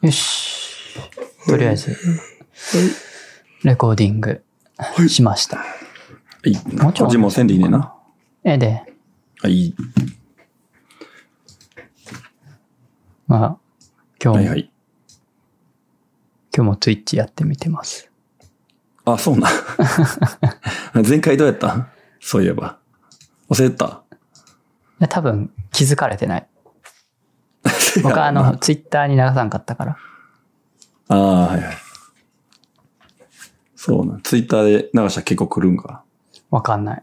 よし。とりあえず、レコーディングしました。 はい。もうちょい。こっちもせんでいいねんな。 で。 はい。 まあ、今日も、 はいはい。 今日も Twitch やってみてます。 あ、そうな。前回どうやった?そういえば。忘れた? いや、多分気づかれてない。僕はTwitter に流さんかったから。 ああ、はいはい。そうな。Twitter で流したら結構来るんか。 わかんない。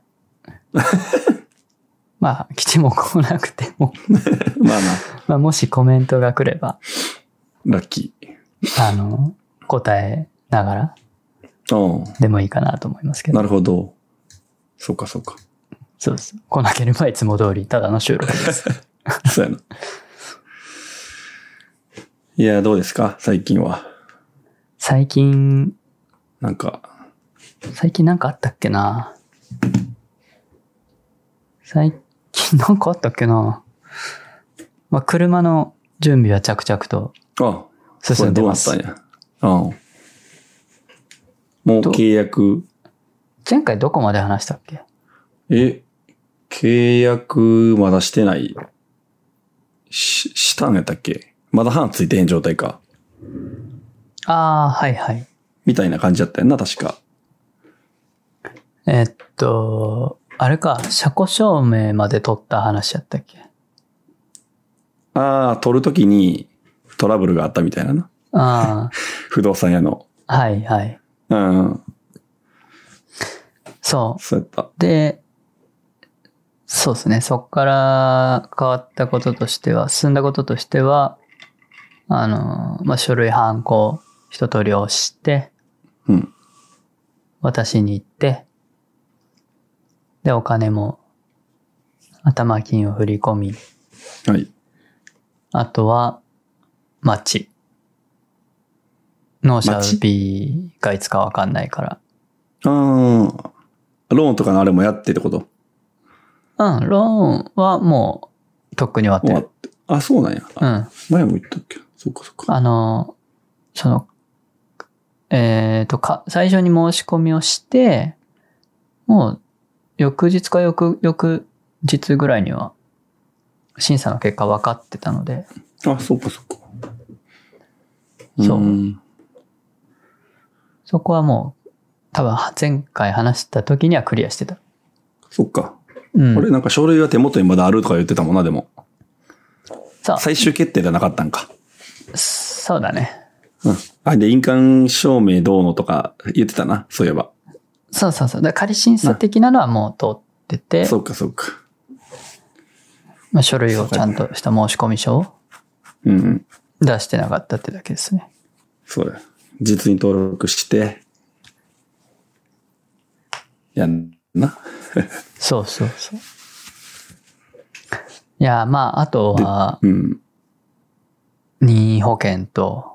まあ、来ても来なくても。 まあな。 まあ、もしコメントが来れば。 ラッキー。答えながら。でもいいかなと思いますけど。 なるほど。そうかそうか。 そうです。来なければいつも通りただの収録です。 そうやな。いや、どうですか最近は。 最近なんかあったっけな。最近なんかあったっけな。まあ、車の準備は着々と進んでます。 どうなったんや。もう契約。 前回どこまで話したっけ？ 契約まだしてない。したんやったっけ？まだ版ついてへん状態か。 ああ、はいはい。 みたいな感じだったよな、確か。 あれか、車庫証明まで取った話やったっけ？ ああ、取るときにトラブルがあったみたいなな。 ああ。 不動産屋の。 はいはい。 うん。 そう。 そうやった。 で、そうですね。そっから変わったこととしては、進んだこととしては、まあ、書類ハンコ一通り押して、 うん。 私に行って、で、お金も、頭金を振り込み。 はい。 あとは、町。納車日がいつかわかんないから。 ローンとかのあれもやってってこと? うん、ローンはもう、とっくに終わってる。 あ、そうなんや。 うん。 前も言ったっけ?そうかそうか。 最初に申し込みをして、もう、翌日か翌日ぐらいには、審査の結果分かってたので。 あ、そうかそうか。 そう。そこはもう、多分前回話した時にはクリアしてた。 そっか。 うん。 俺なんか書類は手元にまだあるとか言ってたもんな、でも。 そう。 最終決定じゃなかったんか。 そうだね。 うん。で、印鑑証明どうのとか言ってたな、そういえば。 そうそうそう。だから仮審査的なのはもう通ってて。 そうかそうか。 まあ、書類をちゃんとした申し込み書を出してなかったってだけですね。 そうだよ。実に登録して、やんな。 そうそうそう。いや、まあ、あとは、任意保険と、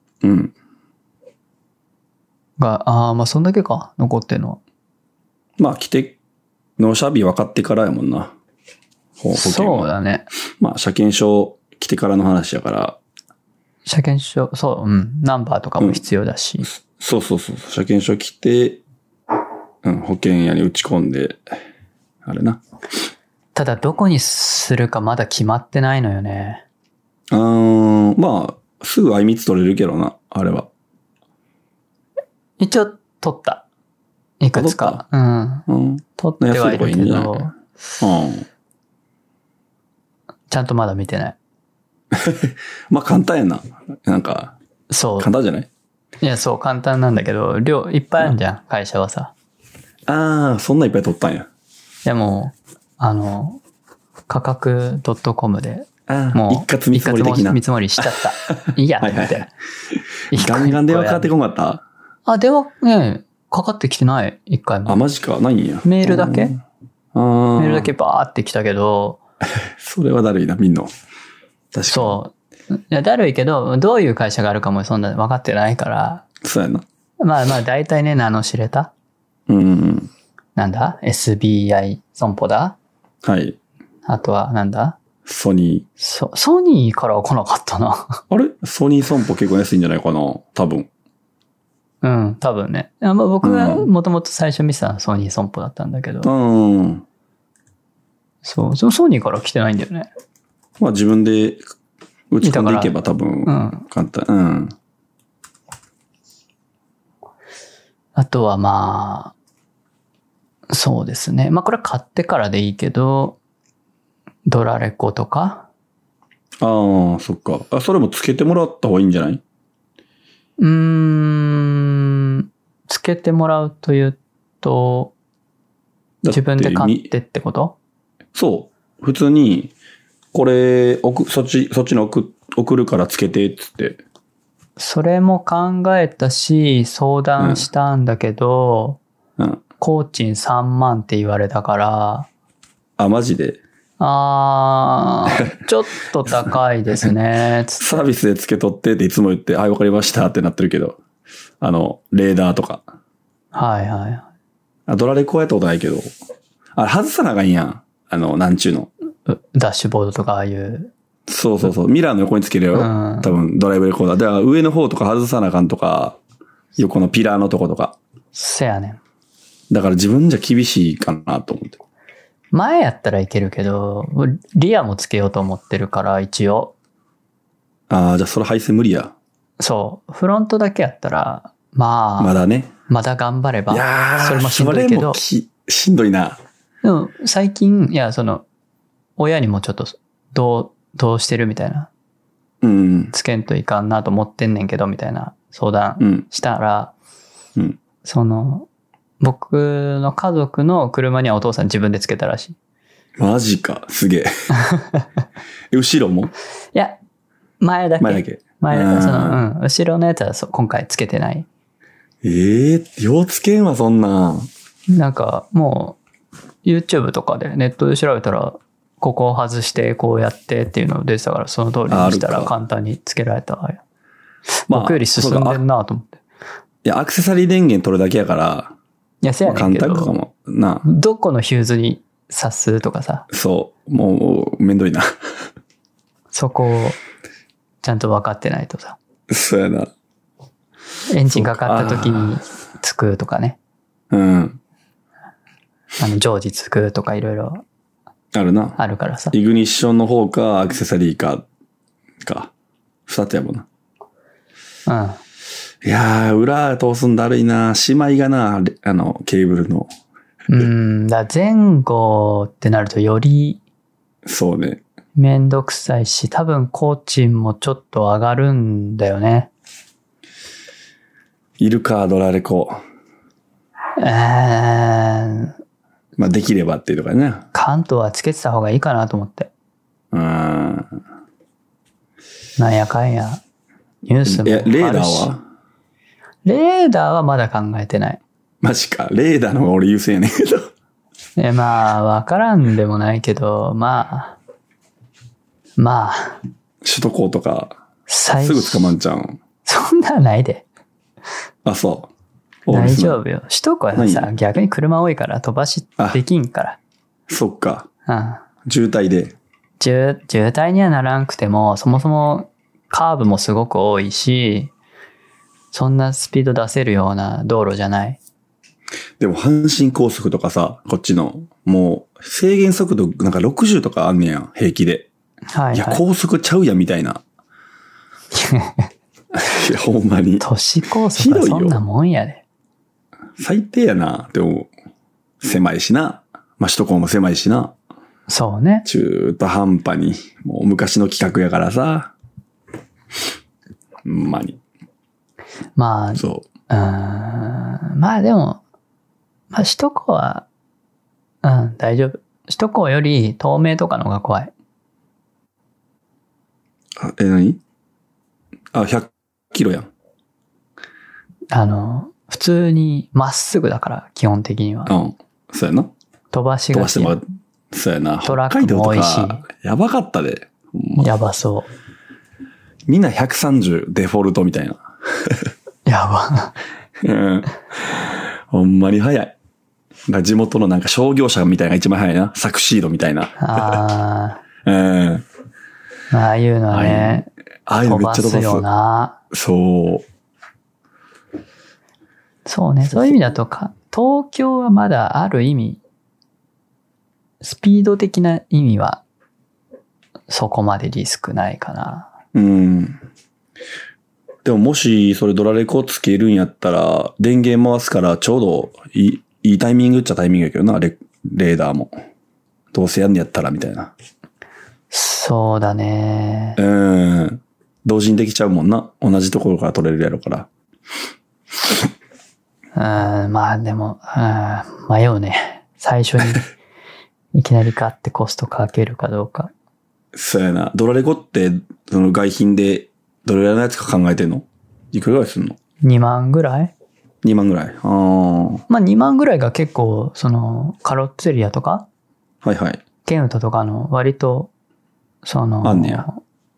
まあ、そんだけか、残ってんのは。 まあ、納車日分かってからやもんな。 そうだね。 まあ、車検証来てからの話やから。 車検証、そう、ナンバーとかも必要だし。 そう。車検証来て、保険屋に打ち込んで、あれな。 ただ、どこにするかまだ決まってないのよね。 まあ、すぐあいみつ取れるけどな、あれは。 一応、取った。いくつか。取ってはいるけど、ちゃんとまだ見てない。 まあ、簡単やな。なんか、 そう。 簡単じゃない? いや、そう、簡単なんだけど、量いっぱいあるじゃん、会社はさ。 そんないっぱい取ったんや。 でも、価格 .com で、 もう、一括見積もり的な。 見積もりしちゃった。いいや、って言って。 ガンガン電話かかってこなかった？電話ね、かかってきてない、一回も。 マジか、ないんや。 メールだけメールだけバーって来たけど。 それはだるいな、みんな。確かに。 そう。いや、だるいけど、どういう会社があるかもそんな分かってないから。 そうやな。 まあ、大体ね、名の知れた。なんだ ?SBI 損保だ。 はい。 あとは、なんだソニソニーからは来なかったな。 ー。あれソニー損保結構安いんじゃないかな多分。 うん、多分ね。まあ、僕がもともと最初見てたのはソニー損保だったんだけど。 うん。 そう、ソニーから来てないんだよね。 まあ自分で打ち込んでいけば多分簡単。うん。 あとはまあ、そうですね。まあこれ買ってからでいいけど、ドラレコとか。 ああ、そっか。それもつけてもらった方がいいんじゃない？ つけてもらうというと、自分で買ってってこと？ そう。普通に、これ、そっちに送るからつけて、つって。 それも考えたし、相談したんだけど、工賃3万って言われたから。 あ、マジで？ ちょっと高いですね。 サービスでつけ取ってっていつも言って、はい、わかりましたってなってるけど。レーダーとか。 はいはい。 ドラレコやったことないけど。外さなあかんやん。なんちゅうの。 ダッシュボードとかああいう。 そう。ミラーの横につけるよ。多分、ドライブレコーダー。だから上の方とか外さなあかんとか、横のピラーのとことか。 せやねん。 だから自分じゃ厳しいかなと思って。 前やったらいけるけど、リアもつけようと思ってるから、一応。 じゃあそれ配線無理や。 そう。フロントだけやったら、まあ。 まだね。 まだ頑張れば。 いやー、 それもしんどいけど。 しんどいな。 でも、最近、いや、親にもちょっと、どうしてるみたいな。つけんといかんなと思ってんねんけど、みたいな相談したら、僕の家族の車にはお父さん自分でつけたらしい。 マジか、すげえ。後ろも？ いや、前だけ。後ろのやつは今回つけてない。 ようつけんわ、そんな。 なんか、もう、YouTube とかでネットで調べたら、ここを外してこうやってっていうのを出てたから、その通りにしたら簡単につけられた。僕より進んでんなと思って。 いや、アクセサリー電源取るだけやから、 いや、せやねんけど。 簡単かも。な。 どこのヒューズに挿すとかさ。 そう。もう、めんどいな。 そこを、ちゃんと分かってないとさ。 そうやな。 エンジンかかった時につくとかね。常時つくとかいろいろ。 あるな。 あるからさ。 イグニッションの方か、アクセサリーか。二つやもんな。いやー、裏通すんだるいな。しまいがな、ケーブルの。 前後ってなるとより、 そうね。 めんどくさいし、多分工賃もちょっと上がるんだよね。 いるか、ドラレコ。まあ、できればっていうとかね。 関東はつけてた方がいいかなと思って。なんやかんや。ニュースもあるし。 レーダーは？ レーダーはまだ考えてない。 マジか。レーダーの方が俺優先やねんけど。 まあ、わからんでもないけど、まあ。 首都高とか、すぐ捕まんちゃうん。 そんなんないで。 そう。 大丈夫よ。首都高はさ、逆に車多いから飛ばしできんから。 そっか。渋滞で。 渋滞にはならんくても、そもそもカーブもすごく多いし、そんなスピード出せるような道路じゃない。 でも阪神高速とかさ、こっちの、もう制限速度なんか60とかあんねやん、平気で。いや、高速ちゃうやんみたいな。いや、ほんまに。 都市高速はそんなもんやで。 最低やな。でも、狭いしな。まあ、首都高も狭いしな。 そうね。 中途半端に。もう昔の企画やからさ。ほんまに。 まあ、 そう。 まあでも、首都高は、大丈夫。首都高より東名とかの方が怖い。 何？100キロやん。 普通にまっすぐだから、基本的には。 そうやな。 飛ばしがち。 そうやな。 トラックも多いし。 やばかったで。 やばそう。 みんな130デフォルトみたいな。 やば。 ほんまに早い。地元のなんか商業車みたいなのが一番早いな。サクシードみたいな。 ああいうのはね、 ああいうのめっちゃ飛ばすよな。 そう。 そうね。そういう意味だと東京はまだある意味、スピード的な意味は、そこまでリスクないかな。 うん。でももしそれドラレコつけるんやったら、電源回すからちょうどいいタイミングっちゃタイミングやけどな、レーダーも。どうせやんねやったらみたいな。 そうだね。 同時にできちゃうもんな。同じところから取れるやろから。 まあでも、迷うね。最初にいきなり買ってコストかけるかどうか。 そうやな。ドラレコって、その外品でどれぐらいのやつか考えてんの？いくらぐらいすんの？ 2 万ぐらい？ 2 万ぐらい。 まあ2万ぐらいが結構、カロッツェリアとか、 はいはい。 ケンウタとかの割と、 あんねや。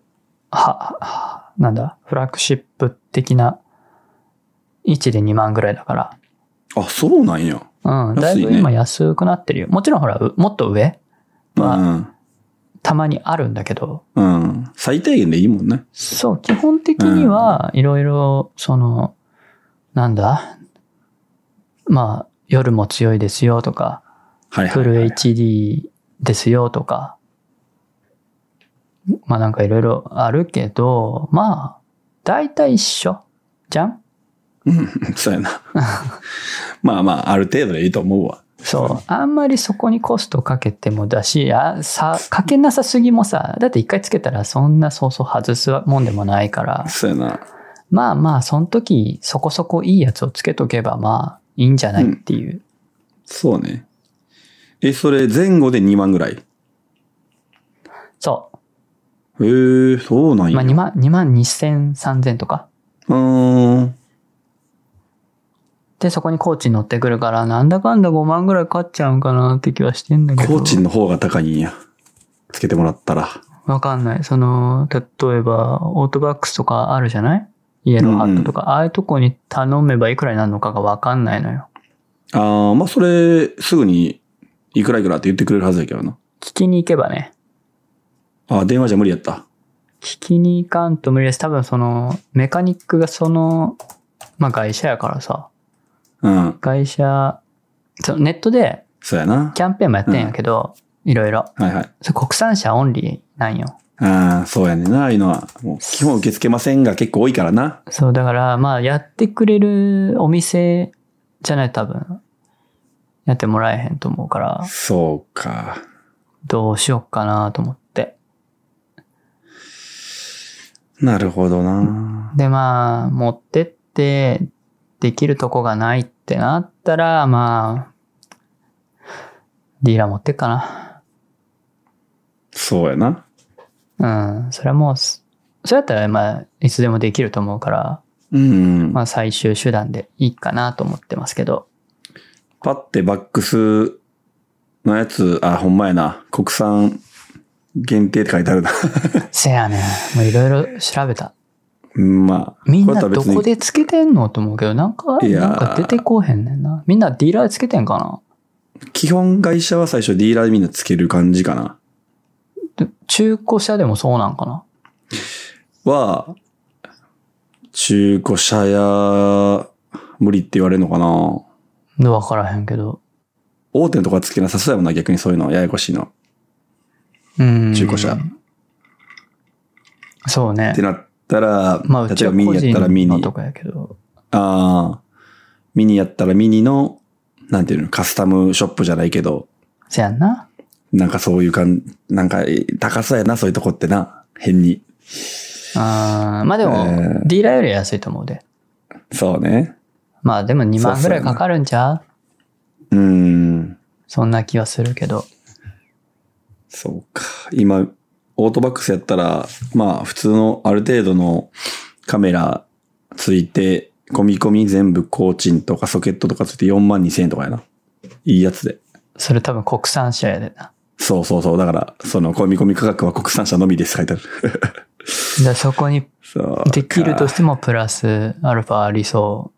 なんだ、フラッグシップ的な位置で2万ぐらいだから。 あ、そうなんや。 うん、だいぶ今安くなってるよ。もちろんほら、もっと上は、たまにあるんだけど。 うん。最低限でいいもんね。 そう、基本的にはいろいろ、なんだ、まあ、夜も強いですよとか、フル HD ですよとか、まあなんかいろいろあるけど、まあ、だいたい一緒じゃん？ そうやな。まあまあ、ある程度でいいと思うわ。 そう。あんまりそこにコストかけてもだし、かけなさすぎもさ、だって一回つけたらそんなそうそう外すもんでもないから。 そうやな。 まあまあ、その時そこそこいいやつをつけとけばまあいいんじゃないっていう。 そうね。それ前後で2万ぐらい？ そう。 そうなんや。 まあ2万2000、3000とか。で、そこにコーチ乗ってくるから、なんだかんだ5万ぐらいかかっちゃうんかなって気はしてんだけど。 コーチの方が高いんや。つけてもらったら。 わかんない。例えば、オートバックスとかあるじゃない？イエローハットとか、ああいうとこに頼めばいくらになるのかがわかんないのよ。 まあそれ、すぐに、いくらいくらって言ってくれるはずやけどな。 聞きに行けばね。 電話じゃ無理やった。 聞きに行かんと無理です。多分メカニックがまあ会社やからさ。 うん。 会社、ネットで、 そうやな。 キャンペーンもやってんやけど、いろいろ。 はいはい。 国産車オンリーなんよ。 そうやねんな、ああいうのは。もう基本受け付けませんが結構多いからな。 そう、だから、まあ、やってくれるお店じゃない多分、やってもらえへんと思うから。 そうか。 どうしよっかなと思って。 なるほどな。 で、まあ、持ってって、できるとこがないってなったら、まあ、ディーラー持ってっかな。 そうやな。 うん。それはもう、それだったら、まあ、いつでもできると思うから、まあ、最終手段でいいかなと思ってますけど。 パッてバックスのやつ、ほんまやな。国産限定って書いてあるな。 せやねん。もういろいろ調べた。 まあ。 みんなどこでつけてんのと思うけど、なんか出てこうへんねんな。みんなディーラーでつけてんかな？ 基本会社は最初ディーラーでみんなつける感じかな。 中古車でもそうなんかな？ 中古車や無理って言われるのかな？ わからへんけど。 大手のとこはつけなさそうやもんな、逆にそういうの。ややこしいの。中古車。 そうね。 ってなったら、 まあ、 例えばミニやったらミニ。 とかやけど。 ミニやったらミニの、なんていうの、カスタムショップじゃないけど。 せやんな。 なんかそういうなんか高さやな、そういうとこってな。変に。 まあでも、ディーラーより安いと思うで。 そうね。 まあでも2万ぐらいかかるんちゃう？そんな気はするけど。 そうか。今、オートバックスやったら、まあ普通のある程度のカメラついて、込み込み全部コーチンとかソケットとかついて42,000円とかやな。いいやつで。 それ多分国産車やでな。 そうそうそう。だから、込み込み価格は国産車のみです書いてある。 そこにできるとしてもプラスアルファありそう。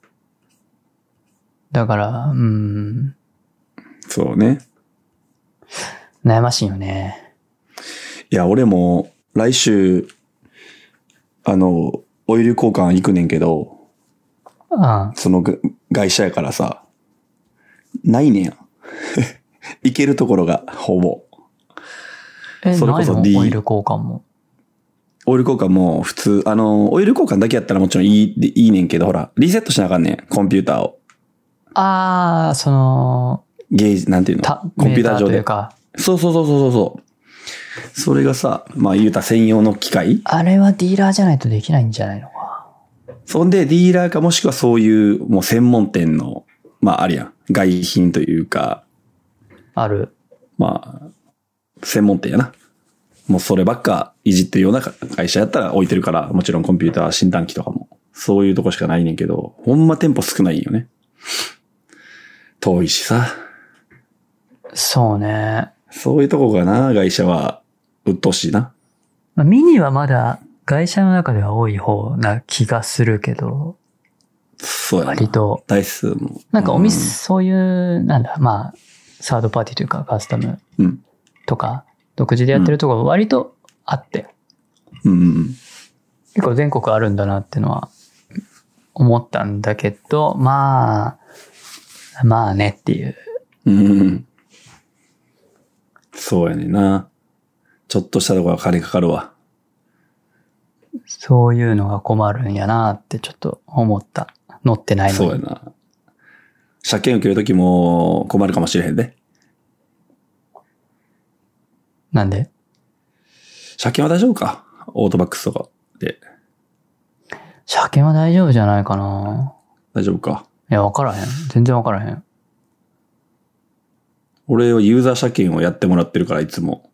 だから、 そうね。 悩ましいよね。 いや、俺も来週、オイル交換行くねんけど、その会社やからさ、ないねん。行けるところがほぼ。 それこそオイル交換も。 オイル交換も普通、オイル交換だけやったらもちろんいいねんけど、ほら、リセットしなあかんねん、コンピューターを。ゲージ、なんていうのコンピューター上で。そう。それがさ、まあ言うた専用の機械あれはディーラーじゃないとできないんじゃないのか。 そんでディーラーかもしくはそういうもう専門店の、まああるやん。外品というか。 ある。 まあ、専門店やな。もうそればっかいじってるような会社やったら置いてるから、もちろんコンピューター診断機とかも。そういうとこしかないねんけど、ほんま店舗少ないんよね。遠いしさ。 そうね。 そういうとこがな、会社は、うっとうしいな。 ミニはまだ会社の中では多い方な気がするけど。 そうやな。 割と。 台数も。 なんかお店、そういう、なんだ、まあ、サードパーティーというかカスタムとか、独自でやってるところ割とあって。結構全国あるんだなってのは思ったんだけど、まあねっていう。 そうやねんな。ちょっとしたところは金かかるわ。 そういうのが困るんやなってちょっと思った。乗ってないのに。 そうやな。車検受けるときも困るかもしれへんで。 なんで？ 車検は大丈夫か？オートバックスとかで。 車検は大丈夫じゃないかな。 大丈夫か。 いや、わからへん。全然わからへん。 俺はユーザー車検をやってもらってるから、いつも。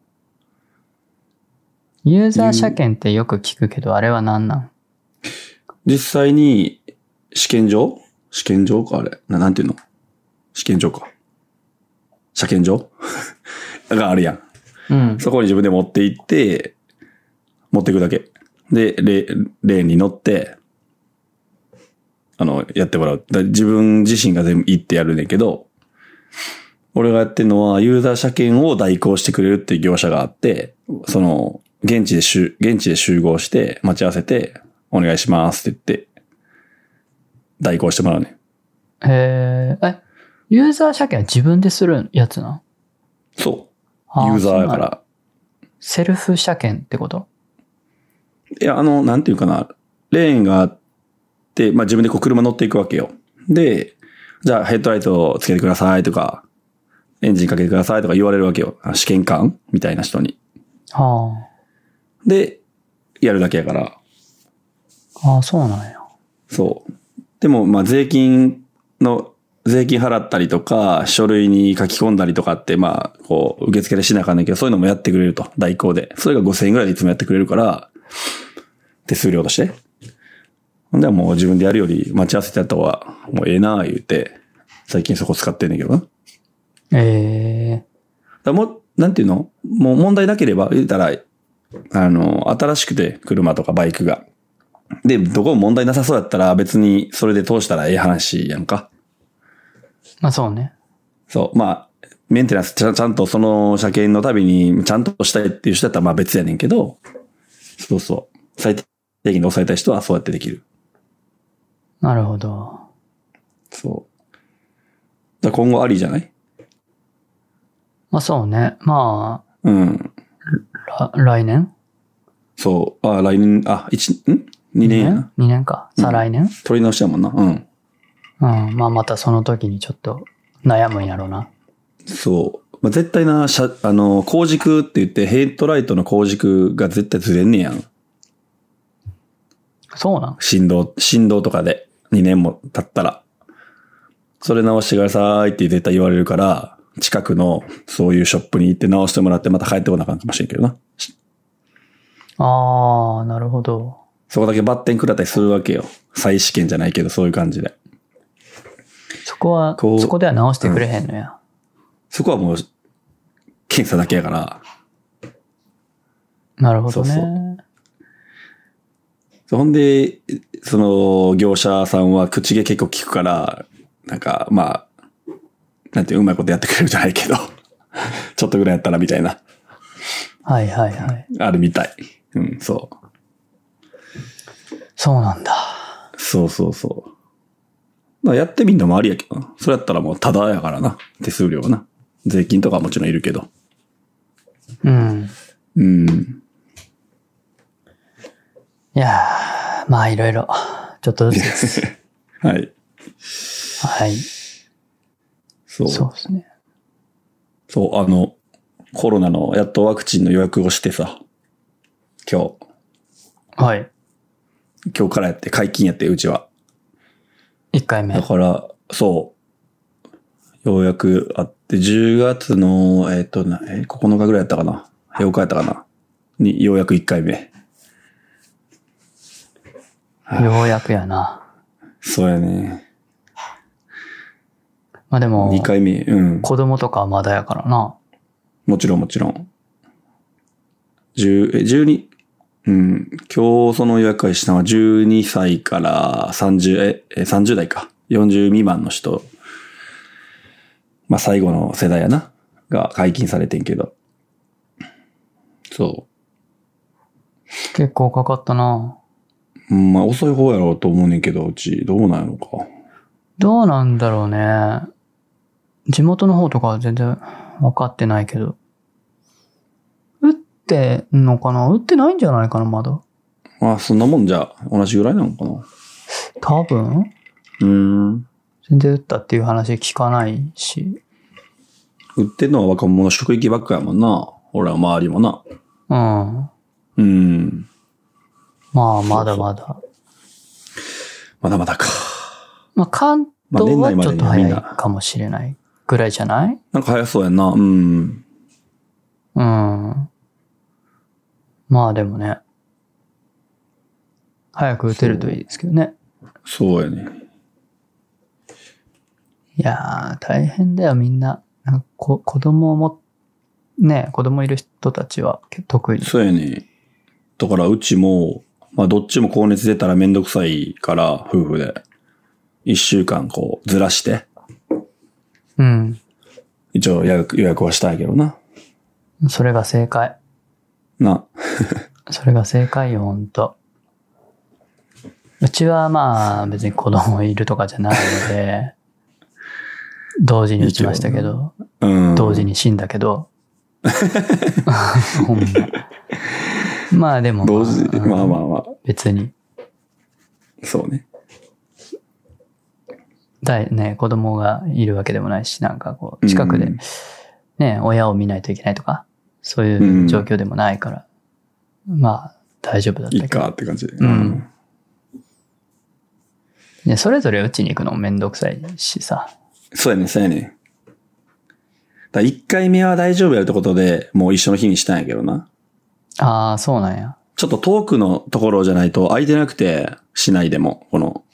ユーザー車検ってよく聞くけど、あれは何なん？ 実際に、試験場かあれ。なんていうの？試験場か。車検場があるやん。そこに自分で持って行って、持っていくだけ。で、レーンに乗って、やってもらう。自分自身が全部行ってやるねんけど、俺がやってるのは、ユーザー車検を代行してくれるっていう業者があって、現地で集合して、待ち合わせて、お願いしますって言って、代行してもらうね。 ユーザー車検は自分でするやつな？ そう。ユーザーやから。 セルフ車検ってこと？ いや、なんていうかな、レーンがあって、まあ、自分で車乗っていくわけよ。で、じゃあヘッドライトをつけてくださいとか、エンジンかけてくださいとか言われるわけよ。試験官みたいな人に。で、やるだけやから。 そうなんや。 そう。でも、まあ、税金払ったりとか、書類に書き込んだりとかって、まあ、受付でしなあかんねんけど、そういうのもやってくれると、代行で。それが5000円ぐらいでいつもやってくれるから、手数料として。ほんではもう自分でやるより待ち合わせてやった方が、もうええなぁ言うて、最近そこ使ってんねんけどな。だもう、なんていうの？もう問題なければ、言うたら、新しくて車とかバイクが。で、どこも問題なさそうやったら別にそれで通したらええ話やんか。 まあそうね。 そう。まあ、メンテナンスちゃんとその車検のたびにちゃんとしたいっていう人だったらまあ別やねんけど、そうそう。最低限で抑えたい人はそうやってできる。 なるほど。 そう。だ今後ありじゃない？ まあそうね。まあ。来年？ そう。来年、2年やな。 2年か。再来年？ 取り直しやもんな。 まあまたその時にちょっと悩むんやろうな。 そう。まあ、絶対な、光軸って言ってヘッドライトの光軸が絶対ずれんねやん。 そうなん？ 振動とかで2年も経ったら。それ直してくださいって絶対言われるから、近くのそういうショップに行って直してもらってまた帰ってこなあかんかもしれんけどな。 なるほど。 そこだけバッテン食らったりするわけよ。再試験じゃないけどそういう感じで。 そこでは直してくれへんのや。 そこはもう、検査だけやから。 なるほどね。 ほんで、その業者さんは口毛結構効くから、なんか、まあ、なんてうまいことやってくれるじゃないけど、ちょっとぐらいやったらみたいな。 はいはいはい。 あるみたい。うん、そう。 そうなんだ。 そうそうそう。まあやってみんのもありやけどな。それやったらもうタダやからな。手数料はな。税金とかはもちろんいるけど。 うん。 うん。 いやー、まあいろいろ、ちょっとずつです。 はい。 はい。 そう。 そうですね。 そう、コロナのやっとワクチンの予約をしてさ。今はい。 日からやって解禁やって、うちは。 1回目。 だから、そう。ようやくあって、10月の、9日ぐらいやったかな。8日やったかな。に、ようやく1回目。 ようやくやな。 そうやね。 まあでも、 2回目、うん。 子供とかはまだやからな。 もちろんもちろん。12、うん。今日その予約開始したのは12歳から30代か。40未満の人。まあ最後の世代やな。が解禁されてんけど。そう。 結構かかったな。 まあ遅い方やろうと思うねんけど、うちどうなんやろうか。 どうなんだろうね。地元の方とかは全然分かってないけど。打ってんのかな？打ってないんじゃないかな、まだ。 まあそんなもんじゃ同じぐらいなのかな。 多分全然打ったっていう話聞かないし。 売ってんのは若者職域ばっかやもんな。俺は周りもな。 うん。まあ、まだまだ。 まだまだか。 まあ、関東はちょっと早いかもしれないぐらいじゃない？ なんか早そうやんな。うん。 うん。まあでもね。早く打てるといいですけどね。 そうやね。 いやー、大変だよ、みんな。子供も、ね、子供いる人たちは特に。 そうやね。だからうちも、まあどっちも高熱出たらめんどくさいから、夫婦で。1週間こうずらして。 うん。 一応予約はしたいけどな。 それが正解。 な。 それが正解よ、ほんと。うちはまあ別に子供いるとかじゃないので、同時に打ちましたけど、同時に死んだけど、ほんま。まあでも、 同時、まあまあまあ。 別に。 そうね。 ね、子供がいるわけでもないし、なんかこう、近くで、ね、親を見ないといけないとか、そういう状況でもないから、まあ、大丈夫だったけど。 いいかって感じで。 ね、それぞれ打ちに行くのもめんどくさいしさ。 そうやね、そうやね。1回目は大丈夫やるってことで、もう一緒の日にしたんやけどな。 ああ、そうなんや。 ちょっと遠くのところじゃないと空いてなくて、市内でも、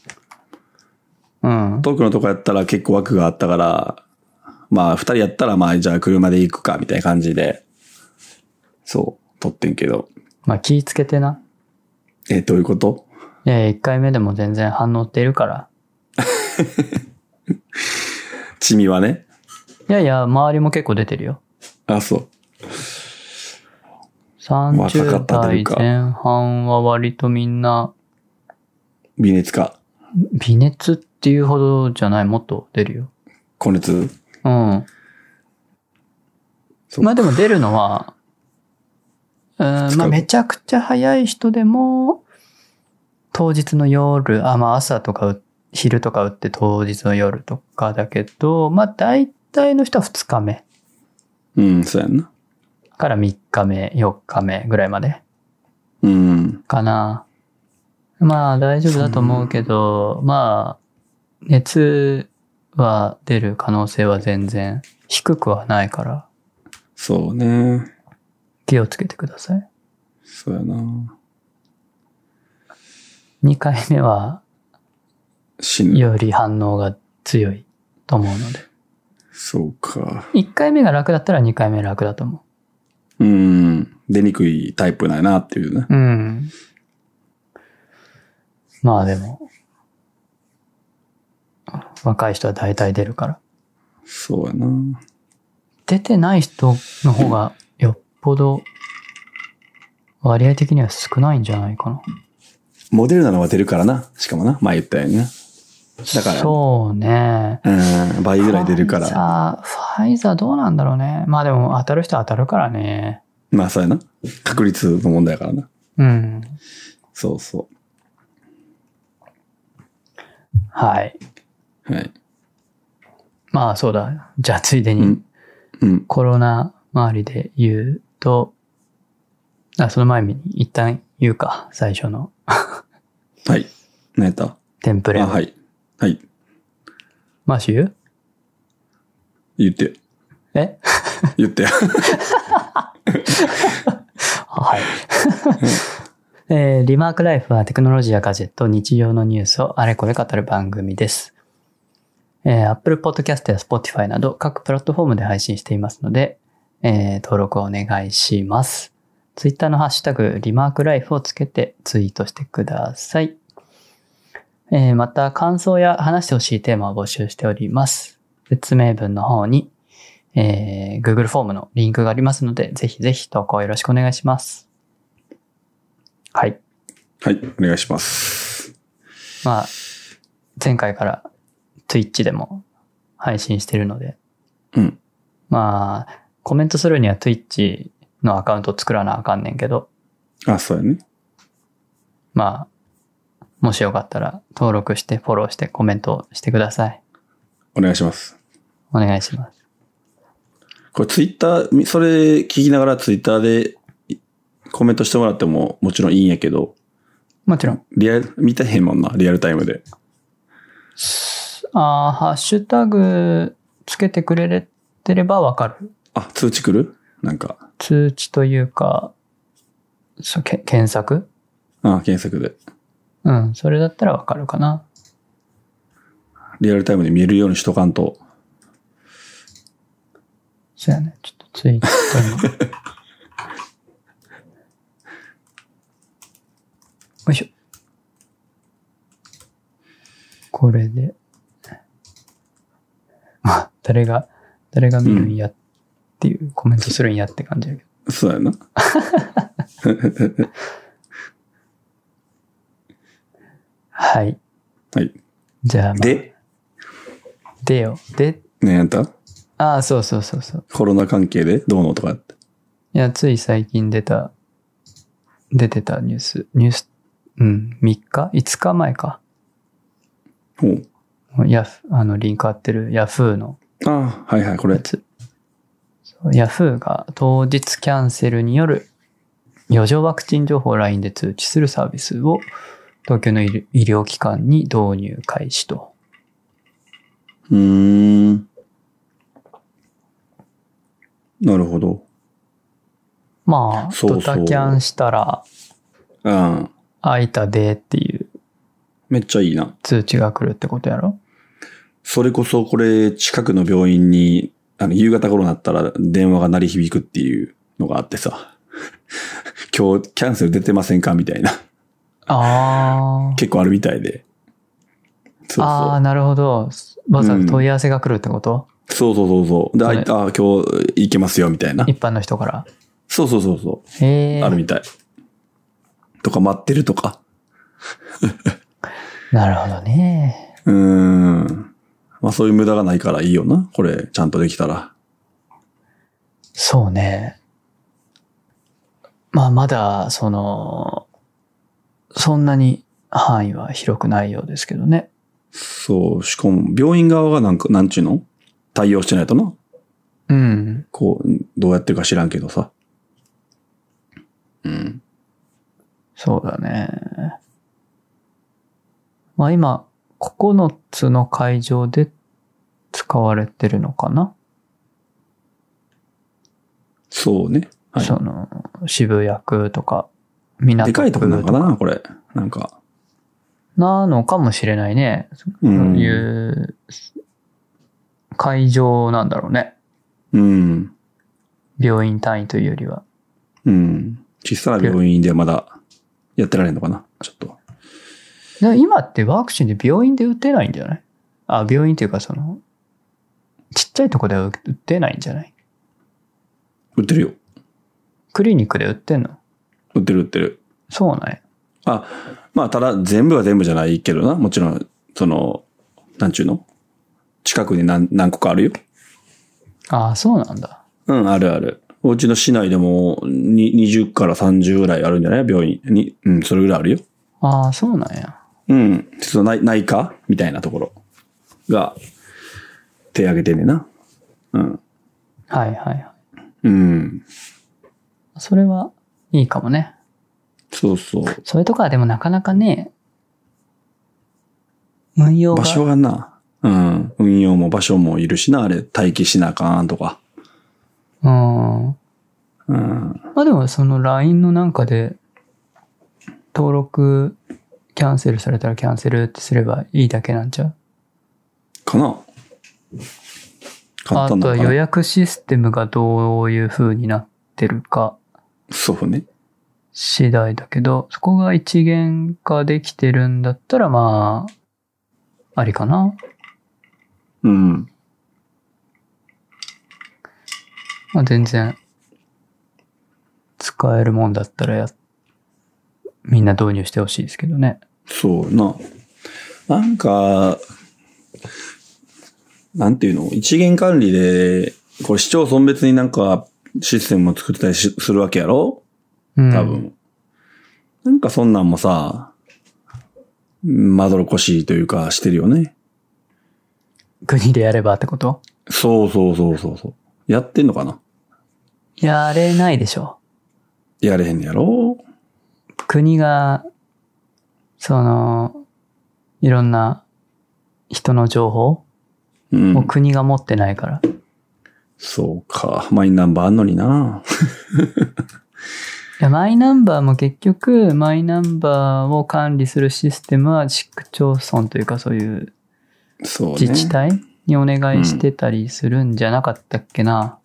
遠くのとこやったら結構枠があったから、まあ2人やったらまあじゃあ車で行くかみたいな感じで、そう、撮ってんけど。 まあ気ぃつけてな。 どういうこと？ いや、1回目でも全然反応っているから。 チミはね。 いやいや、周りも結構出てるよ。 あ、そう。 30代前半は割とみんな。 微熱か。 微熱っていうほどじゃない、もっと出るよ。 高熱？うん。 まあでも出るのは、まあめちゃくちゃ早い人でも、当日の夜、まあ朝とか昼とか打って当日の夜とかだけど、まあ大体の人は2日目。 そうやんな。 から3日目、4日目ぐらいまで。かな。まあ大丈夫だと思うけど、まあ、熱は出る可能性は全然低くはないから。 そうね。 気をつけてください。 そうやな。 2回目は、より反応が強いと思うので。 そうか。 1回目が楽だったら2回目楽だと思う。出にくいタイプないなっていうね。 まあでも、若い人は大体出るから。 そうやな。 出てない人の方がよっぽど割合的には少ないんじゃないかな。 モデルナのは出るからな。しかもな。前言ったようにな。だから。 そうね。 倍ぐらい出るから。 ファイザーどうなんだろうね。まあでも当たる人は当たるからね。 まあそうやな。確率の問題やからな。 うん。 そうそう。 はい。 はい。 まあそうだ。じゃあついでに、コロナ周りで言うと、その前に一旦言うか、最初の。 はい。何やった？ テンプレ。 はい。はい。 マッシュ言って。 え言って。 はい。リマークライフはテクノロジーやガジェット、日常のニュースをあれこれ語る番組です。Apple Podcast や Spotify など各プラットフォームで配信していますので、登録をお願いします。Twitter のハッシュタグリマークライフをつけてツイートしてください。また感想や話してほしいテーマを募集しております。説明文の方に、Google フォームのリンクがありますので、ぜひぜひ投稿よろしくお願いします。はい。 はい、お願いします。 まあ、前回からTwitch でも配信してるので、まあ、コメントするには Twitch のアカウントを作らなあかんねんけど。 そうやね。 まあ、もしよかったら登録してフォローしてコメントしてください。 お願いします。 お願いします。 これツイッター、それ聞きながらツイッターでコメントしてもらってももちろんいいんやけど。 もちろん。 見たへんもんな、リアルタイムで。 ハッシュタグつけてくれてればわかる。 通知来る？なんか。 通知というか、検索？ 検索で。 それだったらわかるかな。 リアルタイムで見えるようにしとかんと。 そうやね。ちょっとツイートに。よいしょ。これで。まあ、誰が見るんやっていうコメントするんやって感じだけど。 そうやな。 はい。 はい。 じゃあ、でよ。 ねやったそう。 コロナ関係でどうのとかって。 いや、つい最近出てたニュース、3日 ?5 日前か。 ほう。 リンク貼ってるヤフーの。 はいはい、これ。 ヤフーが当日キャンセルによる余剰ワクチン情報を LINE で通知するサービスを東京の医療機関に導入開始と。 なるほど。 まあ、ドタキャンしたら、空いたでっていう。 めっちゃいいな。 通知が来るってことやろ？ それこそこれ近くの病院に、夕方頃になったら電話が鳴り響くっていうのがあってさ。今日キャンセル出てませんかみたいな。結構あるみたいで。 なるほど。わざわざ問い合わせが来るってこと？ そう。で、今日行けますよ、みたいな。 一般の人から。 そう。あるみたい。とか待ってるとか。 なるほどね。 まあそういう無駄がないからいいよな。これ、ちゃんとできたら。 そうね。まあまだ、そんなに範囲は広くないようですけどね。 そう。しかも、病院側がなんちゅうの？対応してないとな。こう、どうやってるか知らんけどさ。 そうだね。まあ今、9つの会場で使われてるのかな？ そうね。 はい、渋谷区とか、港区とか。 でかいとこなのかなこれ。なんか。 なのかもしれないね。そういう会場なんだろうね。病院単位というよりは。 小さな病院ではまだやってられるのかなちょっと。 今ってワクチンで病院で打てないんじゃない？病院っていうかちっちゃいとこでは打ってないんじゃない？ 売ってるよ。 クリニックで売ってんの？ 売ってる売ってる。 そうなんや。 あ、まあ、ただ全部は全部じゃないけどな。もちろん、なんちゅうの近くに何個かあるよ。 ああ、そうなんだ。 うん、あるある。お家の市内でも20から30ぐらいあるんじゃない病院に。うん、それぐらいあるよ。 ああ、そうなんや。 うん。内科みたいなところが手挙げてんねんな。うん。 はいはいはい。 うん。 それはいいかもね。 そうそう。 そういうとこはでもなかなかね、運用が。 場所がな。うん。運用も場所もいるしな、あれ、待機しなあかんとか。 うん。まあでもその LINE のなんかで登録キャンセルされたらキャンセルってすればいいだけなんちゃう？ かな？ あとは予約システムがどういう風になってるか。 そうね。 次第だけど、そこが一元化できてるんだったらまあ、ありかな。 うん。 まあ全然、使えるもんだったらみんな導入してほしいですけどね。 そうな。なんか、なんていうの？一元管理で、これ市町村別になんかシステムも作ってたりするわけやろ？多分。なんかそんなんもさ、まどろっこしいというかしてるよね。 国でやればってこと？ そうそうそうそうそう。やってんのかな？ やれないでしょ。 やれへんやろ？ 国が、いろんな人の情報を国が持ってないから。 そうか。マイナンバーあんのにな。 いや、マイナンバーも結局、マイナンバーを管理するシステムは市区町村というかそういう自治体にお願いしてたりするんじゃなかったっけな。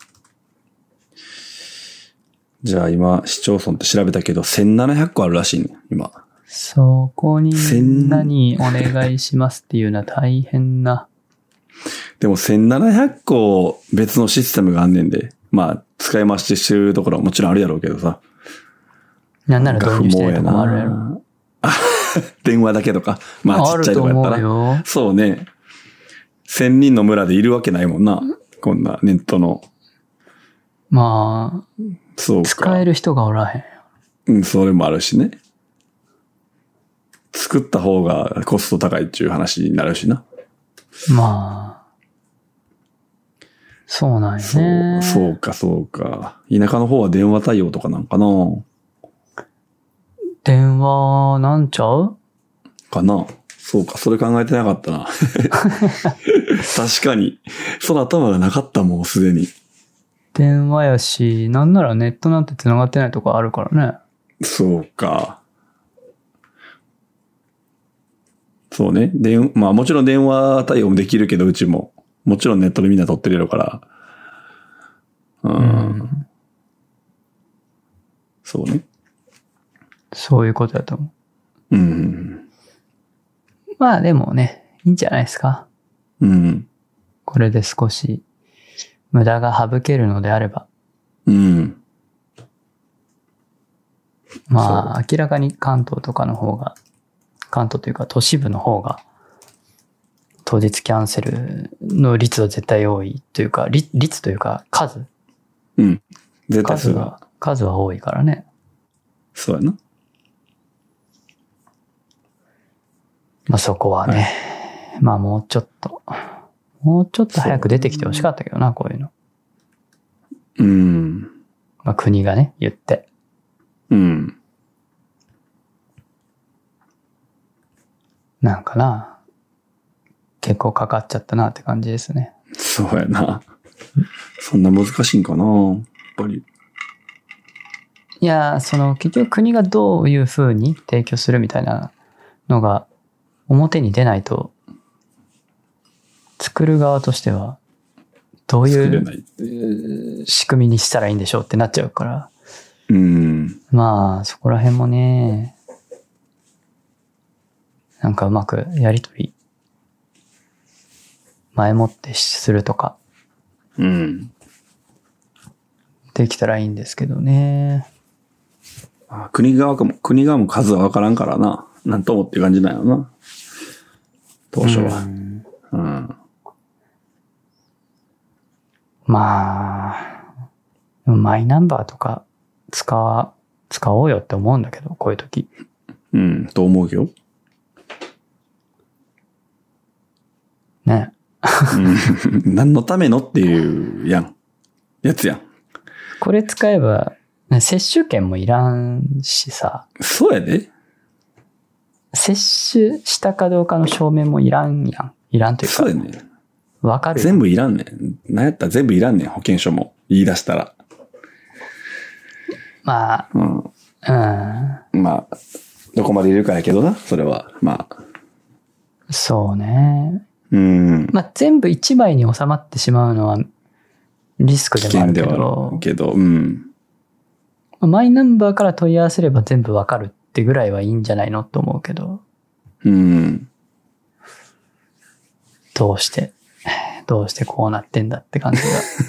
じゃあ今、市町村って調べたけど、1700個あるらしいね、今。 そこにみんなにお願いしますっていうのは大変な。 でも1700個別のシステムがあんねんで。まあ、使い回ししてるところはもちろんあるやろうけどさ。 なんなら導入してるとこもあるやろ。 電話だけとか。まあちっちゃいとこやったら。 あると思うよ。 そうね。1000人の村でいるわけないもんな。こんなネットの。 まあ、 そうか。 使える人がおらへん。 うん、それもあるしね。作った方がコスト高いっていう話になるしな。 まあ。そうなんよね。 そうか、そうか。田舎の方は電話対応とかなんかな。 電話なんちゃうかな。そうか、それ考えてなかったな。確かに。その頭がなかったもん、すでに。 電話やし、なんならネットなんて繋がってないとこあるからね。 そうか。そうね。まあもちろん電話対応もできるけど、うちも。もちろんネットでみんな撮ってるやろから。そうね。 そういうことだと思う。 まあでもね、いいんじゃないですか。これで少し無駄が省けるのであれば。まあ明らかに関東とかの方が、関東というか都市部の方が、当日キャンセルの率は絶対多いというか、率というか数。 絶対そうだ。 数は多いからね。 そうやな。 まあそこはね、まあもうちょっと早く出てきてほしかったけどな、こういうの。まあ国がね、言って。なんかな、結構かかっちゃったなって感じですね。 そうやな。そんな難しいんかな、やっぱり。 いや、結局国がどういう風に提供するみたいなのが表に出ないと、作る側としては、どういう仕組みにしたらいいんでしょうってなっちゃうから。まあ、そこら辺もね、なんかうまくやりとり、前もってするとか、できたらいいんですけどね。 国側も数はわからんからな。なんともっていう感じだよな。当初は。うん。 まあ、マイナンバーとか使おうよって思うんだけど、こういう時。 うん、と思うよ。 ね。 うん、何のためのっていうやつやん。 これ使えば、接種券もいらんしさ。 そうやで。 接種したかどうかの証明もいらんやん。いらんというか。 そうやね。 わかる。 全部いらんねん。なんやったら全部いらんねん、保険証も。言い出したら。 まあ、うん。 まあ、どこまでいるかやけどな、それは。まあ。 そうね。 うん。 まあ、全部一枚に収まってしまうのはリスクでもあるけど。 危険ではあるけど、うん。 マイナンバーから問い合わせれば全部わかるってぐらいはいいんじゃないのと思うけど。 うん。 どうしてこうなってんだって感じが。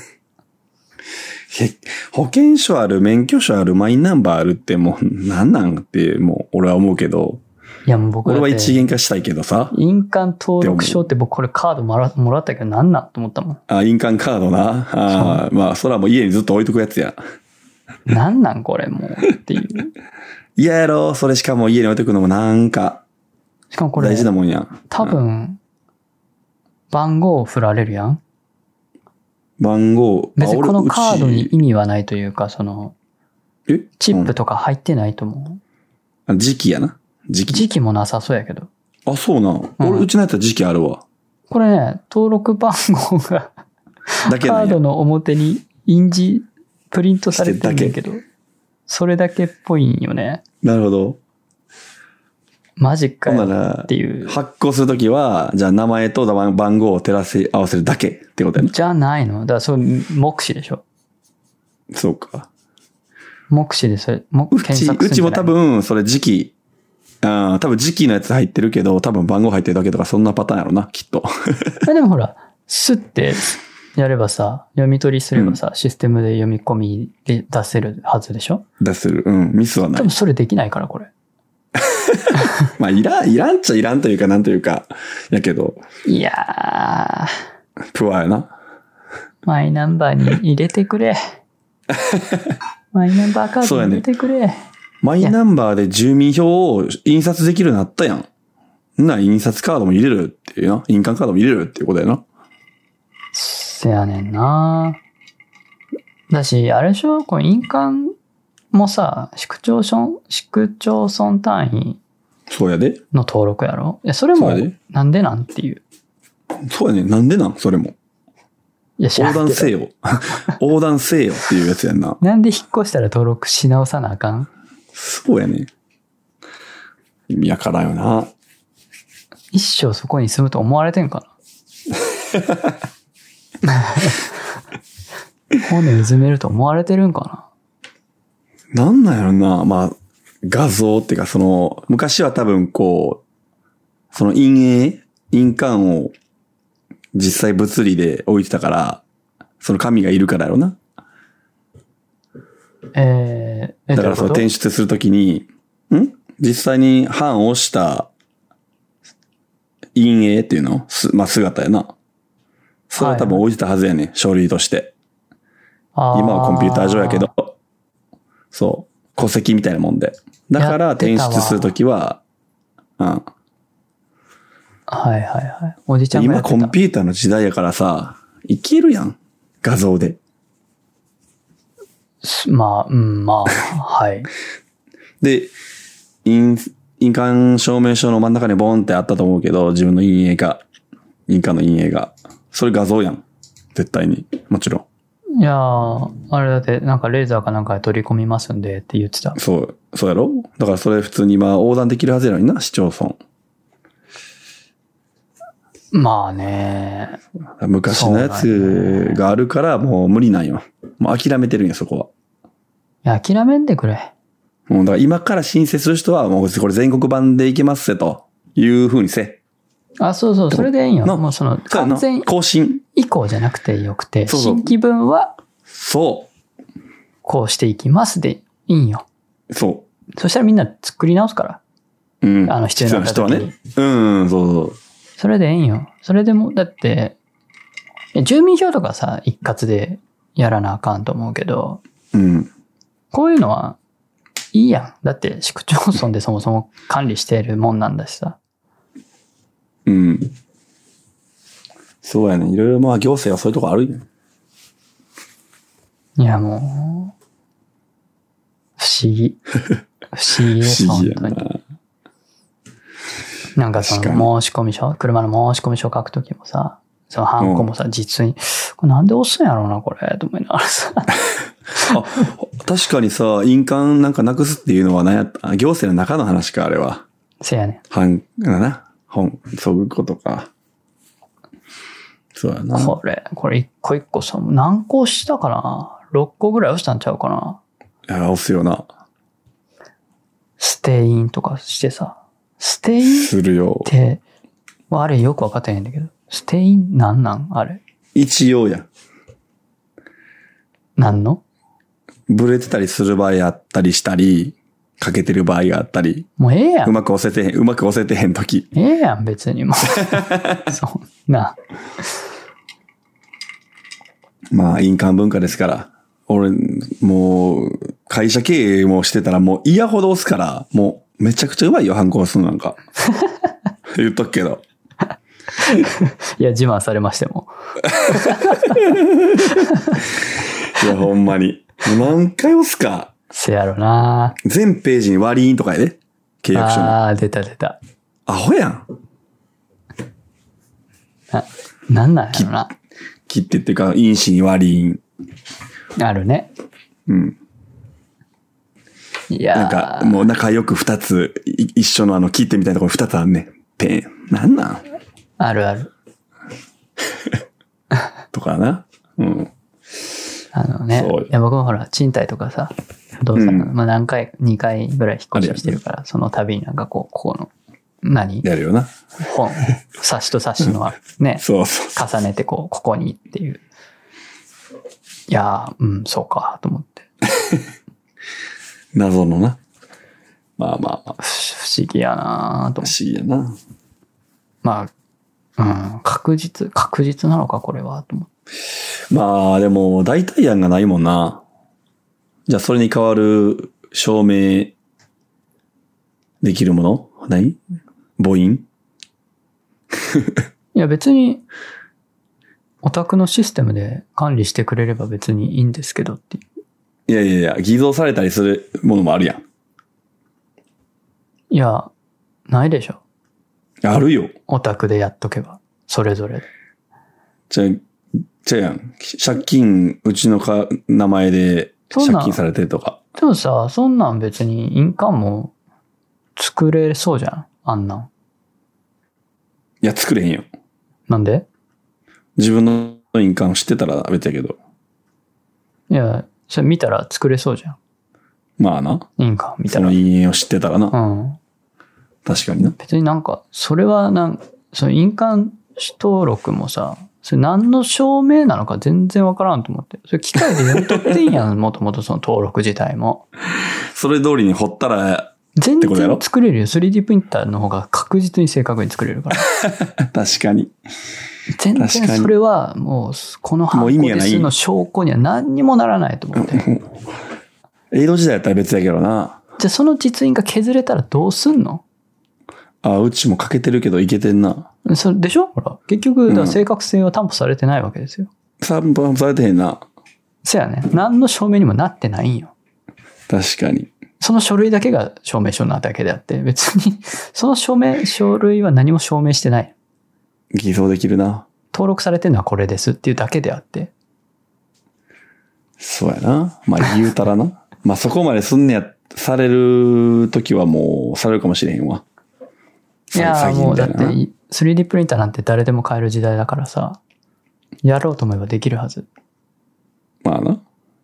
保険証ある、免許証ある、マイナンバーあるってもう何なんってもう俺は思うけど。 いやもう僕俺は一元化したいけどさ。 印鑑登録証って僕これカードもらったけど何なんと思ったもん。 あ、印鑑カードな。あまあそれはもう家にずっと置いとくやつや。 何なんこれもうっていう。 嫌やろ、それしかも家に置いとくのもなんか。 しかもこれ。 大事なもんや。 多分、番号を振られるやん。 番号。 別にこのカードに意味はないというか、その、チップとか入ってないと思う。時期やな。時期もなさそうやけど。 あ、そうな。俺、うちのやつは時期あるわ。 これね、登録番号がカードの表にプリントされてるんだけど、それだけっぽいんよね。 なるほど。 マジかよっていう。 発行するときは、じゃあ名前と番号を照らし合わせるだけってことやな。 じゃないの？だからそれ目視でしょ。 そうか。 目視でそれ、検索するんじゃない？ うちも多分、それ時期、多分時期のやつ入ってるけど、多分番号入ってるだけとかそんなパターンやろな、きっと。 でもほら、スッてやればさ、読み取りすればさ、システムで読み込みで出せるはずでしょ？ 出せる。うん、ミスはない。 多分それできないから、これ。 まあ、いらんっちゃいらんというか、なんというか、やけど。 いやー。プアやな。 マイナンバーに入れてくれ。マイナンバーカードに入れてくれ。ね、 マイナンバーで住民票を印刷できるようになったやん。印刷カードも入れるっていうな。印鑑カードも入れるっていうことやな。 せやねんな。だし、あれでしょ？この印鑑もさ、市区町村単位そうやで。 の登録やろ？いや、それも、なんでなんっていう。 そうやね。なんでなんそれも。 いや、 横断せよ。横断せよっていうやつやんな。 なんで引っ越したら登録し直さなあかん？ そうやね。意味わからんよな。 一生そこに住むと思われてんかな。骨うずめると思われてるんかな。なんなんやろな。まあ、画像っていうか、昔は多分その印鑑を実際物理で置いてたから、その紙がいるからやろな。だからその転出するときに、実際に判を押した印影っていうのまあ姿やな。それは多分置いてたはずやね、書類として。今はコンピューター上やけど、そう、戸籍みたいなもんで。だから転出するときは、 はいはいはい。おじちゃんがやってた。 今コンピューターの時代やからさ、いけるやん。画像で。 まあ、はい。 で、印鑑証明書の真ん中にボーンってあったと思うけど、自分の印鑑の印影が。それ画像やん。絶対に。もちろん。いやー、あれだってなんかレーザーかなんかで取り込みますんでって言ってた。 そうやろ？だからそれ普通に今横断できるはずやのにな、市町村。 まあね。 昔のやつがあるからもう無理なんよ。もう諦めてるんや、そこは。 いや、諦めんでくれ。 もうだから今から申請する人はもうこれ全国版でいけますせという風にせ。 あ、そうそう、それでいいよ。もうその完全更新移行じゃなくてよくて、 そう新規分はそうこうしていきますでいいんよ。 そう。 そしたらみんな作り直すから。 うん。 必要な人はね。うん、そうそう。 それでええんよ。それでも、だって、住民票とかさ、一括でやらなあかんと思うけど、 うん。 こういうのはいいやん。だって市区町村でそもそも管理しているもんなんだしさ。 うん。そうやね。いろいろまあ行政はそういうとこあるよ。 いやもう、不思議。不思議です、 不思議や本当に。 な。 なんかその申し込み書、車の申し込み書書くときもさ、そのハンコもさ、実に、これなんで押すんやろうな、これ、と思いながらさ。 あ、確かにさ、印鑑なんかなくすっていうのは何やった、行政の中の話か、あれは。 せやねそういうことか。そうやな。 これ一個一個さ、何個押したかな ?6 個ぐらい押したんちゃうかな。 いや、押すよな。 ステインとかしてさ。ステインするよ。 って、あれよくわかってないんだけど。ステインなんあれ。 一応や。 なんの？ ブレてたりする場合あったりしたり、かけてる場合があったり。 もうええやん。 うまく押せてへんとき。 ええやん、別にもう。そんな。 まあ、印鑑文化ですから。俺、もう、会社経営もしてたらもう嫌ほど押すから、もうめちゃくちゃうまいよ、ハンコ押すのなんか。言っとくけど。 いや、自慢されましても。 いや、ほんまに。何回押すか。 せやろな。 全ページに割り印とかやで。契約書の。 ああ、出た。 アホやん。 なんなんやろな。 切ってっていうか、印紙に割り印。 あるね。 うん。 いやなんか、もう仲良く二つ、一緒の切ってみたいなところ二つあんねん。ペン。なんなんある。 とかな。うん。 いや、僕もほら、賃貸とかさ、不動産、まあ2回ぐらい引っ越ししてるから、その度になんかここの、 やるよな。 本、冊子と冊子のね、 そう。 重ねてここにっていう。いやそうか、と思って。 謎のな。まあ。 不思議やなと思って。 不思議やな。 まあ、確実なのか、これは、と思って。 まあ、でも、代替案がないもんな。じゃあ、それに代わる証明できるもの何？母音？ いや、別に、お宅のシステムで管理してくれれば別にいいんですけどっていう。 いや、偽造されたりするものもあるやん。 いや、ないでしょ。 あるよ。 お宅でやっとけば。それぞれ。 じゃあやん。借金、うちの名前で借金されてるとか。 でもさ、そんなん別に印鑑も作れそうじゃん。あんなん。 いや、作れへんよ。 なんで？ 自分の印鑑を知ってたら別やけど。 いや、それ見たら作れそうじゃん。 まあな。 印鑑見たら。 その印影を知ってたらな。 うん。 確かにな。 別になんか、それはその印鑑登録もさ、それ何の証明なのか全然わからんと思って。それ機械で読み取ってんやん、もともとその登録自体も。 それ通りに掘ったら、 全然作れるよ。3D プリンターの方が確実に正確に作れるから。 確かに。 全然それはもう、このハンコですの証拠には何にもならないと思って。 江戸時代やったら別やけどな。 じゃあその実印が削れたらどうすんの？ うちも欠けてるけどいけてんな。 でしょ？ほら。結局、正確性は担保されてないわけですよ。 担保されてへんな。 そやね。何の証明にもなってないんよ。 確かに。 その書類だけが証明書なだけであって、別に、その書類は何も証明してない。 偽造できるな。 登録されてるのはこれですっていうだけであって。 そうやな。まあ言うたらな。まあそこまでされるときはもうされるかもしれへんわ。 いやもうだって 3D プリンターなんて誰でも買える時代だからさ、やろうと思えばできるはず。 まあな。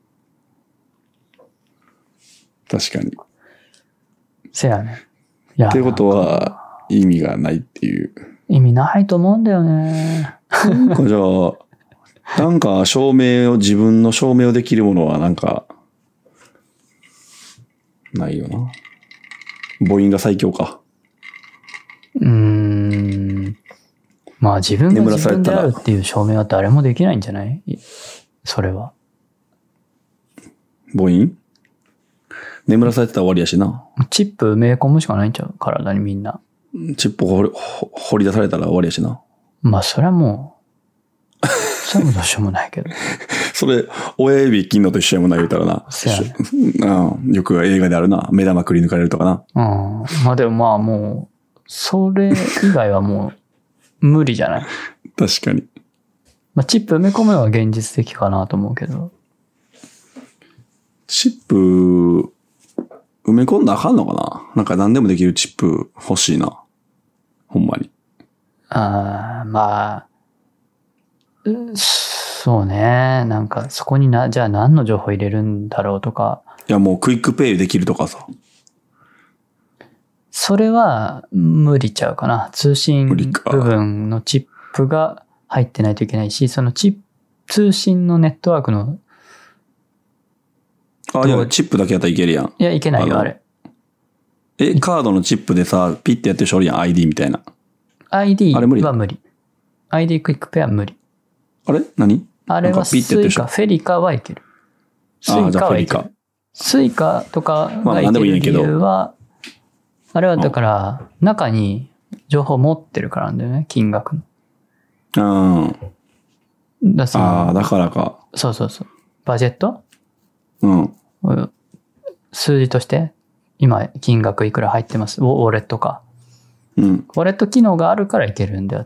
確かに。 せやね。 っていうことは意味がないっていう。 意味ないと思うんだよね。 じゃあ、なんか自分の証明をできるものはなんか、ないよな。 母音が最強か。 まあ自分が自分であるっていう証明は誰もできないんじゃない？それは。 母音？眠らされてたら終わりやしな。 チップ埋め込むしかないんちゃう？体にみんな。 チップ掘り出されたら終わりやしな。 まあそれはもう、それもどうしようもないけど。 それ、親指切んのと一緒やもんな言うたらな。 そうやね。 よく映画であるな。目玉くり抜かれるとかな。 まあでもまあもう、それ以外はもう無理じゃない。 確かに。 まあチップ埋め込むのは現実的かなと思うけど。 チップ、埋め込んだらあかんのかな？なんか何でもできるチップ欲しいな。ほんまに。 まあ、そうね。なんかそこにじゃあ何の情報入れるんだろうとか。 いやもうクイックペイできるとかさ。 それは無理ちゃうかな。通信部分のチップが入ってないといけないし、その通信のネットワークの。 いや、チップだけやったらいけるやん。 いや、いけないよ、あれ。 カードのチップでさ、ピッてやってる人おるやん、ID みたいな。 ID は無理。ID クイックペイは無理。 あれ何？ あれはスイカ、フェリカはいける。スイカはいける。スイカとかがいける理由は、あれはだから、中に情報持ってるからなんだよね、金額の。だからか。 そう。バジェット？ うん。 数字として、今金額いくら入ってます。ウォレットか。 うん。 ウォレット機能があるからいけるんであって。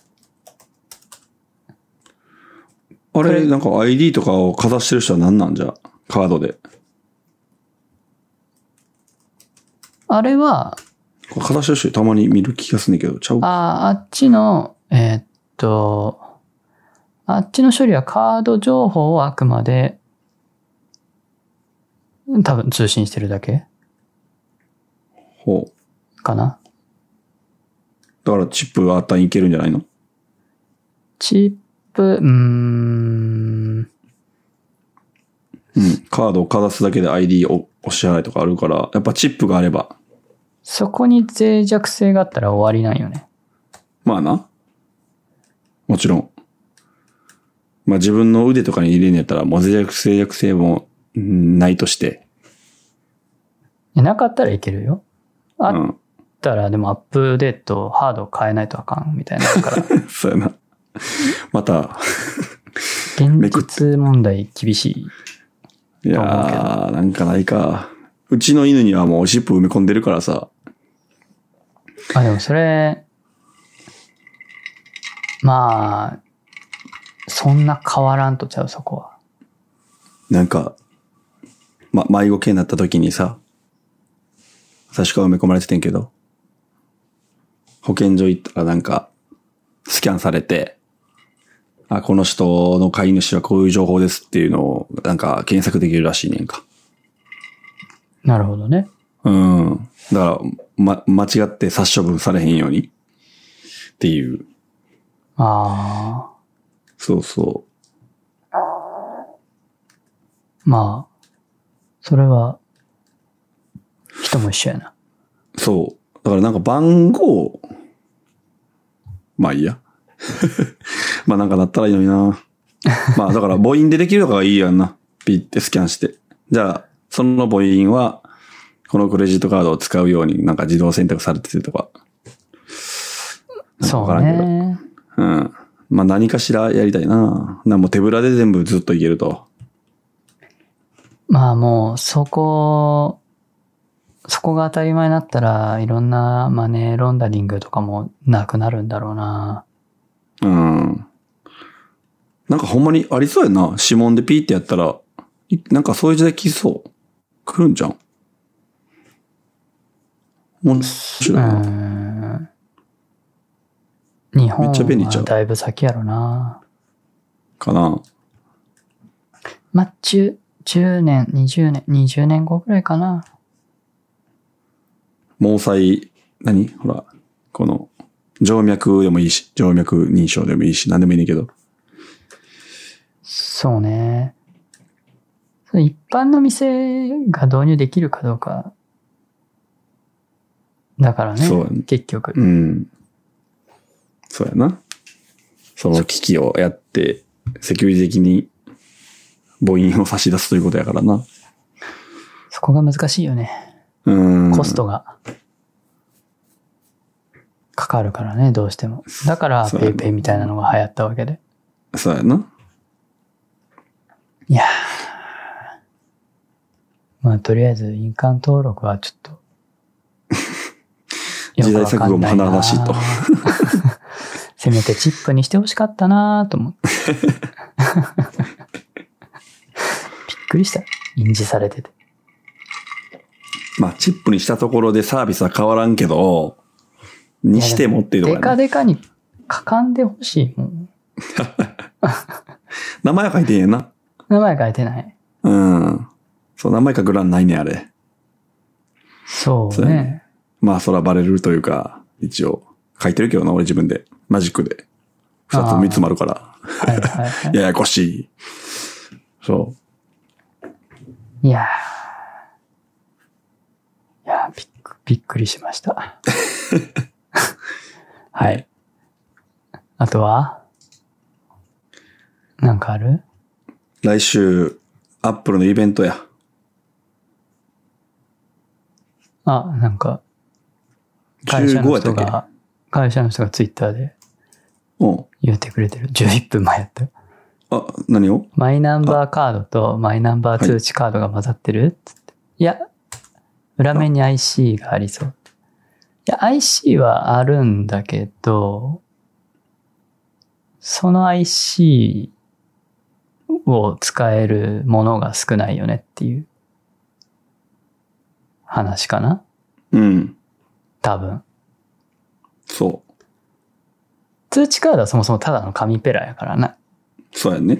あれ、なんか ID とかをかざしてる人は何なんじゃ？カードで。 あれは、 かざしてる人たまに見る気がするんだけど、ちゃう？ あっちの、あっちの処理はカード情報をあくまで、多分通信してるだけほう。 かな。 だからチップがあったらいけるんじゃないの？ チップ、 カードをかざすだけで ID をお支払いとかあるから、やっぱチップがあれば。 そこに脆弱性があったら終わりなんよね。 まあな。もちろん。まあ自分の腕とかに入れんやったらもう脆弱性もないとして。 なかったらいけるよ。あったらでもアップデート、ハード変えないとあかんみたいなから。 そうやな。また。 現実問題厳しい。 いやー、なんかないか。うちの犬にはもうチップ埋め込んでるからさ。 でもそれ、まあ、そんな変わらんとちゃう、そこは。 なんか、迷子系になった時にさ、最初から埋め込まれててんけど、保健所行ったらなんか、スキャンされて、この人の飼い主はこういう情報ですっていうのを、なんか検索できるらしいねんか。 なるほどね。 だから、間違って殺処分されへんようにっていう。そうそう。 まあ、それは、人も一緒やな。 そう。だからなんか番号、まあいいや。まあなんかなったらいいのにな。まあだから母音でできるとかがいいやんな。ピッてスキャンして。じゃあ、その母音は、このクレジットカードを使うようになんか自動選択されてるとか。 そうね。 まあ何かしらやりたいな。もう手ぶらで全部ずっといけると。 まあもうそこが当たり前になったらいろんなマネーロンダリングとかもなくなるんだろうな。 なんかほんまにありそうやな。指紋でピーってやったら、なんかそういう時代来そう。来るんじゃん。面白いな。 日本はだいぶ先やろな。 かな。 まあ、10年、20年後くらいかな。 毛細、ほら、この、静脈でもいいし、静脈認証でもいいし、何でもいいねんけど。 そうね。一般の店が導入できるかどうかだからね、 そう結局。 うん。そうやな。その機器をやって、セキュリティ的に母音を差し出すということやからな。 そこが難しいよね。コストがかかるからね、どうしても。だから、ペイペイみたいなのが流行ったわけで。 そうやな。 いやー。まあ、とりあえず、印鑑登録はちょっと。 時代錯誤も華々しいと。 せめてチップにしてほしかったなと思って。びっくりした。印字されてて。 まあ、チップにしたところでサービスは変わらんけど、にしてもっていうのが、ね。 デカデカに書かんでほしいもん。 名前は書いてんやな。 名前書いてない。 うん。そう、名前書く欄ないね、あれ。 そうね。 まあ、そらバレるというか、一応、書いてるけどな、俺自分で。マジックで。二つ三つもあるから。 はいはいはい。 ややこしい。そう。 いやびっくりしました。はい。あとはなんかある？ 来週、アップルのイベントや。 なんか、会社の人がツイッターで言ってくれてる。11分前やった。 何を？ マイナンバーカードとマイナンバー通知カードが混ざってる？つって。いや、裏面に IC がありそう。いや、IC はあるんだけど、その IC を使えるものが少ないよねっていう話かな？ うん。 多分。 そう。 通知カードはそもそもただの紙ペラやからな。 そうやね。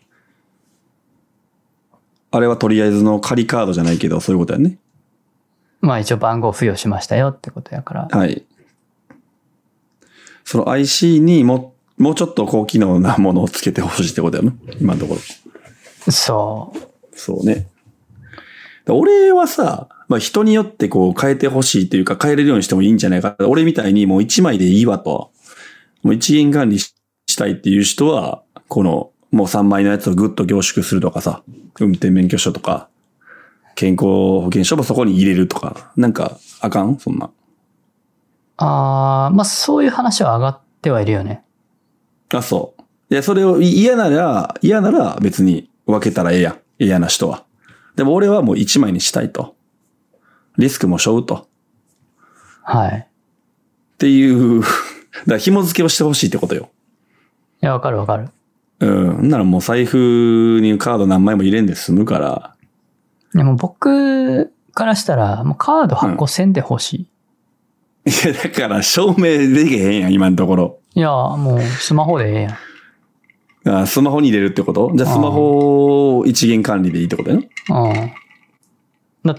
あれはとりあえずの仮カードじゃないけど、そういうことやね。 まあ一応番号付与しましたよってことやから。 はい。その IC にもうちょっと高機能なものをつけてほしいってことやな。今のところ。 そう。 そうね。俺はさ、まあ人によってこう変えてほしいというか変えれるようにしてもいいんじゃないか。俺みたいにもう1枚でいいわと。もう一元管理したいっていう人は、このもう3枚のやつをぐっと凝縮するとかさ、運転免許証とか、健康保険証もそこに入れるとか、なんかあかん？そんな。 まあそういう話は上がってはいるよね。 そう。いや、それを嫌なら別に分けたらええやん。嫌な人は。でも俺はもう1枚にしたいと。リスクも背負うと。 はい。 っていう、だから紐付けをしてほしいってことよ。 いや、わかるわかる。 ならもう財布にカード何枚も入れんで済むから。 でも僕からしたら、もうカード発行せんでほしい。 いや、だから証明できへんやん、今のところ。 いや、もうスマホでええやん。 スマホに入れるってこと？じゃあスマホを一元管理でいいってことやな。 だって、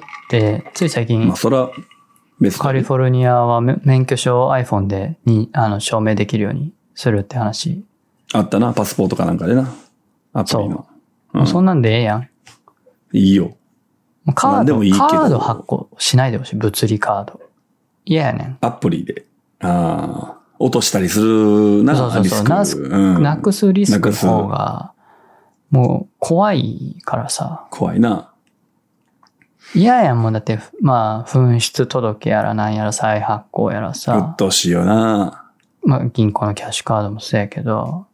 つい最近、 まあ、そら、別カリフォルニアは免許証を iPhone で証明できるようにするって話。 あったな、パスポートかなんかでな。アプリの。 もうそんなんでええやん。 いいよ。 カード発行しないでほしい。物理カード。嫌やねん。 アプリで。落としたりするな、 そうリスク。 なくすリスクの方が、もう怖いからさ。 怖いな。 嫌やんもんだって、まあ、紛失届やらなんやら再発行やらさ。 うっとうしいよな。 まあ、銀行のキャッシュカードもそうやけど、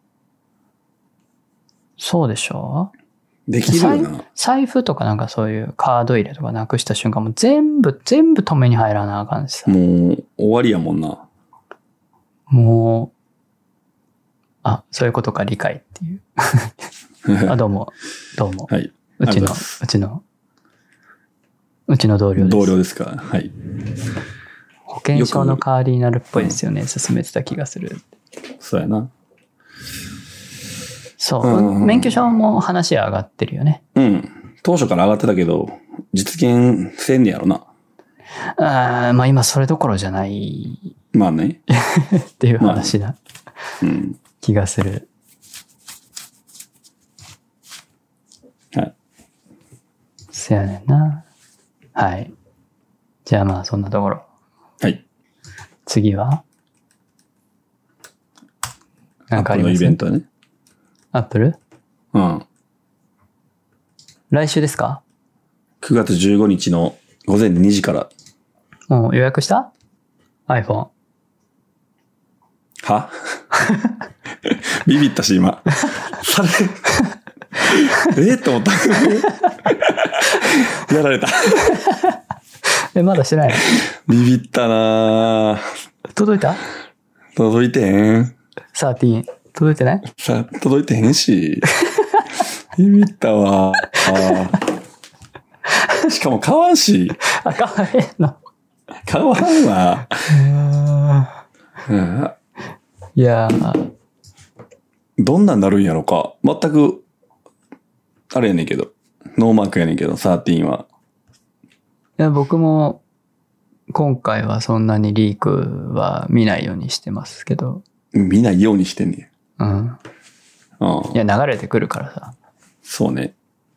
そうでしょ？ できるよな。 財布とかなんかそういうカード入れとかなくした瞬間も全部止めに入らなあかんしさ。 もう終わりやもんな。 もう、そういうことか理解っていう。どうも。 はい。 うちの同僚です。 同僚ですか。はい。 保険証の代わりになるっぽいですよね。進めてた気がする。 そうやな。 そう。免許証も話は上がってるよね。 当初から上がってたけど、実現せんねやろな。 まあ今それどころじゃない。 まあね。 っていう話な気がする。 はい。 せやねんな。はい。じゃあまあそんなところ。 はい。 次はなんかあります？ アップルのイベントね。 アップル？ うん。 来週ですか？ 9月15日の午前2時から。 もう予約した？ iPhone。 はビビったし、今。それ、と思った。やられた。 まだしてないの？ ビビったなぁ。 届いた？ 届いてへん。 13。届いてない？ さ、届いてへんし。ビビったわ。しかも買わんし。 あ、買わへんの？ 買わんわ。 いやー。 どんなんなるんやろか。全く、あれやねんけど。ノーマークやねんけど、13は。 いや、僕も、今回はそんなにリークは見ないようにしてますけど。 見ないようにしてんねん。うん。いや、流れてくるからさ。 そうね。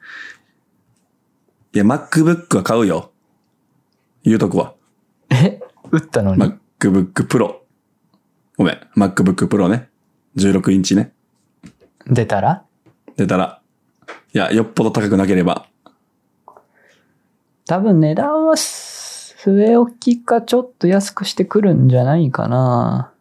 いや、MacBook は買うよ。言うとくわ。 打ったのに。 MacBook Pro。ごめん。MacBook Pro ね。16インチね。 出たら。 いや、よっぽど高くなければ。 多分値段は据え置きかちょっと安くしてくるんじゃないかな。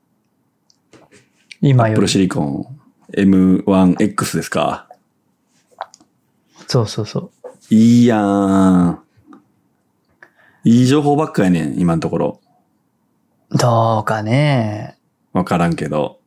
今より。 Apple Silicon M1X ですか。 そうそうそう。 いいやん。いい情報ばっかやねん、今のところ。 どうかね。 わからんけど。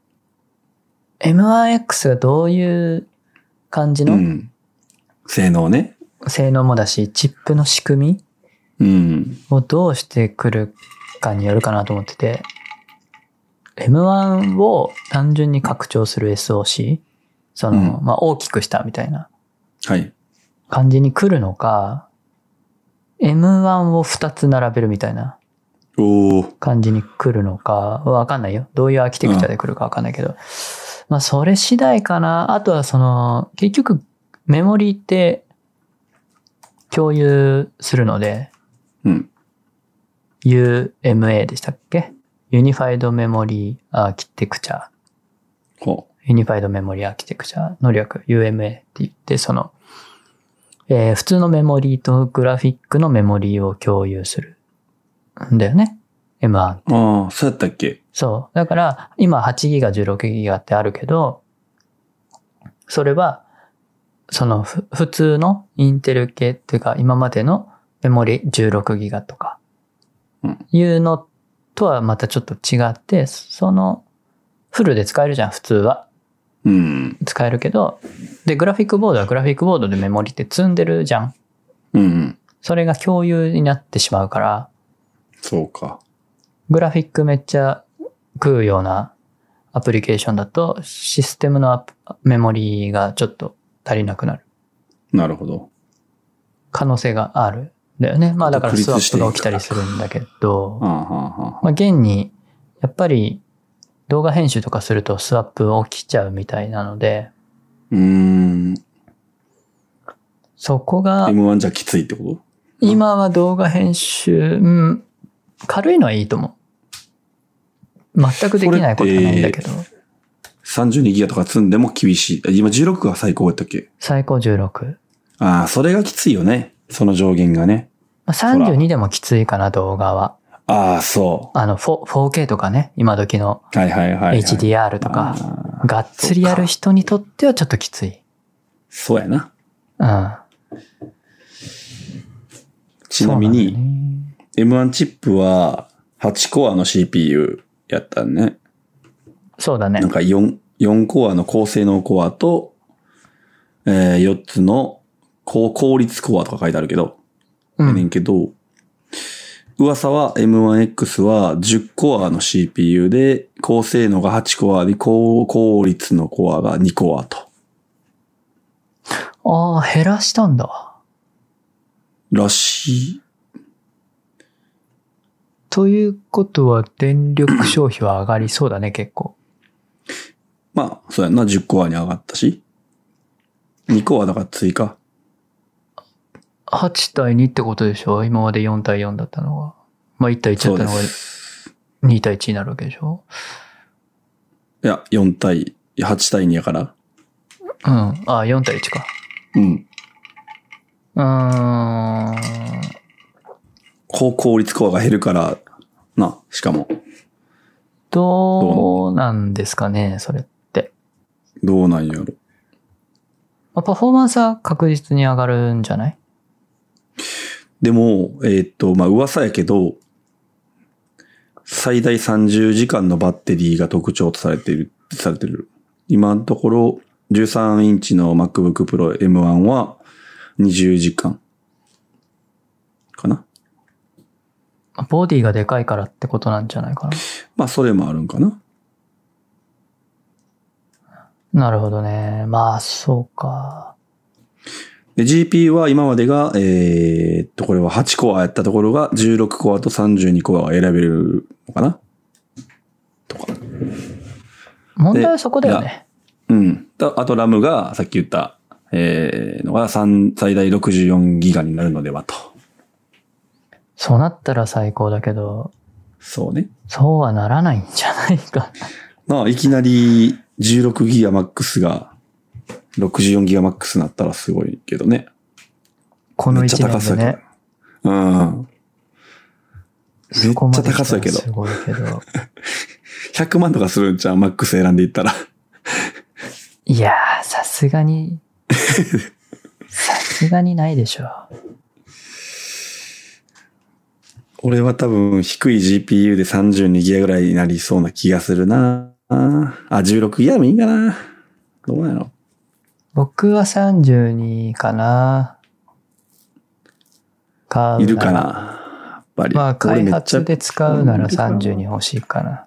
M1X がどういう感じの、 性能ね。 性能もだし、チップの仕組みをどうしてくるかによるかなと思ってて、M1 を単純に拡張する SoC、大きくしたみたいな感じに来るのか、M1 を2つ並べるみたいな感じに来るのか、わかんないよ。どういうアーキテクチャで来るかわかんないけど、それ次第かな。あとは結局メモリーって共有するので、UMA でしたっけ？ユニファイドメモリーアーキテクチャ。ユニファイドメモリーアーキテクチャの略 UMA って言って、普通のメモリーとグラフィックのメモリーを共有するんだよね。M1 って。 ああ、そうやったっけ？ そう。だから、今8ギガ、16ギガってあるけど、それは、普通のインテル系っていうか、今までのメモリ16ギガとか、いうのとはまたちょっと違って、フルで使えるじゃん、普通は。使えるけど、で、グラフィックボードはグラフィックボードでメモリって積んでるじゃん。それが共有になってしまうから、 そうか。 グラフィックめっちゃ食うようなアプリケーションだと、システムのメモリがちょっと足りなくなる。 なるほど。 可能性があるんだよね。だからスワップが起きたりするんだけど、現に、やっぱり動画編集とかするとスワップ起きちゃうみたいなので、そこが、 M1 じゃきついってこと？ 今は動画編集、軽いのはいいと思う。全くできないことはないんだけど。 32ギガとか積んでも厳しい。今16が最高やったっけ？ 最高16。 ああ、それがきついよね。その上限がね。 32でもきついかな、動画は。 ああ、そう。 4K とかね、今時の HDR とか、がっつりやる人にとってはちょっときつい。 そうやな。ちなみに、M1 チップは8コアの CPU やったね。 そうだね。 なんか4コアの高性能コアと、4つの効率コアとか書いてあるけど、やねんけど、噂は M1X は10コアの CPU で、高性能が8コアで、高効率のコアが2コアと。 ああ、減らしたんだ。 らしい。 ということは電力消費は上がりそうだね、結構。 そうやな、10コアに上がったし。2コアだから追加。 8対2ってことでしょ？今まで4対4だったのが。1対1だったのが。 2対1になるわけでしょ？ いや、8対2やから。 うん。4対1か。 うん。高効率コアが減るからな、しかも。 どうなんですかね、それって。 どうなんやろ。 パフォーマンスは確実に上がるんじゃない？ でも、噂やけど、最大30時間のバッテリーが特徴とされてる。今のところ、13インチの MacBook Pro M1 は20時間。かな。 ボディがでかいからってことなんじゃないかな。 まあ、それもあるんかな。 なるほどね。まあ、そうか。 で、GPU は今までが、これは8コアやったところが16コアと32コアが選べるのかなとか。 問題はそこだよね。 うん。あとラムがさっき言った、のが最大64ギガになるのではと。 そうなったら最高だけど。 そうね。 そうはならないんじゃないかな。いきなり16ギガマックスが64ギガマックスになったらすごいけどね。 この1年でね。 うん。めっちゃ高そうやけど。 すごいけど。 100万とかするんちゃう？マックス選んでいったら。 いやー、さすがにないでしょ。 俺は多分低い GPU で32ギガぐらいになりそうな気がするな。16ギガもいいかな。どうなの？ 僕は32かな。 いるかな。やっぱり。 まあ開発で使うなら32欲しいかな。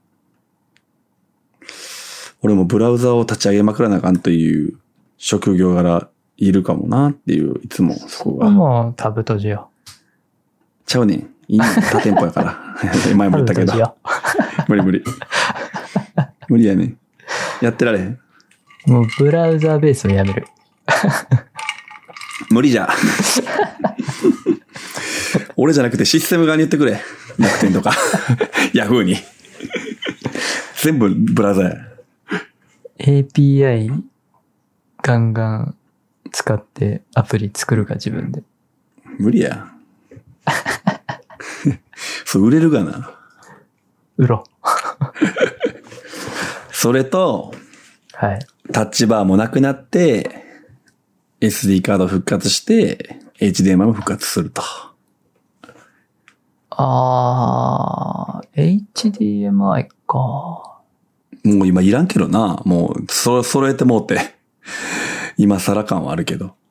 俺もブラウザを立ち上げまくらなあかんという職業柄いるかもなっていう、いつもそこが。 もうタブ閉じよう。 ちゃうねん。いいね。多店舗やから。前も言ったけど。無理。無理やねん。やってられへん。 もうブラウザーベースをやめる。 無理じゃ。俺じゃなくてシステム側に言ってくれ。楽天とか。ヤフーに。全部ブラウザや。 API ガンガン使ってアプリ作るか自分で。 無理や。そう売れるかな。 売ろ。 それと、 はい。 タッチバーもなくなって、SD カード復活して、HDMI も復活すると。 HDMI か。 もう今いらんけどな。もう、揃えてもうて。今更感はあるけど。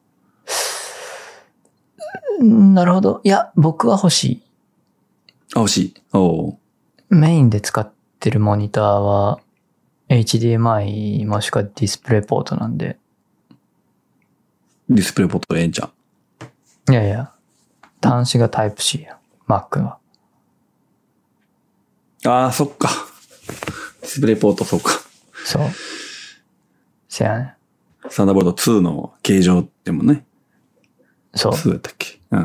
なるほど。いや、僕は欲しい。 欲しい。おう。 メインで使ってるモニターは HDMI もしくはディスプレイポートなんで。 ディスプレイポートええんちゃう？いやいや。端子がタイプ C や。Mac は。 そっか。ディスプレイポート、そうか。 そう。せやね。 サンダーボルト2の形状でもね。 そう。 2だったっけ？うん。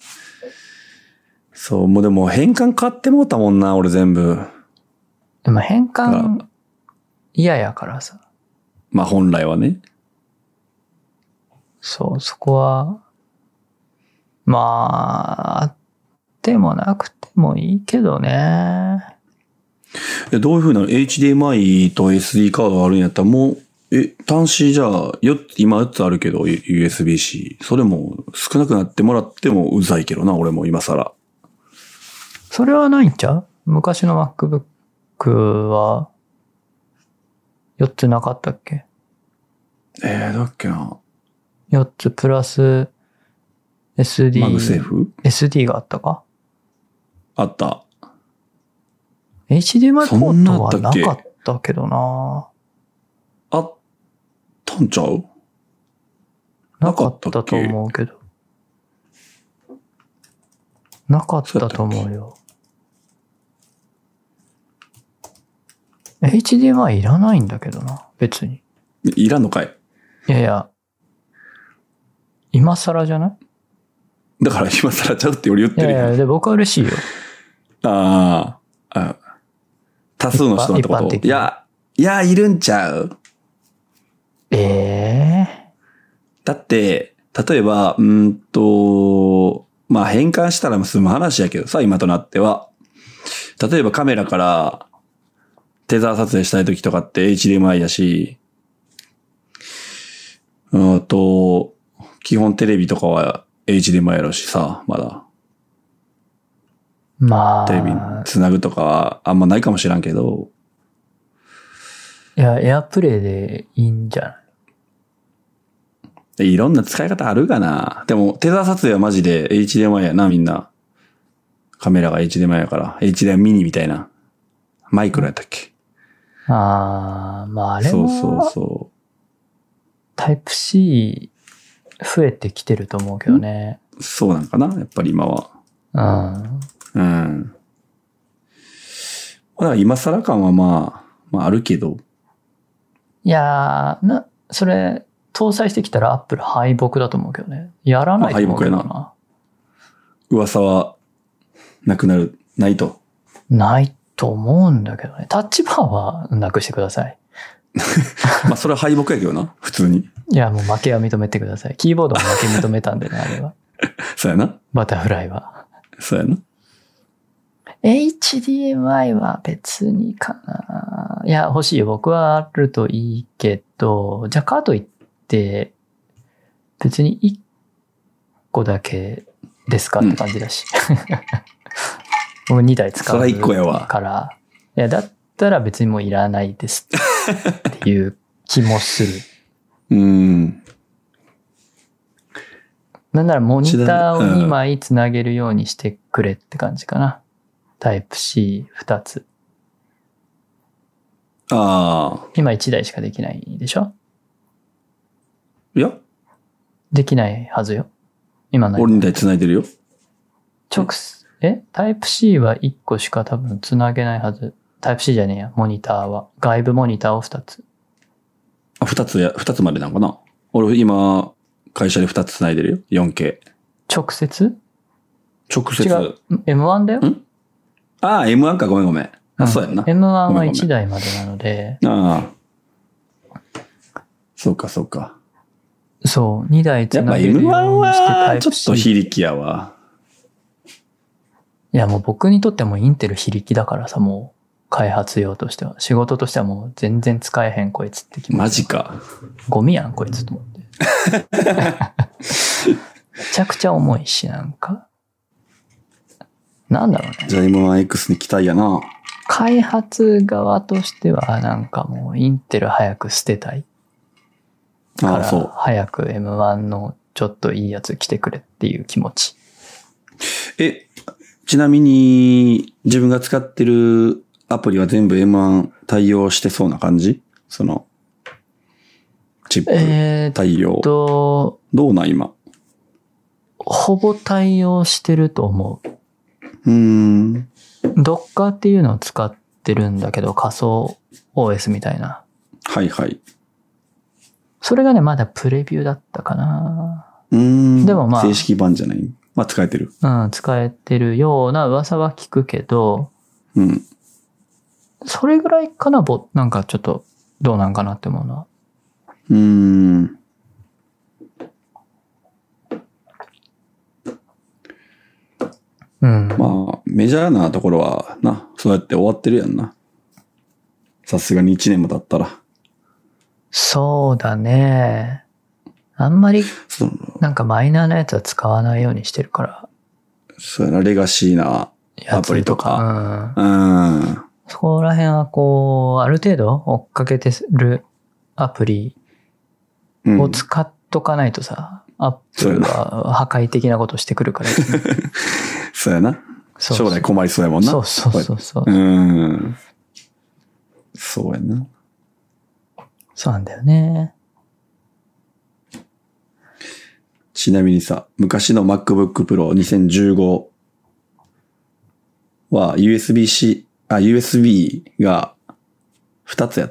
そう、もうでも変換買ってもうたもんな、俺全部。 でも変換嫌やからさ。 まあ本来はね。 そう、そこは、まあ、あってもなくてもいいけどね。 どういう風なの？ HDMI と SD カードがあるんやったらもう、端子じゃあ、今4つあるけど、USB-C。それも少なくなってもらってもうざいけどな、俺も今更。 それはないんちゃう？昔の MacBook は、4つなかったっけ？ だっけな。 4つプラス SD。 マグセーフ？ SD があったか？ あった。 HDMI ポートはなかったけどな。 あったんちゃう？ なかったと思うけど。なかったと思うよ。HDMI いらないんだけどな、別に。 いらんのかい？ いやいや、今更じゃない？ だから今更ちゃうって俺言ってるよ。 いやいや、で僕は嬉しいよ。 ああ。 多数の人のってこと一般的にいや、いるんちゃう？だって、例えば、まあ変換したら済む話やけどさ、今となっては。例えばカメラからテザー撮影したい時とかって HDMI やし、基本テレビとかは HDMI やろしさ、まだ。 まあ。 テレビにつなぐとかはあんまないかもしらんけど。 いや、エアプレイでいいんじゃない？ いろんな使い方あるかな。でも、テザー撮影はマジで HDMI やな、みんな。カメラが HDMI やから。HDMI ミニみたいな。マイクロやったっけ？ まああれも。 そう。 タイプC 増えてきてると思うけどね。 そうなんかな、やっぱり今は。うん。だから今更感はまああるけど。 いやー、それ、搭載してきたらアップル敗北だと思うけどね。やらないと思うけどな。 敗北やな。噂は、ないと。 ないと思うんだけどね。タッチバーはなくしてください。 まあそれは敗北やけどな、普通に。 いや、もう負けは認めてください。キーボードも負け認めたんでね、あれは。 そうやな。 バタフライは。 そうやな。 HDMI は別にかな。いや、欲しいよ。僕はあるといいけど、じゃあかといって、別に1個だけですかって感じだし。僕2台使うそら1個やわから。いや、だったら別にもういらないですっていう気もする。なんならモニターを2枚つなげるようにしてくれって感じかな。タイプ C2 つ。今1台しかできないでしょ？ いや。 できないはずよ。今の。 俺2台繋いでるよ。 タイプ C は1個しか多分繋げないはず。タイプ C じゃねえや、モニターは。外部モニターを2つ。 2つまでなんかな。俺今、会社で2つ繋いでるよ。4K。 直接違う。 M1 だよ。 M1 か、ごめん。そうやんな。 M1 は1台までなので。 そうか。 そう、2台つなげるようにしてタイプ C。 やっぱ M1 はちょっと非力やわ。 いや、もう僕にとってはもうインテル非力だからさ、もう開発用としては。仕事としてはもう全然使えへんこいつって気持ち。 マジか。 ゴミやんこいつと思って。めちゃくちゃ重いし、なんか。なんだろうね。 じゃあ M1X に期待やな。 開発側としてはなんかもうインテル早く捨てたい。から早く M1 のちょっといいやつ来てくれっていう気持ち。 ちなみに自分が使ってるアプリは全部 M1 対応してそうな感じ？そのチップ対応。どうなん今？ ほぼ対応してると思う。Docker っていうのを使ってるんだけど、仮想 OS みたいな。 はいはい。 それがね、まだプレビューだったかな。でもまあ。 正式版じゃない。まあ使えてる。 使えてるような噂は聞くけど、それぐらいかな、なんかちょっとどうなんかなって思うのは。 まあ、メジャーなところはな、そうやって終わってるやんな。さすがに1年も経ったら。 そうだね。あんまり、なんかマイナーなやつは使わないようにしてるから。 そうやな、レガシーなアプリとか。 そこら辺はこう、ある程度追っかけてるアプリを使っとかないとさ、アップルは破壊的なことしてくるから、ね。 そうやな。将来困りそうやもんな。 そう。 そうやな。 そうなんだよね。 ちなみにさ、昔の MacBook Pro 2015は USB が2つやった。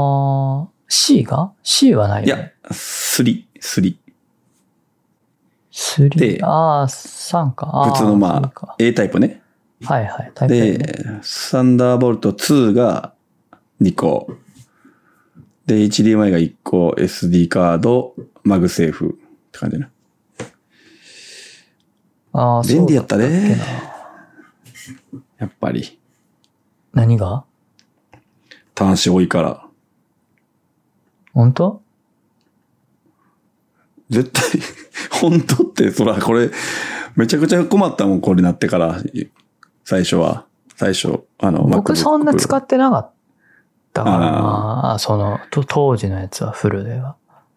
C が ?C はないよね。 いや、3。 3。3か。 普通のまあ、A タイプね。 はいはい。タイプで、サンダーボルト2が2個。で、HDMI が1個、SD カード、マグセーフって感じね。便利やったね。やっぱり。 何が？ 端子多いから。 本当？ 絶対、本当って、そら、これ、めちゃくちゃ困ったもん、これなってから、最初。 僕そんな使ってなかったからな。当時のやつはフルでは。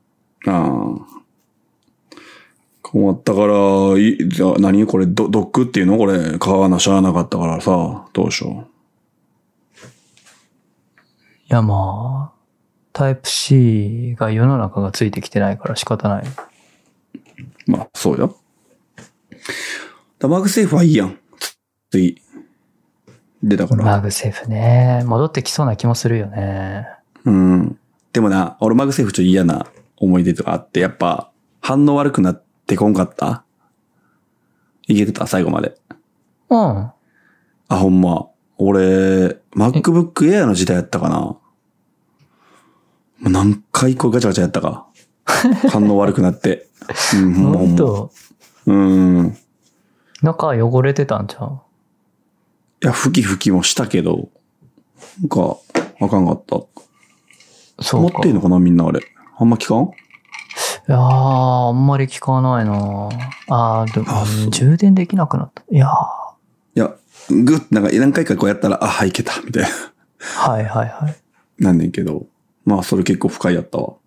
困ったから、じゃあ何これ、ドックっていうのこれ、買わなしゃあなかったからさ、どうしよう。 いやまあ、タイプ C が世の中がついてきてないから仕方ない。 まあ、そうよ。マグセーフはいいやん。次。出たから。 マグセーフね。戻ってきそうな気もするよね。 うん。でもな、俺マグセーフちょっと嫌な思い出とかあって、やっぱ、反応悪くなってこんかった？いけてた？最後まで。 うん。 ほんま。俺、MacBook Air の時代やったかな。もう何回こうガチャガチャやったか。反応悪くなって。 ほんと。中汚れてたんちゃう？ いや、吹きもしたけど、なんか、あかんかった。そうか。持ってんのかなみんなあれ。あんま聞かん？ いやー、あんまり聞かないな。でも、充電できなくなった。いや、 グッ、なんか何回かこうやったら、いけた、みたいな。 はいはいはい。 なんねんけど、まあ、それ結構不快やったわ。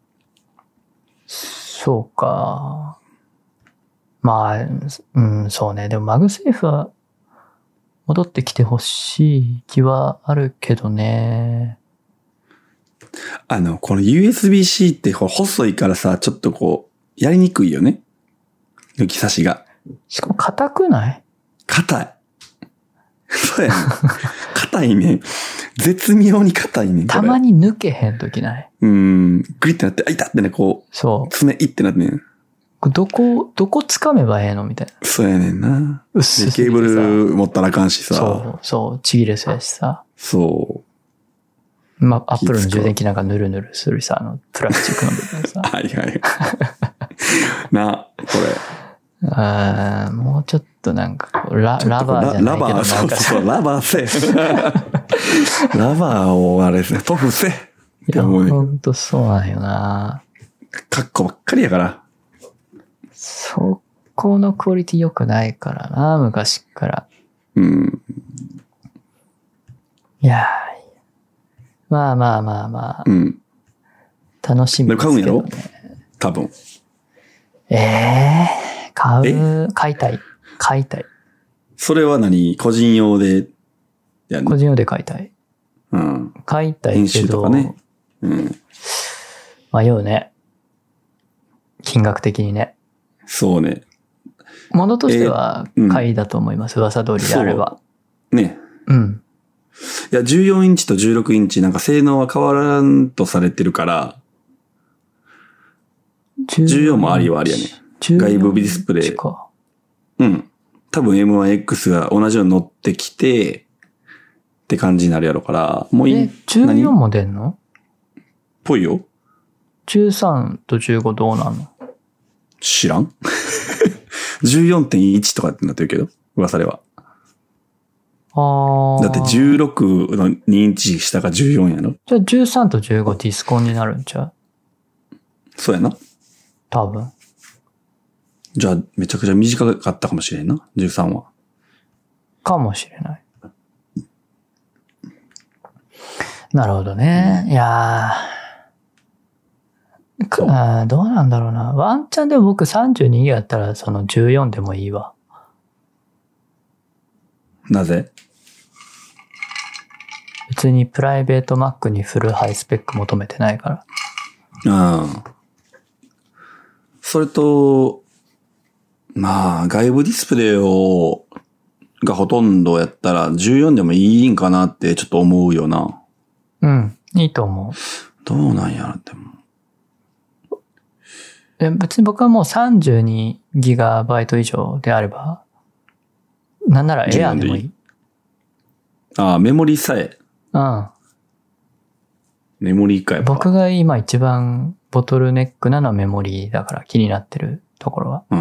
そうか。まあ、そうね。でもマグセーフは戻ってきてほしい気はあるけどね。 この USB-C って細いからさ、ちょっとこう、やりにくいよね。抜き差しが。 しかも硬くない？ 硬い。そうやね。硬いね。絶妙に硬いね。 たまに抜けへんときない？ グリってなって、痛ってね、こう。 そう。 爪いってなってね。 どこ掴めばええのみたいな。 そうやねんな。 うっすケーブル持ったらあかんしさ。 そう、ちぎれそうやしさ。 そう。 まあ、アップルの充電器なんかヌルヌルするさ、プラスチックの部分さ。 はいはい。これ。もうちょっとなんかこう、ラバーじゃないけどなんかそう、ラバーせ。ラバーをあれせ、塗布せ。いや、ほんとそうなんよな。 カッコばっかりやから。 そこのクオリティ良くないからな、昔から。いやまあ。楽しみですけどね。 買うんやろ？多分。 買いたい。 それは何？個人用でやんの？ 個人用で買いたい。買いたいけど。 編集とかね。 迷うね。金額的にね。 そうね。 ものとしては買いだと思います。噂通りであれば。 ね。いや、14インチと16インチなんか性能は変わらんとされてるから、14もありはありやね。外部ディスプレイ。多分 M1X が同じように乗ってきて、って感じになるやろから、もう 14も出んの？ ぽいよ。 13と15どうなんの？ 知らん14.1 とかってなってるけど、噂では。だって16の2インチ下が14やろ。 じゃあ13と15ディスコンになるんちゃう？ そうやな。 多分。 じゃあめちゃくちゃ短かったかもしれんな、13は。 かもしれない。なるほどね。いやどうなんだろうな。ワンチャンでも僕32ギガやったらその14でもいいわ。 なぜ？ 別にプライベート Mac にフルハイスペック求めてないから。 それと、まあ、外部ディスプレイがほとんどやったら14でもいいんかなってちょっと思うよな。 いいと思う。 どうなんやろ、でも。 別に僕はもう 32GB 以上であれば、なんならエアーでもいい。 ああ、メモリさえ。 うん。 メモリかやっぱ。 僕が今一番ボトルネックなのはメモリだから気になってるところは。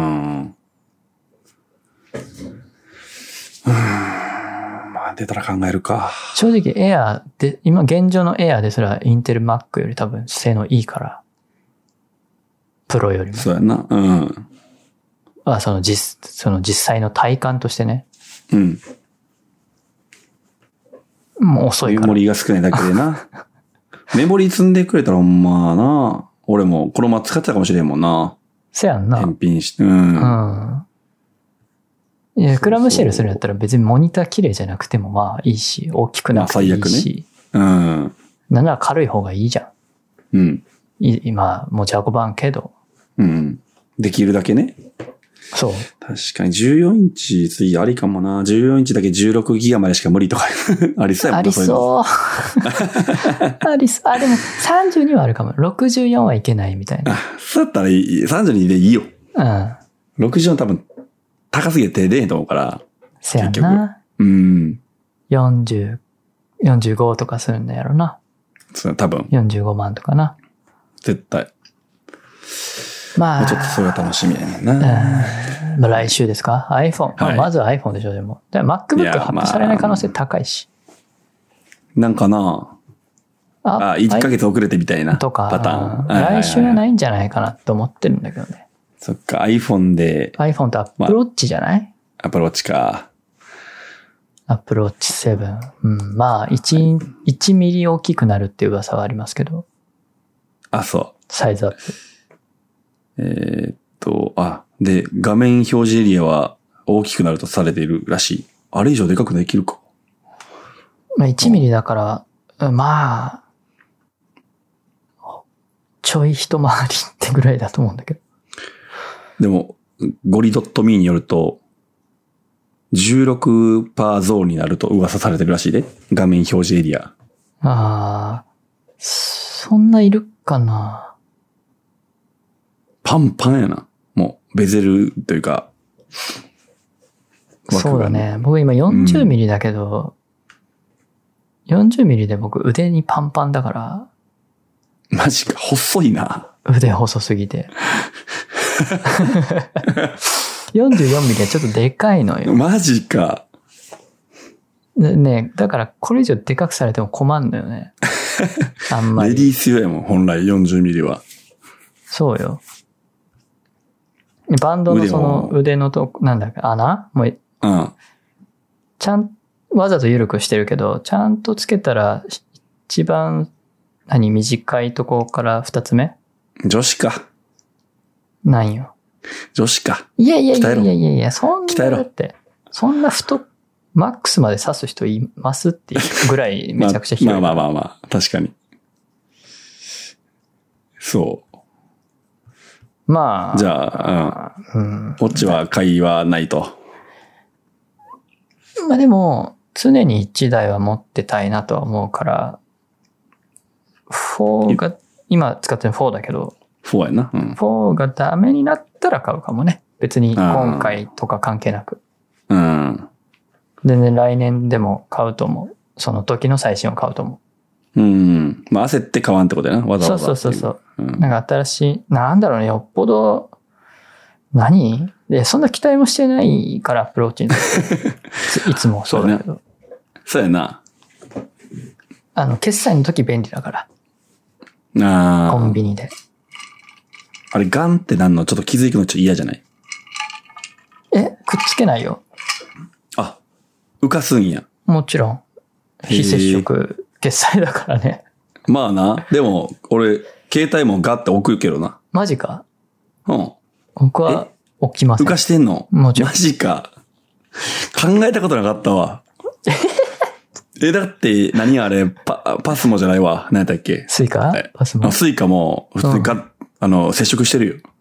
まあ出たら考えるか。 正直エアーで、今現状のエアーですらインテル Mac より多分性能いいから。プロよりも。 そうやな。うん。 その実際の体感としてね。 うん。 もう遅いから。 メモリが少ないだけでな。メモリ積んでくれたらほんまな。俺もこのまま使ってたかもしれんもんな。 せやんな。 返品して。うん。 いや、クラムシェルするんだったら別にモニター綺麗じゃなくてもまあいいし、大きくなくていいし。 まあ、最悪ね。うん。 なんなら軽い方がいいじゃん。うん。 今、持ち運ばんけど。 うん。できるだけね。 そう。 確かに14インチ次ありかもな。14インチだけ16ギガまでしか無理とかありそうやもんな。 ありそう。ありそう。あ、でも32はあるかも。64はいけないみたいな。 そうだったらいい。32でいいよ。 うん。 64多分高すぎて手出えへんと思うから。 せやな。 うん。 40、45とかするんだやろな。 そう、多分。 45万とかな。 絶対。 まあ。 ちょっとそれが楽しみやねんな。 まあ来週ですか ?iPhone。はい、まずは iPhone でしょ、でも。MacBook 発表されない可能性高いし。 なんかな1ヶ月遅れてみたいなパターン。 来週はないんじゃないかなと思ってるんだけどね。 そっか、iPhone で。 iPhone と Apple Watch じゃない、 Apple Watch か。 Apple Watch 7。うん。まあ、1ミリ大きくなるっていう噂はありますけど。 あ、そう。 サイズアップ。 で、画面表示エリアは大きくなるとされているらしい。あれ以上でかくできるか。 まあ、1ミリだから、まあ、ちょい一回りってぐらいだと思うんだけど。 でも、ゴリ.me によると、16% 増になると噂されてるらしいで。画面表示エリア。 ああ、そんないるかな。 パンパンやな。もう、ベゼルというか。 そうだね。僕今40ミリだけど、40ミリで僕腕にパンパンだから。 マジか、細いな。 腕細すぎて。44ミリはちょっとでかいのよ。 マジか。 ね、だからこれ以上でかくされても困んのよね。あんまり。 レディース用やもん、本来40ミリは。 そうよ。バンドのその腕のなんだっけ、穴もう、 うん。 わざと緩くしてるけど、ちゃんとつけたら、一番、短いとこから二つ目女子か。 なんよ。 女子か。 いや、そんな、だって、そんなマックスまで刺す人いますっていうぐらいめちゃくちゃ広い。 まあ、確かに。そう。 まあ。 じゃあ、ウォッチは買いはないと。 まあでも、常に1台は持ってたいなとは思うから、4が、今使ってる4だけど、 4やな。 4がダメになったら買うかもね。別に今回とか関係なく。 うん。 全然来年でも買うと思う。その時の最新を買うと思う。まあ焦って買わんってことやな。わざわざ。 そう。なんか新しい、なんだろうね、よっぽど、そんな期待もしてないから、アプローチに。いつもそうだけど。 そうやな。 決済の時便利だから。コンビニで。 あれ、ガンってなんのちょっと気づくのちょっと嫌じゃない？ くっつけないよ。 あ、浮かすんや。 もちろん。非接触決済だからね。 まあな。でも、俺、携帯もガッて置くけどな。 マジか？ うん。 僕は置きません。 浮かしてんの？ もちろん。 マジか。考えたことなかったわ。だって、何あれ、パスモじゃないわ。何やったっけ？ スイカ？パスモ。 スイカも、普通に接触してるよ。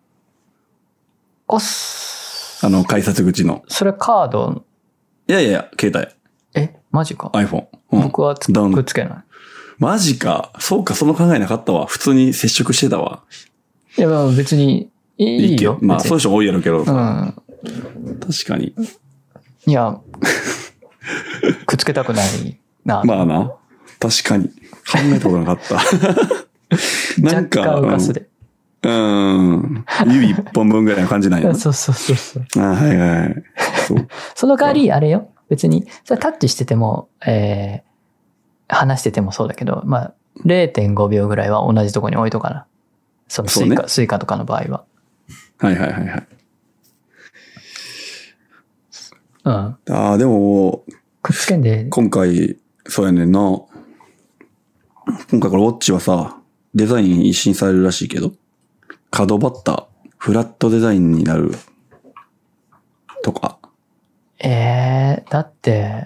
改札口の。 それカード？ いや、携帯。 マジか？ iPhone。 僕はくっつけない。 マジか。そうか、その考えなかったわ。普通に接触してたわ。 いや、別にいいよ。 まあ、そういう人多いやろうけど。 うん。 確かに。 いや、くっつけたくないな。 まあな。確かに。考えたことなかった。なんか、 若干浮かすで。 指一本分ぐらいの感じなんや。 そうそうそうそう。 はいはい。 その代わり、あれよ。別に、それタッチしてても、話しててもそうだけど、まあ、0.5 秒ぐらいは同じとこに置いとかな。そのスイカとかの場合は。 はいはいはいはい。 うん。 ああ、でも、 くっつけんで。 今回、そうやねんな。今回これウォッチはさ、デザイン一新されるらしいけど、角張ったフラットデザインになるとか。 だって、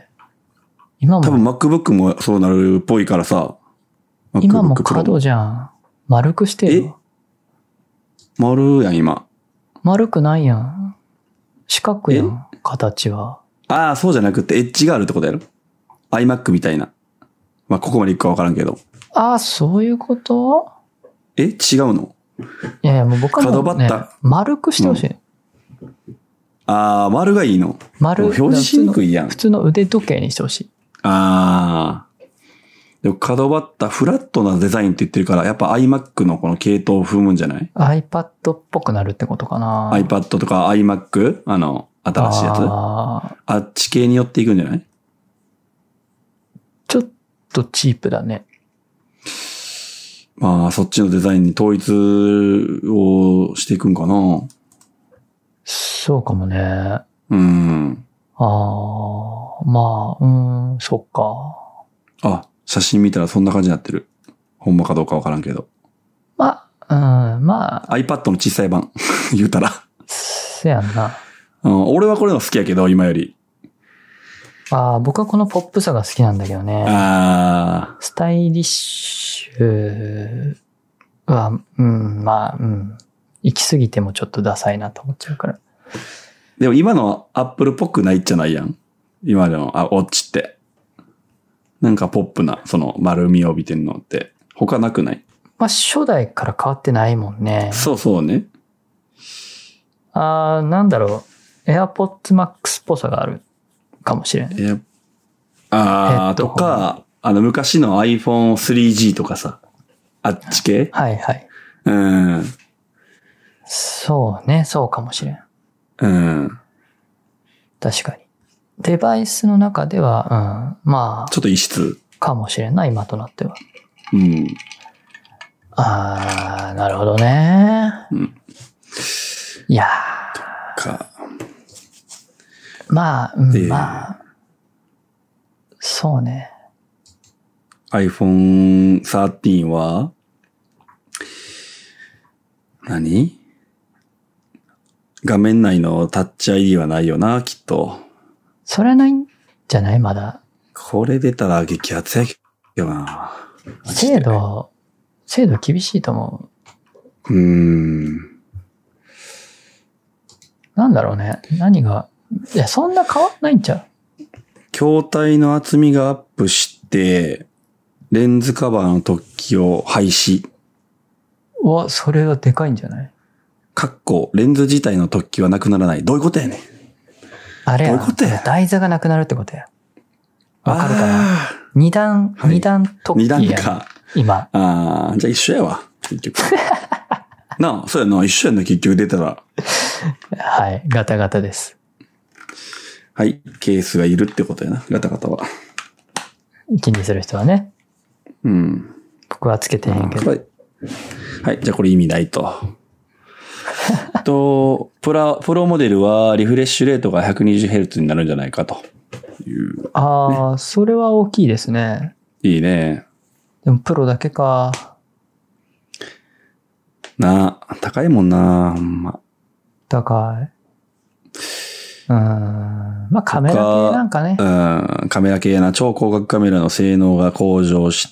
今も。 多分 MacBook もそうなるっぽいからさ。 今も角じゃん。丸くしてよ。 丸やん、今。 丸くないやん。四角やん、形は。ああ、そうじゃなくてエッジがあるってことやろ ?iMac みたいな。まあ、ここまでいくかわからんけど。 ああ、そういうこと？ 違うの？ いやいや、もう僕はもう、ね、 角張った。 丸くしてほしい。 ああ、丸がいいの？ 丸。 表示しにくいやん。 普通の腕時計にしてほしい。 ああ。でも角張ったフラットなデザインって言ってるから、やっぱ iMac のこの系統を踏むんじゃない？ iPad っぽくなるってことかな。 iPad とか iMac？新しいやつ？あっち系に寄っていくんじゃない？ ちょっとチープだね。 まあ、そっちのデザインに統一をしていくんかな。 そうかもね。ああ、まあ、そっか。 あ、写真見たらそんな感じになってる。ほんまかどうかわからんけど。 まあ。 iPad の小さい版。言うたら。 せやんな。 俺はこれの好きやけど、今より。 僕はこのポップさが好きなんだけどね。スタイリッシュは、行き過ぎてもちょっとダサいなと思っちゃうから。 でも今のアップルっぽくないじゃないやん。今のウォッチって。なんかポップな、その丸みを帯びてんのって、他なくない？ まあ、初代から変わってないもんね。 そうそうね。 なんだろう。AirPods Max っぽさがあるかもしれない。 とか、昔の iPhone 3G とかさ。あっち系？ はいはい。そうね、そうかもしれん。確かに。デバイスの中では、まあ。 ちょっと異質かもしれんな、今となっては。なるほどね。いやー。まあ、そうね。 iPhone 13は何？画面内のタッチ ID はないよな、きっと。 それはないんじゃない？まだ。 これ出たら激アツやけどな。 精度厳しいと思う。なんだろうね。何が。いや、そんな変わんないんちゃう？ 筐体の厚みがアップして、レンズカバーの突起を廃止。 それはでかいんじゃない？ レンズ自体の突起はなくならない。どういうことやねん。 あれや。どういうことや。台座がなくなるってことや。わかるかな？二段突起や。 二段か。 今。 じゃあ一緒やわ。結局。なあ、そうやな。一緒やな、結局出たら。 はい。ガタガタです。 はい。ケースがいるってことやな。ガタガタは。 気にする人はね。僕はつけてへんけど。 はい。じゃあこれ意味ないと。プロモデルはリフレッシュレートが 120Hz になるんじゃないかという、ね。 それは大きいですね。 いいね。 でもプロだけか。 高いもんな、ほんま。 高い。まあカメラ系なんかね。 カメラ系やな。超広角カメラの性能が向上して、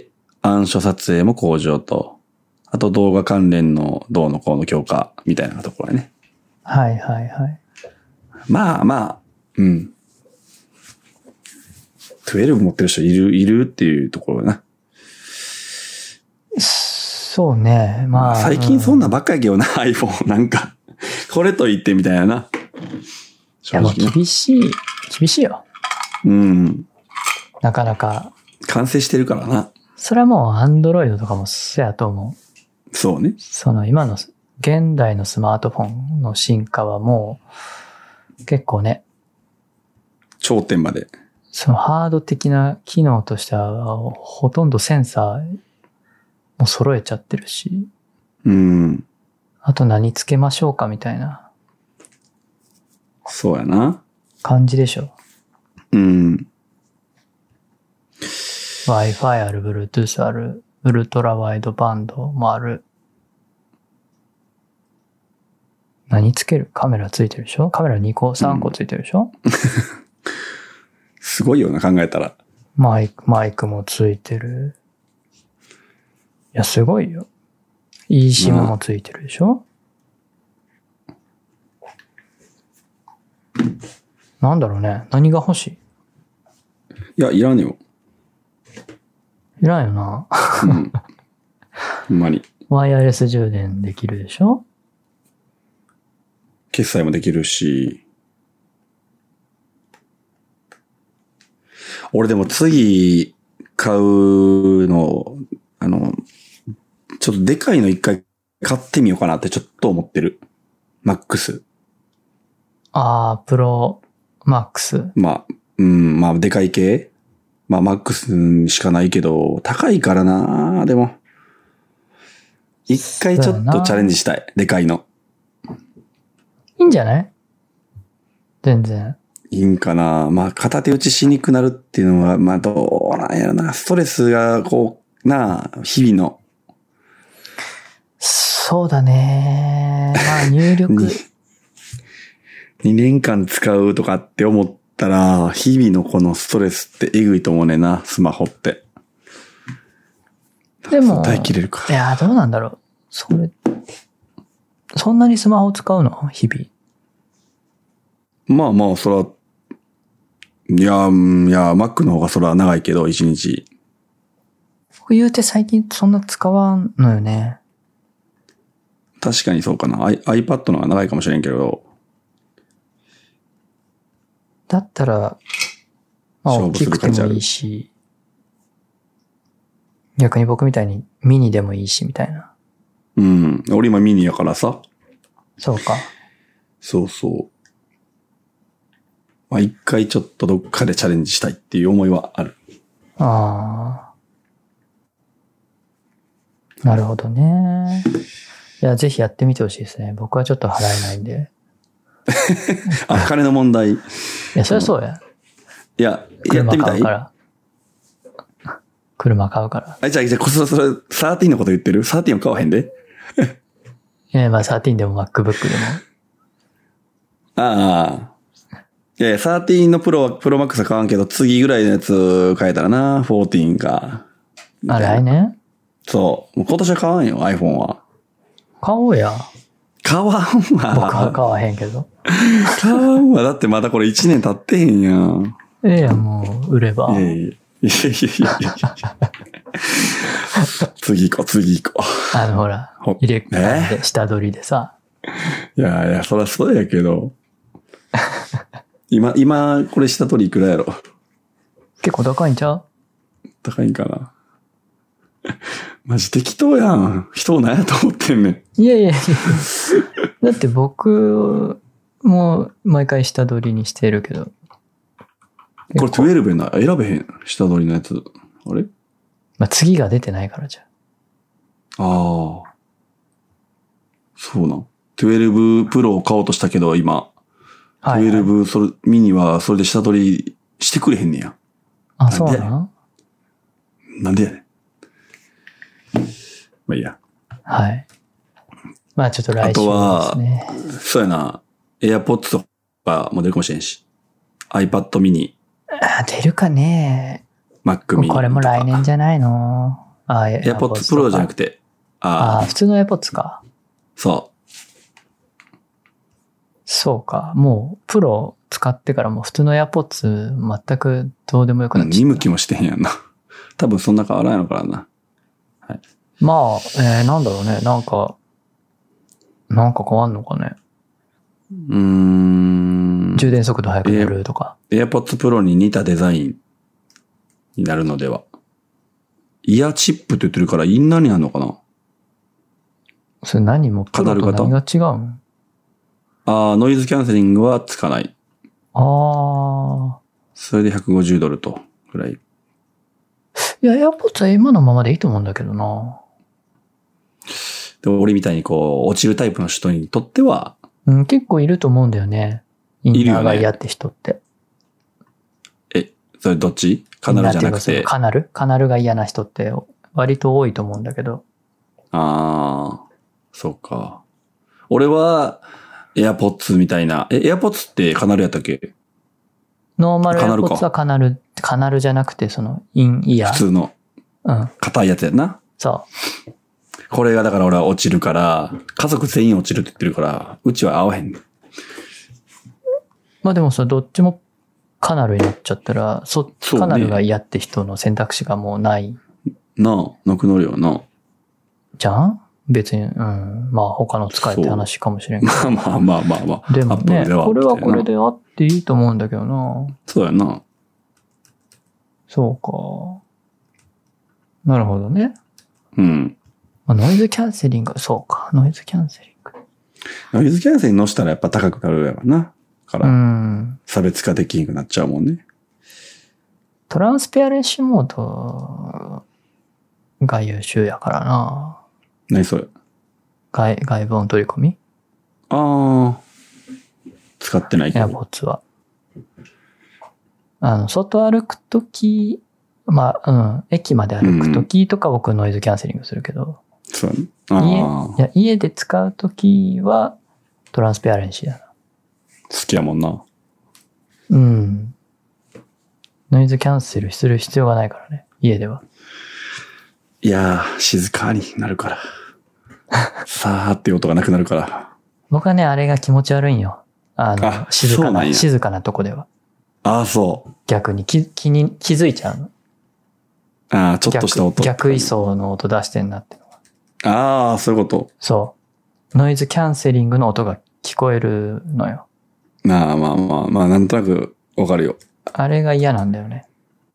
暗所撮影も向上と。あと動画関連のどうのこうの強化みたいなところね。 はいはいはい。 まあ、12持ってる人いるっていうところだな。 そそうね。まあ。 最近そんなばっかやけどな、iPhone。なんか、これと言ってみたいなな。 いや、もう厳しいよ。 うん。 なかなか。 完成してるからな。 それはもう Android とかもそうやと思う。 そうね。 今の現代のスマートフォンの進化はもう結構ね。 頂点まで。 そのハード的な機能としてはほとんどセンサーも揃えちゃってるし。 うん。 あと何つけましょうかみたいな。 そうやな。 感じでしょ。 うん。 Wi-Fi ある、Bluetooth ある、ウルトラワイドバンドもある。何つける？カメラついてるでしょ？カメラ2個、3個ついてるでしょ？ すごいよな、考えたら。 マイクもついてる。いや、すごいよ。eSIM もついてるでしょ？なんだろうね。何が欲しい？ いや、いらんよ。 いらんよな。 うん。ほんまに。 ワイヤレス充電できるでしょ？ 決済もできるし。俺でも次買うの、ちょっとでかいの一回買ってみようかなってちょっと思ってる。MAX。 プロマックス。 まあ、でかい系まあ、MAX しかないけど、高いからなでも。一回ちょっとチャレンジしたい。でかいの。 いいんじゃない？全然。 いいんかなまあ、片手打ちしにくなるっていうのは、まあ、どうなんやろな。ストレスが、日々の。 そうだね。まあ、入力。 2年間使うとかって思ったら、日々のこのストレスってえぐいと思うねんな、スマホって。 でも、 耐えきれるか。 いや、どうなんだろう。そんなにスマホ使うの？日々。 まあまあ、そら、いや、Mac の方がそら長いけど、1日。 言うて最近そんな使わんのよね。 確かにそうかな。iPad の方が長いかもしれんけど。 だったら、まあ大きくてもいいし、逆に僕みたいにミニでもいいし、みたいな。 うん。俺今ミニやからさ。 そうか。 そうそう。まあ一回ちょっとどっかでチャレンジしたいっていう思いはある。 ああ。なるほどね。いや、ぜひやってみてほしいですね。僕はちょっと払えないんで。 金の問題。 いや、そりゃそうや。 いや、やってみたい？ 車買うから。 じゃあ、それ、13のこと言ってる？ 13 を買わへんで。 まあ13でも MacBook でも。 ああ。いや、13のプロマックスは買わんけど、次ぐらいのやつ買えたらな、14か。 来年？ そう。もう今年は買わんよ、iPhone は。 買おうや。 買わんわ。僕は買わへんけど。 買わんわ。だってまだこれ1年経ってへんやん。 もう売れば。 いや。次行こう。 ほら、入れ替えで下取りでさ。 いや、そりゃそうやけど。今、これ下取りいくらやろ？ 結構高いんちゃう？ 高いんかな。マジ適当やん。人を何やと思ってんねん。 いや。だって僕も毎回下取りにしてるけど。 これ12やな。選べへん。下取りのやつ。あれ？ まあ、次が出てないからじゃ。 ああ。そうなん。12プロを買おうとしたけど、今。はい、12、ミニはそれで下取りしてくれへんねや。 あ、そうなの？ なんでやねん。まあいいや。 はい。まあちょっと来週ですね。 あとは、そうやな。AirPods とかも出るかもしれんし。iPad mini。 出るかね。 Mac mini。 これも来年じゃないの？ AirPods Pro じゃなくて。 普通の AirPods か。 そう。 そうか。もう、プロ使ってからもう普通の AirPods 全くどうでもよくなっちゃった。 見向きもしてへんやんな。多分そんな変わらないのかな。はい。 まあ、なんだろうね。なんか変わんのかね。充電速度速くなるとか。 AirPods Pro に似たデザインになるのでは。イヤーチップって言ってるからインナーになるのかな。 それ何もプロと何が違うの？ ノイズキャンセリングはつかない。 それで$150とぐらい。 いや、AirPods は今のままでいいと思うんだけどな。 でも俺みたいにこう、落ちるタイプの人にとっては、 結構いると思うんだよね。インナーが嫌って人って。 それどっち？カナルじゃなくて。 カナルが嫌な人って割と多いと思うんだけど。 そうか。俺は、AirPods みたいな。AirPods ってカナルやったっけ？ ノーマル AirPods はカナルじゃなくて、インイヤー。 普通の。硬いやつやんな。 そう。 これがだから俺は落ちるから、家族全員落ちるって言ってるから、うちは合わへん。 まあでもどっちもカナルになっちゃったら、カナルが嫌って人の選択肢がもうない。 なくなるよな。 じゃん？別に、まあ他の使えって話かもしれんけど。 まあ。 でもね、これはこれであっていいと思うんだけどな。 そうやな。 そうか。なるほどね。ノイズキャンセリング、そうか。ノイズキャンセリング。 ノイズキャンセリングのしたらやっぱ高くなるやろな。から、差別化できなくなっちゃうもんね。 トランスペアレンシーモードが優秀やからな。 何それ？ 外部音取り込み？ 使ってないけど。 AirPodsは。外歩くとき、駅まで歩くときとか僕ノイズキャンセリングするけど。 そうね。 家で使うときはトランスペアレンシーだな。 好きやもんな。 ノイズキャンセルする必要がないからね、家では。 いやー、静かになるから。さーって音がなくなるから。 僕はね、あれが気持ち悪いんよ。静かなとこでは。 そう。 逆に気づいちゃうの。 ちょっとした音。 逆位相の音出してんなってのが。そういうこと。 そう。ノイズキャンセリングの音が聞こえるのよ。 まあ、なんとなくわかるよ。 あれが嫌なんだよね。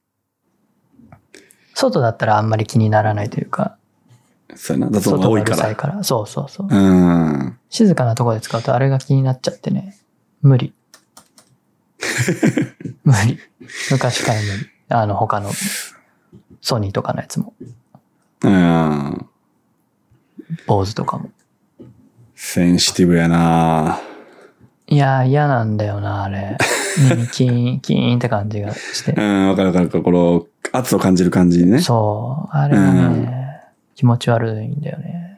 外だったらあんまり気にならないというか。 そうやな。雑音が多いから。 外がうるさいから。そう。静かなところで使うとあれが気になっちゃってね。無理。昔から無理。他のソニーとかのやつも。坊主とかも。 センシティブやないや、嫌なんだよな、あれ。キーンって感じがして。 わかる。この圧を感じる感じね。 そう。あれがね、気持ち悪いんだよね。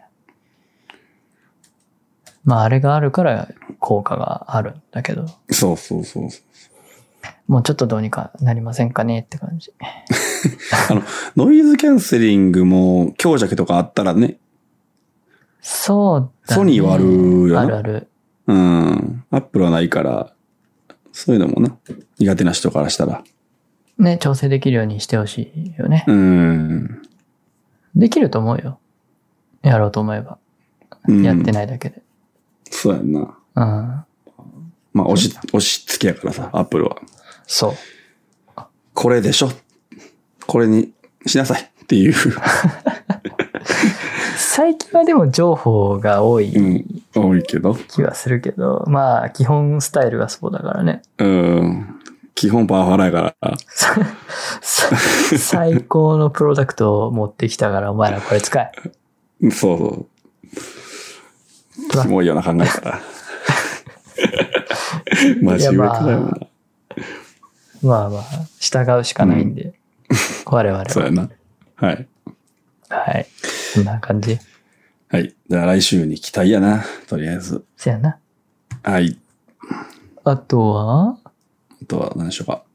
まあ、あれがあるから効果があるんだけど。 そう。 もうちょっとどうにかなりませんかねって感じ。 ノイズキャンセリングも強弱とかあったらね。 そうだね。 ソニーはあるよな。 ある。 アップルはないから、そういうのもな、苦手な人からしたら。 ね、調整できるようにしてほしいよね。できると思うよ。やろうと思えば。やってないだけで。 そうやんな。まあ、押し付けやからさ、アップルは。 そう。 これでしょ。これにしなさいっていう。 最近はでも情報が多い。 多いけど。 気はするけど、まあ、基本スタイルがそうだからね。 基本パワハラやから。 最高のプロダクトを持ってきたから、お前らこれ使え。 そう。キモいような考えから。マジ上からよな。 まあ、従うしかないんで。我々は。 そうやな。はい。 こんな感じ。 はい。じゃあ来週に期待やな。とりあえず。 そうやな。 はい。 あとは何でしょうか。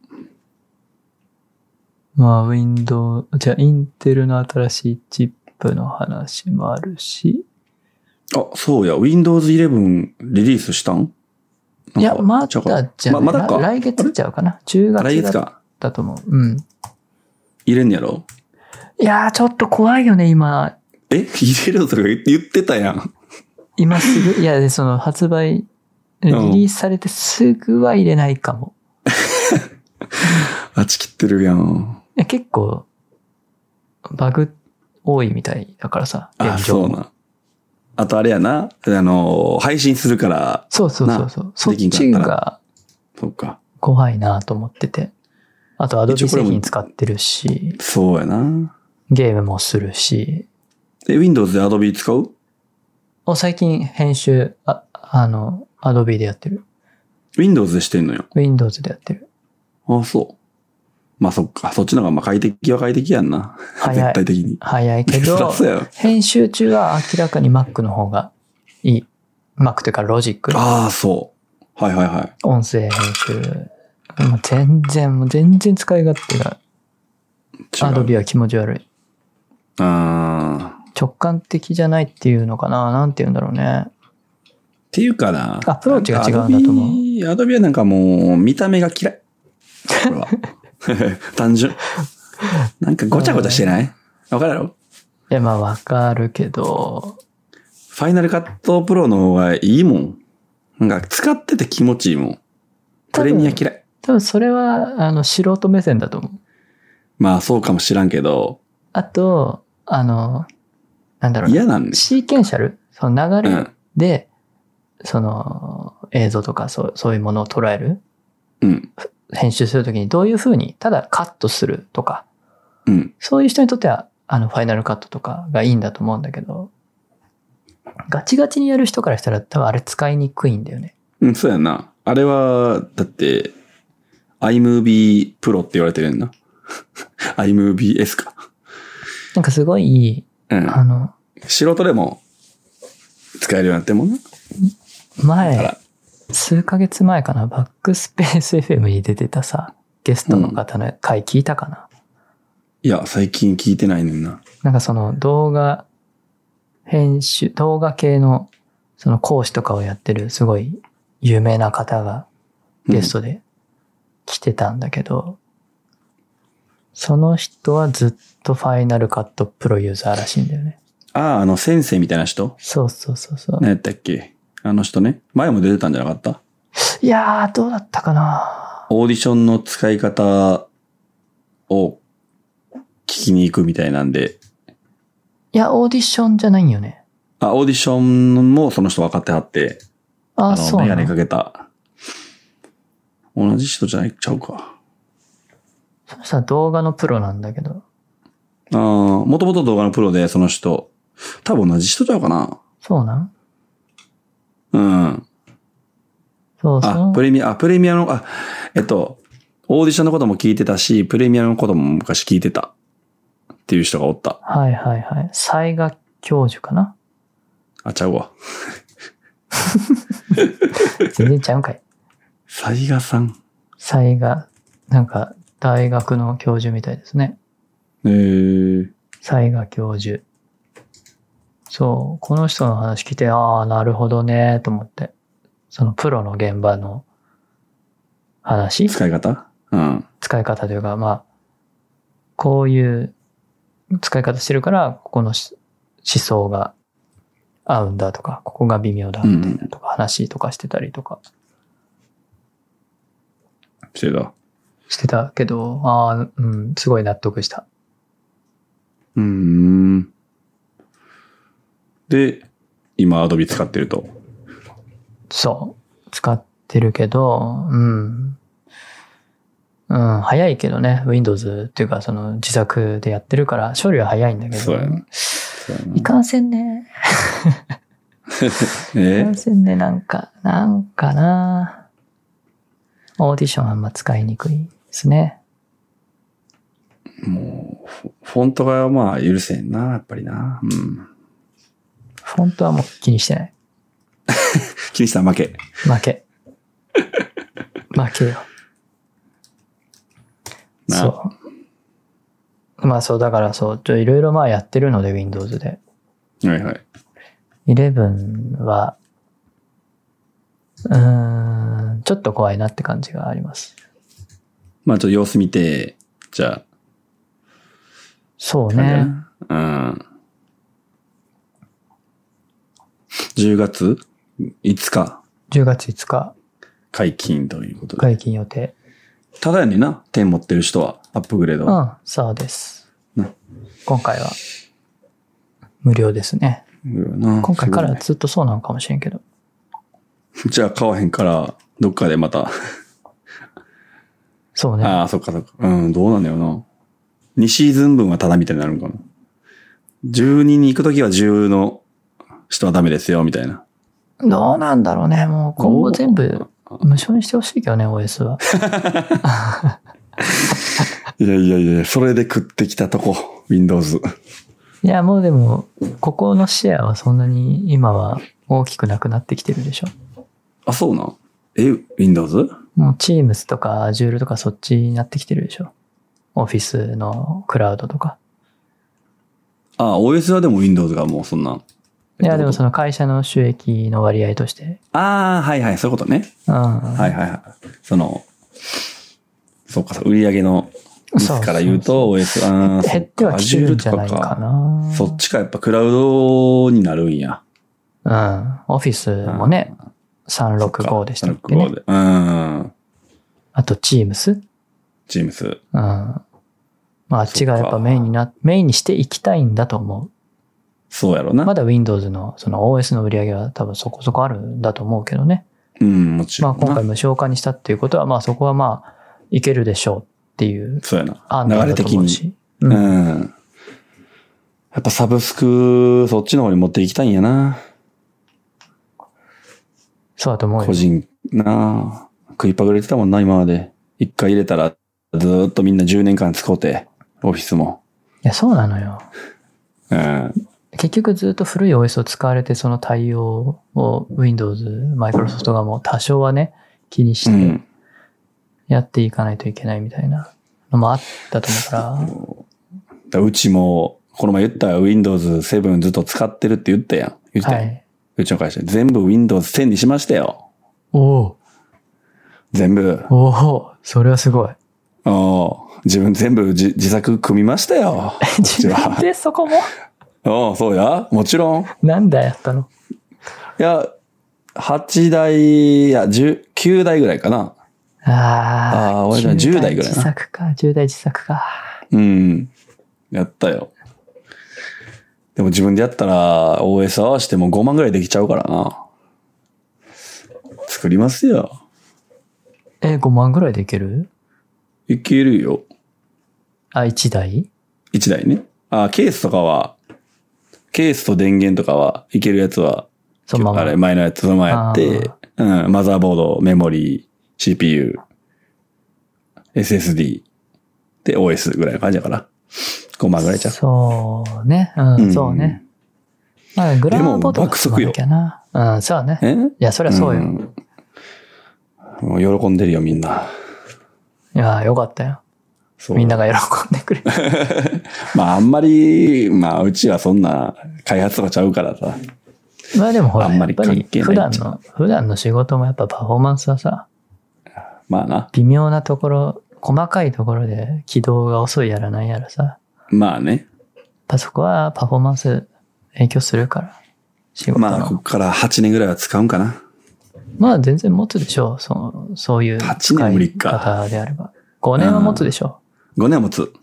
まあ、じゃあ、インテルの新しいチップの話もあるし。 そうや。Windows 11リリースしたん？ いや、まだじゃあ、 まだか。 来月ちゃうかな。10月だったと思う。 入れんやろ？ いやー、ちょっと怖いよね、今。 入れるとか言ってたやん。 今すぐ、いや、その発売、リリースされてすぐは入れないかも。 あちきってるやん。 いや結構、バグ多いみたいだからさ、 あ、そうな。あとあれやな。配信するから。 そう。そっちが、 そうか。 怖いなと思ってて。あと、アドビ製品使ってるし。 そうやな。 ゲームもするし。 Windows で Adobe 使う？ 最近編集、Adobe でやってる。 Windows でしてんのよ。 Windows でやってる。 あ、そう。まあそっか。そっちの方がまあ快適は快適やんな。絶対的に。 早いけど、編集中は明らかに Mac の方がいい。Mac というか Logic。 ああ、そう。はいはいはい。 音声編集。全然使い勝手が。Adobe は気持ち悪い。直感的じゃないっていうのかな。なんて言うんだろうね。 っていうかな。 アプローチが違うんだと思う。 Adobe はなんかもう見た目が嫌い。これは。単純。なんかごちゃごちゃしてない？わかるやろ？ いや、まあわかるけど。 ファイナルカットプロの方がいいもん。なんか使ってて気持ちいいもん。プレミア嫌い。 多分それは、素人目線だと思う。 まあそうかもしらんけど。 あと、なんだろう。 嫌なんね。 シーケンシャル？その流れで、その映像とかそういうものを捉える。 うん。 編集するときにどういう風に、ただカットするとか。 うん。 そういう人にとっては、ファイナルカットとかがいいんだと思うんだけど、ガチガチにやる人からしたら多分あれ使いにくいんだよね。 うん、そうやな。あれは、だって、iMovie Pro って言われてるんな。iMovie S か。 なんかすごい、 うん。素人でも使えるようになってもんな。 数ヶ月前かな、バックスペース FM に出てたさ、ゲストの方の回聞いたかな？ いや、最近聞いてないねんな。 なんかその動画系のその講師とかをやってるすごい有名な方がゲストで来てたんだけど、その人はずっとファイナルカットプロユーザーらしいんだよね。 ああ、先生みたいな人？ そう。 何やったっけ？あの人ね。前も出てたんじゃなかった？ いやー、どうだったかな。 オーディションの使い方を聞きに行くみたいなんで。 いや、オーディションじゃないんよね。 あ、オーディションもその人分かってはって。 そうなの。 メガネかけた。同じ人じゃないちゃうか。 その人は動画のプロなんだけど。 もともと動画のプロで、その人。多分同じ人ちゃうかな。 そうなん？ うん。 そう。 プレミアの、オーディションのことも聞いてたし、プレミアのことも昔聞いてた。っていう人がおった。 はい。雑賀教授かな？ ちゃうわ。 全然ちゃうんかい。 雑賀さん。 雑賀、なんか大学の教授みたいですね。雑賀教授。そう、この人の話聞いて、なるほどね、と思って。そのプロの現場の話？ 使い方？うん。 使い方というか、まあ、こういう使い方してるから、ここの思想が合うんだとか、ここが微妙だみたいなとか、話とかしてたりとか。してたけど、すごい納得した。 で、今 Adobe 使ってると。 そう。使ってるけど、早いけどね。Windows っていうか、その自作でやってるから、処理は早いんだけど。 そうやな。 いかんせんね。いかんせんね、なんかな。オーディションあんま使いにくいですね。 もう、フォントがまあ許せんな、やっぱりな。 フォントはもう気にしてない。 気にしたら負け。 負けよ。そう。まあそう、だからそう、いろいろまあやってるので、Windows で。 はいはい。 11は、ちょっと怖いなって感じがあります。 まあちょっと様子見て、じゃあ。 そうね。 10月5日。 10月5日。 解禁ということで。 解禁予定。 ただやねんな。10持ってる人は、アップグレードは。 うん、そうです。今回は、無料ですね。今回からずっとそうなのかもしれんけど。 じゃあ買わへんから、どっかでまた。 そうね。 ああ、そっかそっか。うん、どうなんだよな。2シーズン分はタダみたいになるんかな。12に行くときは10の人はダメですよ、みたいな。 どうなんだろうね。もう今後全部無償にしてほしいけどね、OS は。 いやいやいや、それで食ってきたとこ、Windows。 いや、もうでも、ここのシェアはそんなに今は大きくなくなってきてるでしょ。 あ、そうなん？Windows？ もう Teams とか Azure とかそっちになってきてるでしょ。Office のクラウドとか。 あ、OS はでも Windows がもうそんな。 いや、でもその会社の収益の割合として。 ああ、はいはい、そういうことね。 うん。 はいはいはい。そうか、売り上げのリスから言うと OS、ああ、 減ってはきてるんじゃないかな。 そっちか、やっぱクラウドになるんや。 うん。Office もね、365でしたっけね。365で。 うん。 あと Teams？ Teams。 うん。まあ、あっちがやっぱメインにしていきたいんだと思う。 そうやろな。 まだ Windows のその OS の売り上げは多分そこそこあるんだと思うけどね。 うん、もちろん。 まあ今回無償化にしたっていうことは、まあそこはまあ、いけるでしょうっていうそうやな。 案だと思うし。 流れ的に。うん。やっぱサブスク、そっちの方に持っていきたいんやな。 そうだと思うよ。 個人な食いっぱぐれてたもんな、今まで。一回入れたら、ずーっとみんな10年間使うて、オフィスも。 いや、そうなのよ。 うん。 結局ずっと古い OS を使われて、その対応を Windows、Microsoft がもう多少はね、気にして、やっていかないといけないみたいなのもあったと思うから。 うちも、この前言ったよ、Windows 7ずっと使ってるって言ったやん。言ったやん。はい、うちの会社全部 Windows 10にしましたよ。 おお。 全部。 おお、それはすごい。 おお。自分全部自作組みましたよ。 自分でそこもおお、そうや。もちろん。 何台やったの？ いや、8台、いや、9台ぐらいかな。 ああ、 俺ら10台ぐらいな。 自作か、10台自作か。 うん。やったよ。でも自分でやったら OS 合わせても5万ぐらいできちゃうからな。作りますよ。 5万ぐらいでいける？ いけるよ。 あ、1台？ 1台ね。ケースとかは、ケースと電源とかはいけるやつは、あれ、前のやつそのままやって、うん、マザーボード、メモリー、CPU、SSD で OS ぐらいの感じだから、5万ぐらいちゃう。 そうね。うん、そうね。まあ、グラボとか積まなきゃな。うん、そうね。いや、そりゃそうよ。 もう喜んでるよ、みんな。 いや、よかったよ。みんなが喜んでくれる。 まあ、あんまり、まあ、うちはそんな開発とかちゃうからさ。 まあでもほら、 あんまり関係ない。 普段の仕事もやっぱパフォーマンスはさ、 まあな。 微妙なところ、細かいところで起動が遅いやらないやらさ。 まあね。 そこはパフォーマンス影響するから。仕事の。 まあ、ここから8年ぐらいは使うんかな。 まあ全然持つでしょう。そういう使い方であれば。5年は持つでしょう。5年は持つ。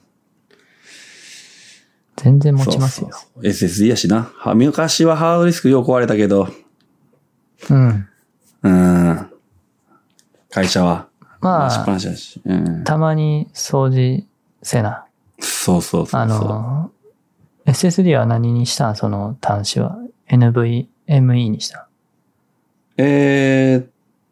全然持ちますよ。 そう SSD やしな。昔はハードディスクよく壊れたけど。 うん。 会社は。 まあ、たまに掃除せな。 そう。 SSD は何にしたん？その端子は。NVMe にしたん ？M.2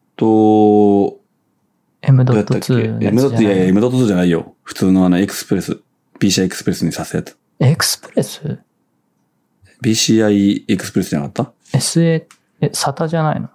いや M.2 じゃないよ。普通のエクスプレス。PCI エクスプレスにさすやつ。 エクスプレス？ PCI エクスプレスじゃなかった？ SATA じゃないの？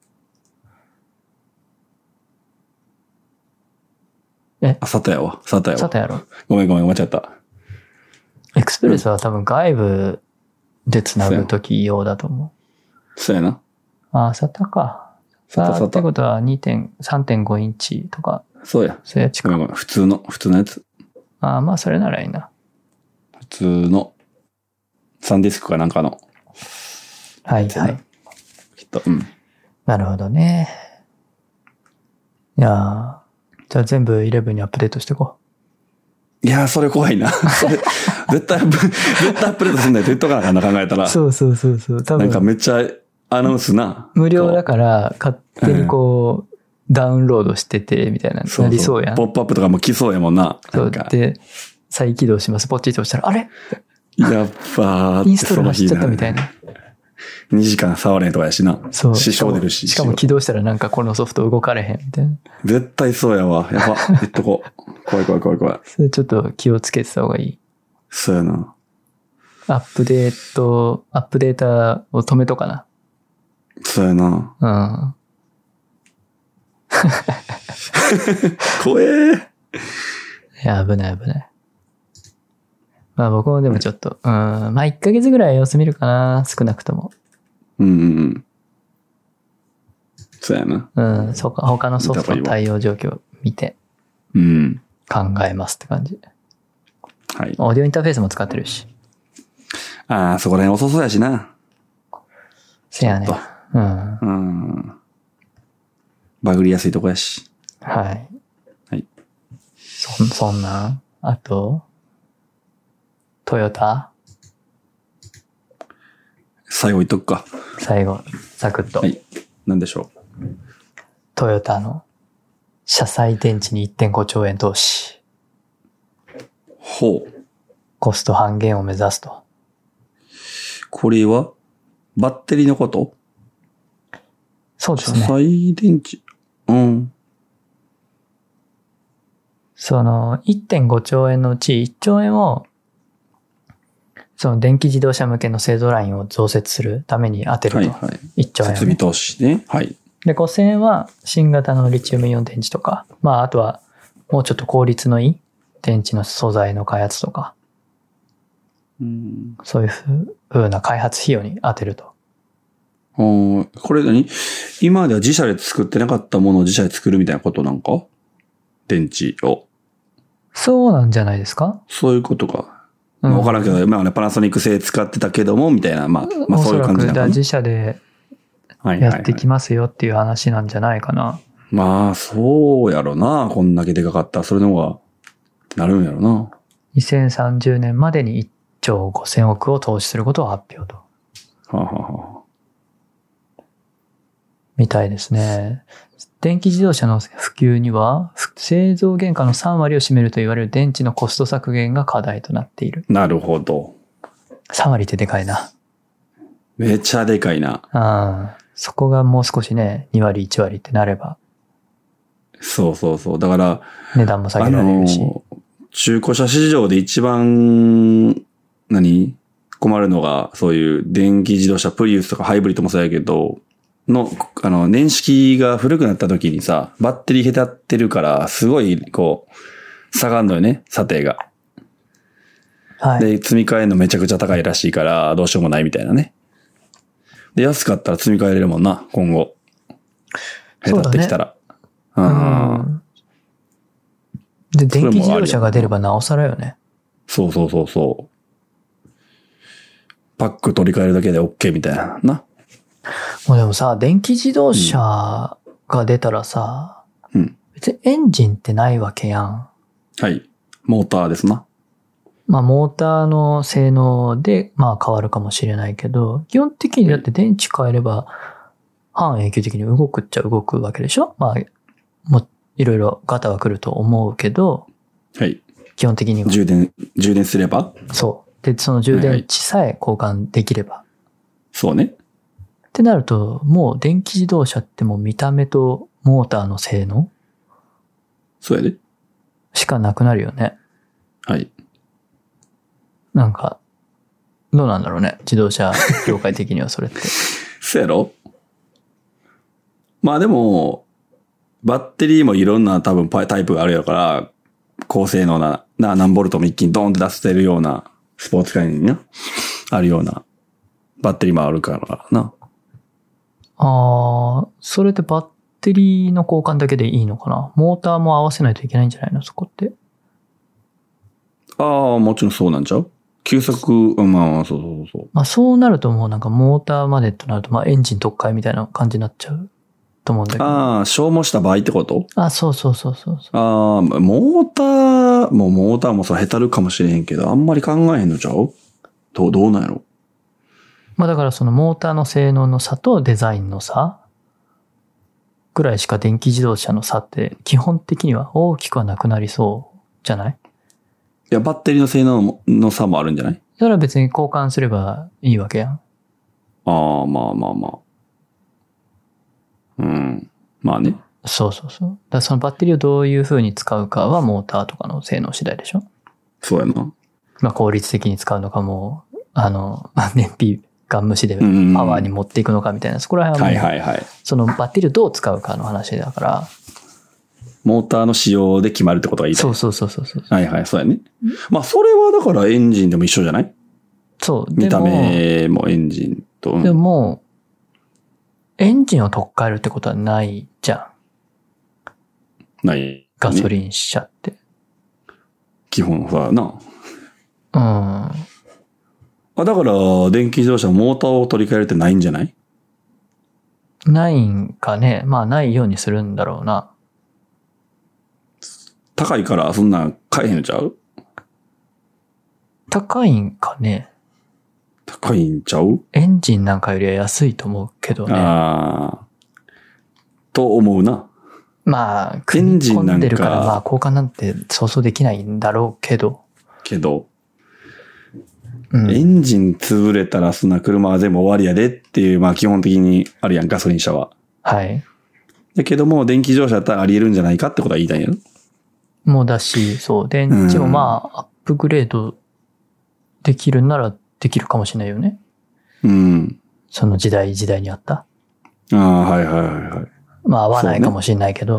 SATA やわ。 SATA やろ。 ごめん、間違った。 エクスプレスは多分外部で繋ぐとき用だと思う。そうやな。 SATA か。SATA ってことは 3.5 インチとか。 そうや。 そういうやつか。 ごめん。普通のやつ。 まあそれならいいな。 普通のサンディスクかなんかの。 はいはい。 と。うん。 なるほどね。いやーじゃあ全部11にアップデートしていこいやー、それ怖いな。それ、絶対アップデートすんないと言っとかなあかんな、考えたら。 う。そう。多なんか分、 めっちゃアナウンスな。 無料だから勝手にこう、ダウンロードしてて、みたいな、なりそうやん。 ポップアップとかも来そうやもんな。 そう。 なんかで、再起動します。ポチッと押したら、あれやっぱインストール走っちゃったみたいな。 2時間触れんとかやしな。 そう。 支障出るし。 しかも起動したらなんかこのソフト動かれへんみたいな。 絶対そうやわ。やば。言っとこう。怖い。 それちょっと気をつけてた方がいい。 そうやな。 アップデータを止めとかな。 そうやな。 うん。 怖え。 いや、危ない。まあ僕もでもちょっと、まあ1ヶ月ぐらい様子見るかな、少なくとも。 そうやな。 そうか、他のソフトの対応状況を見て、考えますって感じ。 はい。 オーディオインターフェースも使ってるし。 ああ、そこら辺遅そうやしな。 せやね。 バグりやすいとこやし。 はい。 はい。 そんな、あと、トヨタ最後言っとくか。 最後、サクッと。 はい。何でしょう。 トヨタの車載電池に 1.5 兆円投資。 ほう。 コスト半減を目指すと。 これはバッテリーのこと？ そうですね。 車載電池。 その 1.5 兆円のうち1兆円をその電気自動車向けの製造ラインを増設するために当てると。 はいはい。 1兆円、ね。 設備投資ね。はい。 で、5000円は新型のリチウムイオン電池とか、まああとはもうちょっと効率のいい電池の素材の開発とか、そういうふうな開発費用に当てると。 これ今までは自社で作ってなかったものを自社で作るみたいなことなんか？電池を。 そうなんじゃないですか？ そういうことか。わからんけど、まあね、パナソニック製使ってたけども、みたいな、まあそういう感じなのかな。 自社でやってきますよっていう話なんじゃないかな。 まあ、そうやろな。こんだけでかかったら、それの方が、なるんやろな。 2030年までに1兆5000億を投資することを発表と。みたいですね。電気自動車の普及には、製造原価の3割を占めると言われる電池のコスト削減が課題となっている。 なるほど。 3割ってでかいな。 めちゃでかいな。 そこがもう少しね、2割1割ってなれば。 そう。だから、 値段も下げられるし。 中古車市場で一番、困るのが、そういう電気自動車、プリウスとかハイブリッドもそうやけど、年式が古くなった時にさ、バッテリーへたってるから、すごい、下がるのよね、査定が。 はい。 で、積み替えるのめちゃくちゃ高いらしいから、どうしようもないみたいなね。で、安かったら積み替えれるもんな、今後。へたってきたら。 で、電気自動車が出ればなおさらよね。 そう。パック取り替えるだけで OK みたいな。 もうでもさ、電気自動車が出たらさ、別にエンジンってないわけやん。 はい。モーターですな。 まあ、モーターの性能で、まあ変わるかもしれないけど、基本的にだって電池変えれば、半永久的に動くっちゃ動くわけでしょ？まあ、もういろいろガタは来ると思うけど、 はい。 基本的には。 充電すれば？ そう。で、その充電池さえ交換できれば。 そうね。 ってなると、もう電気自動車ってもう見た目とモーターの性能？ そうやで。 しかなくなるよね。 はい。 なんか、どうなんだろうね。自動車業界的にはそれって。 そうやろ？まあでも、バッテリーもいろんな多分タイプがあるやから、高性能な、何ボルトも一気にドーンって出せるような、スポーツ界にね、あるような、バッテリーもあるからな。 それってバッテリーの交換だけでいいのかな？モーターも合わせないといけないんじゃないの？そこって。 もちろんそうなんちゃう？ 急速、まあ、そうそうそう。 まあそうなるともうなんかモーターまでとなると、まあエンジン特化みたいな感じになっちゃうと思うんだけど。 ああ、消耗した場合ってこと？ そうそうそうそうそう。 ああ、モーターもさ、へたるかもしれへんけど、あんまり考えへんのちゃう？どうなんやろ？ まあだからそのモーターの性能の差とデザインの差ぐらいしか電気自動車の差って基本的には大きくはなくなりそうじゃない？ いや、バッテリーの性能の差もあるんじゃない？ だから別に交換すればいいわけやん。 ああ、まあまあまあ。うん。まあね。 そうそうそう。だからそのバッテリーをどういう風に使うかはモーターとかの性能次第でしょ？ そうやな。 まあ効率的に使うのかも、燃費ガン無視でパワーに持っていくのかみたいな、そこら辺はもう、そのバッテリーをどう使うかの話だから。 モーターの仕様で決まるってことがいい。 そうそうそうそうそう。 はいはい、そうやね。まあそれはだからエンジンでも一緒じゃない？ そう。 見た目もエンジンと。 でも、エンジンを取っ換えるってことはないじゃん。 ない、ね。 ガソリン車って。 基本さ、な。 うん。 だから、電気自動車のモーターを取り替えるってないんじゃない？ ないんかね。まあないようにするんだろうな。 高いからそんなん買えへんのちゃう？ 高いんかね。 高いんちゃう？ エンジンなんかよりは安いと思うけどね。 と思うな。 まあ、組み込んでるから、まあ交換なんてそうそうできないんだろうけど。 エンジン潰れたらそんな車は全部終わりやでっていう、まあ基本的にあるやん、ガソリン車は。 はい。 だけども、電気自動車だったらあり得るんじゃないかってことは言いたいんやろ？ もうだし、そう、電池もまあ、アップグレードできるならできるかもしれないよね。 うん。 その時代にあった。 はいはいはいはい。 まあ合わないかもしれないけど。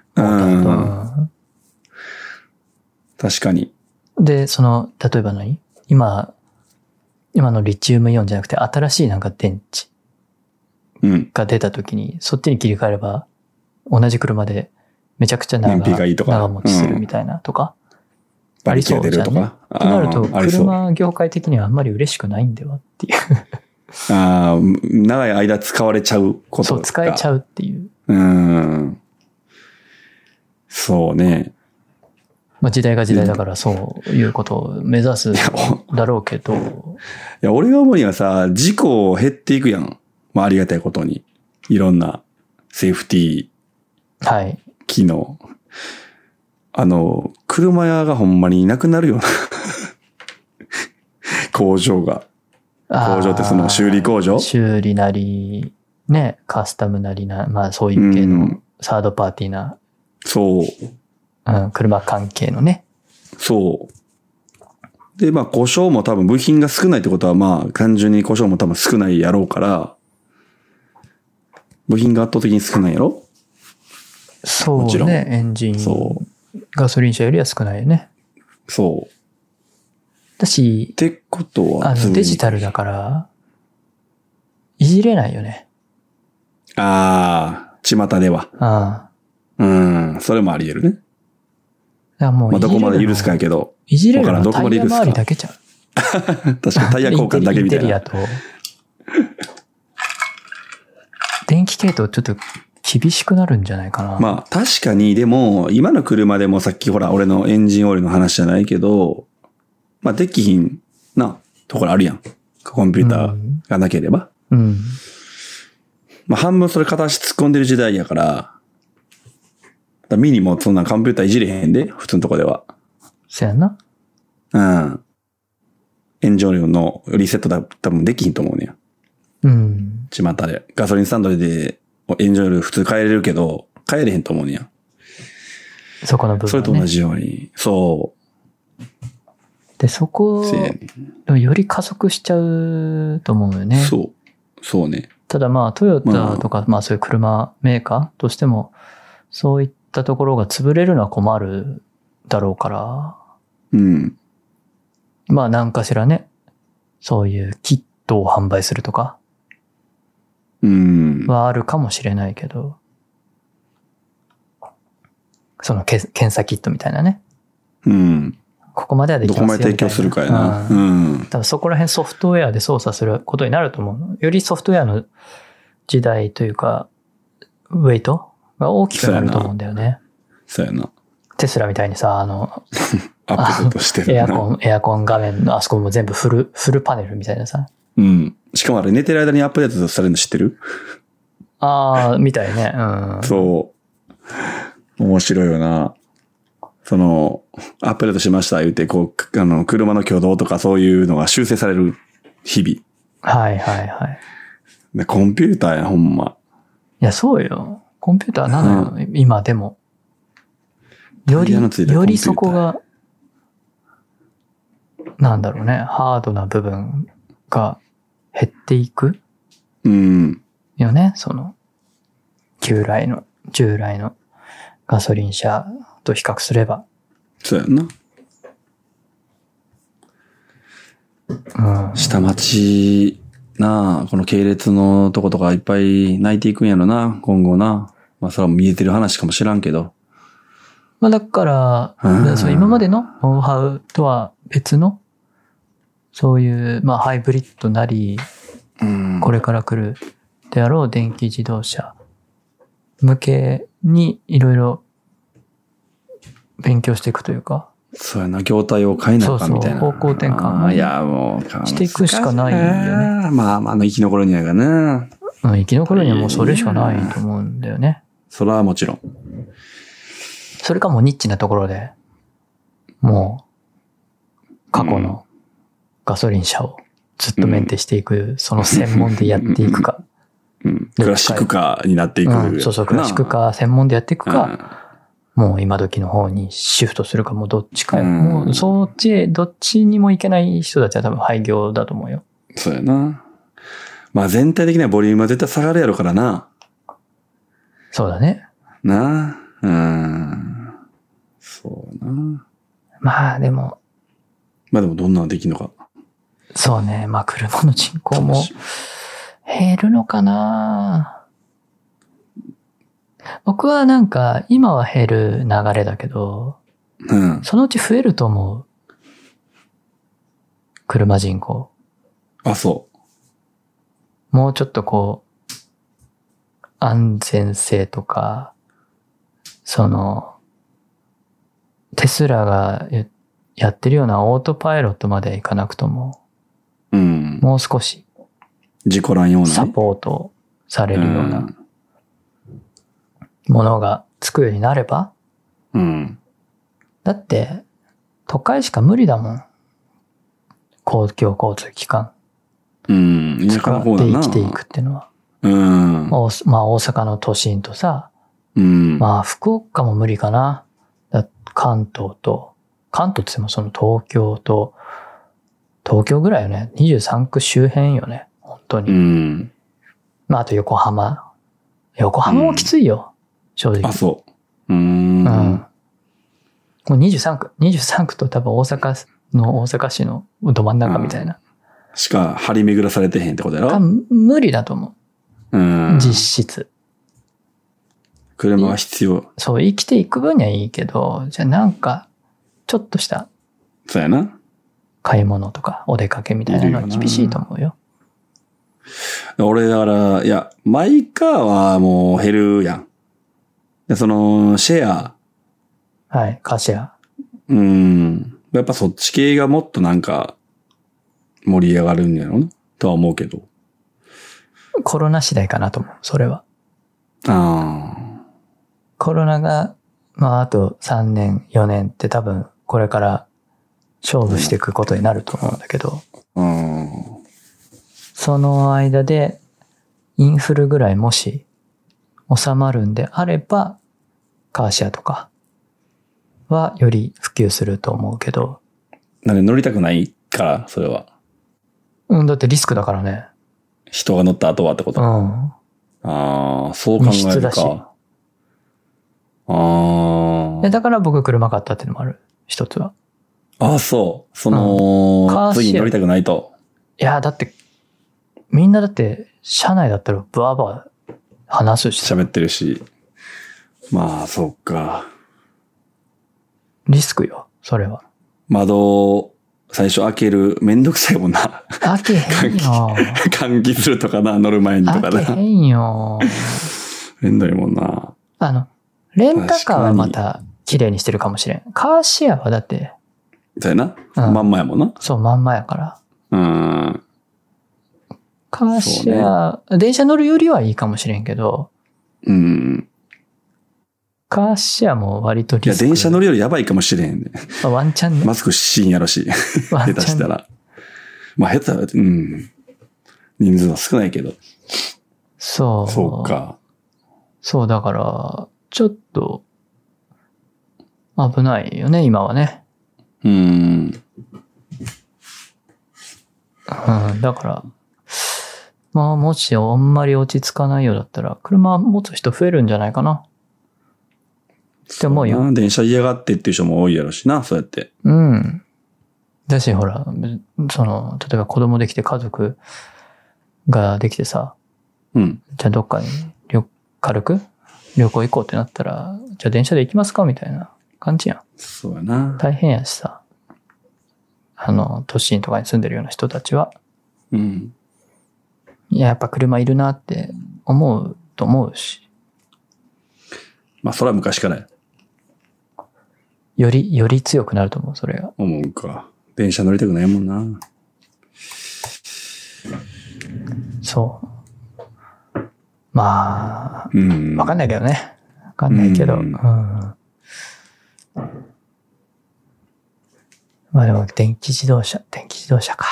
確かに。 で、例えば今のリチウムイオンじゃなくて新しいなんか電池が出た時に、そっちに切り替えれば同じ車でめちゃくちゃ長持ちするみたいなとか。 馬力が出るとか。 となると、車業界的にはあんまり嬉しくないんではっていう。 長い間使われちゃうことが。 そう、使えちゃうっていう。 そうね。 まあ時代が時代だからそういうことを目指すだろうけど。 いや、俺が思うにはさ、事故減っていくやん。まあありがたいことに。いろんなセーフティー機能。車屋がほんまにいなくなるよな。工場が。工場ってその修理工場？ 修理なり、ね、カスタムなりな、まあそういう系のサードパーティーな。 そう。 車関係のね。 そう。で、まあ故障も多分部品が少ないってことはまあ単純に故障も多分少ないやろうから、部品が圧倒的に少ないやろ？ そうね、エンジン。そう。ガソリン車よりは少ないよね。 そう。 だし、 ってことはデジタルだから、いじれないよね。 巷では。それもあり得るね。 だからもうどこまで許すかやけど。 いじれるのタイヤ周りだけじゃん。 確かにタイヤ交換だけみたいな。インテリアと。 電気系統ちょっと厳しくなるんじゃないかな。 まあ確かに、でも、今の車でもさっきほら、俺のエンジンオイルの話じゃないけど、まあできひんなところあるやん。コンピューターがなければ。まあ半分それ片足突っ込んでる時代やから、ミニもそんなコンピューターいじれへんで、普通のとこでは。 そうやな。 エンジンオイルのリセットだ多分できひんと思うねや。巷で。ガソリンスタンドでエンジンオイル普通変えれるけど、変えれへんと思うねや。 そこの部分、ね。 それと同じように。そう。 で、そこ、より加速しちゃうと思うよね。 そうね。 ただまあ、トヨタとか、まあそういう車メーカーとしても、そういったところが潰れるのは困るだろうから。まあ何かしらね、そういうキットを販売するとか、はあるかもしれないけど、その検査キットみたいなね。 ここまではできどこまますよみたいな。 で提供するかやな。 多分そこら辺ソフトウェアで操作することになると思う。よりソフトウェアの時代というか、ウェイトが大きくなると思うんだよね。 そうやな。 テスラみたいにさ、 アップデートしてるエアコン画面のあそこも全部フルパネルみたいなさ。 うん。しかもあれ寝てる間にアップデートされるの知ってる？ ああ、みたいね。 そう。面白いよな。アップデートしました言って、車の挙動とかそういうのが修正される日 々。はいはいはい。 で、コンピューターや、ほんま。 いや、そうよ。コンピューターなのよ、今でも。よりそこが、なんだろうね、ハードな部分が減っていく。よね、従来のガソリン車と比較すれば。 そうやんな。下町なあ、この系列のとことかいっぱい泣いていくんやろな、今後な。まあそれは見えてる話かもしらんけど。 まあだから、今までのノウハウとは別の、そういう、まあハイブリッドなり、これから来るであろう電気自動車向けにいろいろ勉強していくというか。 そうやな、業態を変えなきゃみたいな。 方向転換。 いや、もう、 していくしかないよね。 まあ、生き残るにはがな。 生き残るにはもうそれしかないと思うんだよね。 それはもちろん。 それかもうニッチなところで、もう、過去のガソリン車をずっとメンテしていく、その専門でやっていくか。 クラシックカーになっていく。 そう、クラシックカー専門でやっていくか。もう今時の方にシフトするかもどっちかよ。もうそっちへ、どっちにも行けない人たちは多分廃業だと思うよ。 そうやな。まあ全体的なボリュームは絶対下がるやろからな。 そうだね。 なあ。そうな。 まあでもどんなのできるのか。 そうね。まあ車の人口も減るのかな。僕はなんか、今は減る流れだけど、そのうち増えると思う。車人口。 あ、そう。 もうちょっと安全性とか、テスラがやってるようなオートパイロットまでいかなくとも、もう少し、 事故らんような、 サポートされるような、ものがつくようになれば、だって、都会しか無理だもん。公共交通機関。 田舎の方だな。 使って生きていくっていうのは。まあ大阪の都心とさ、まあ福岡も無理かな。関東って言ってもその東京ぐらいよね。23区周辺よね。本当に。まああと横浜。横浜もきついよ。正直。 あ、そう。 もう23区と多分大阪市のど真ん中みたいな。 しか張り巡らされてへんってことやろ？ 無理だと思う。実質。 車は必要。 そう、生きていく分にはいいけど、じゃあなんか、ちょっとした。 そうやな。 買い物とかお出かけみたいなのは厳しいと思うよ。 俺だから、いや、マイカーはもう減るやん。シェア。 はい、カーシェア。 やっぱそっち系がもっとなんか、盛り上がるんやろうな、とは思うけど。 コロナ次第かなと思う、それは。コロナが、まああと3年、4年って多分これから勝負していくことになると思うんだけど。その間で、インフルぐらいもし収まるんであれば、カーシェアとかはより普及すると思うけど。 なんで乗りたくないから、それは。 だってリスクだからね。 人が乗った後はってこと？そう考えるか。 だから僕車買ったっていうのもある。一つは。 そう。次に乗りたくないと。 いや、だって、みんなだって、車内だったらブワーバー話すし。 喋ってるし。まあ、そうか。 リスクよ、それは。 窓を最初開けるめんどくさいもんな。 開けへんよ。 換気するとかな、乗る前にとかな。 開けへんよ。 めんどいもんな。 レンタカーはまた綺麗にしてるかもしれん。カーシェアはだって。 そうやな。 うん、 まんまやもんな。 そう、まんまやから。カーシェア、ね、電車乗るよりはいいかもしれんけど。カーシェアも割とリスク。 いや、電車乗るよりやばいかもしれんね。 ワンチャンね。 マスクシーンやろし。下手したら。まあ、下手は、人数は少ないけど。 そう。 そうか。 そう、だから、ちょっと、危ないよね、今はね。だから、まあ、もしあんまり落ち着かないようだったら、車持つ人増えるんじゃないかな。って思うよ。 電車嫌がってっていう人も多いやろしな、そうやって。 だし、ほら、例えば子供できて家族ができてさ、じゃあどっかに軽く旅行行こうってなったら、じゃあ電車で行きますかみたいな感じやん。 そうやな。 大変やしさ。都心とかに住んでるような人たちは。いや、やっぱ車いるなって思うと思うし。 まあ、それは昔からや。 より強くなると思う、それが。 思うか。電車乗りたくないもんな。 そう。まあ、わかんないけどね。わかんないけど。まあでも、電気自動車か。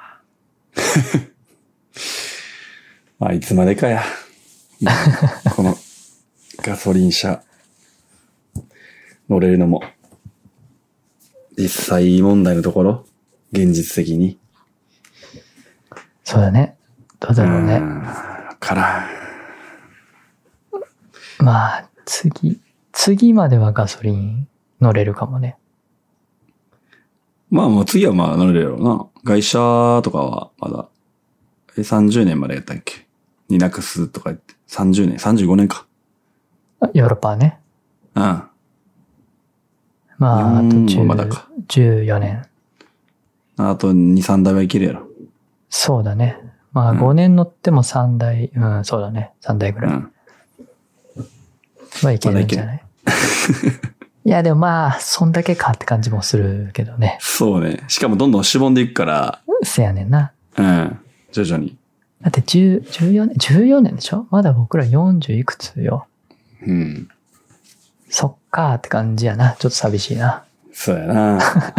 まあ、いつまでかや。この、ガソリン車、乗れるのも、実際問題のところ、現実的に。 そうだね。どうだろうね。まあ、次まではガソリン乗れるかもね。 まあもう次はまあ乗れるやろうな。外車とかはまだ、30年までやったっけになくすとか言って、30年、35年か。 ヨーロッパはね。まあ、あと14年。 あと2、3台はいけるやろ。 そうだね。まあ5年乗っても3台、そうだね。3台ぐらい。はいけるんじゃない？いや、でもまあ、そんだけかって感じもするけどね。 そうね。しかもどんどんしぼんでいくから。 せやねんな。 徐々に。 だって14年でしょ？まだ僕ら40いくつよ。そっかーって感じやな。ちょっと寂しいな。 そうやな。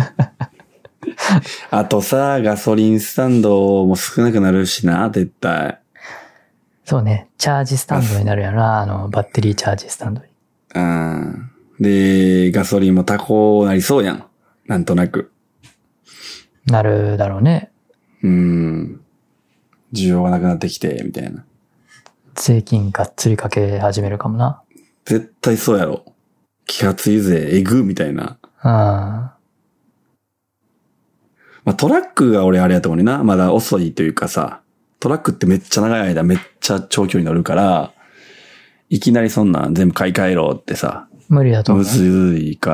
あとさ、ガソリンスタンドも少なくなるしな、絶対。 そうね。チャージスタンドになるやな。バッテリーチャージスタンドに。 で、ガソリンも高なりそうやん。なんとなく。 なるだろうね。 需要がなくなってきて、みたいな。 税金がっつりかけ始めるかもな。 絶対そうやろ。揮発油税えぐみたいな。まあトラックが俺あれやと思うねんな。まだ遅いというかさ、トラックってめっちゃ長い間めっちゃ長距離乗るから、いきなりそんなん全部買い替えろってさ。 無理だと思う。 むずいから、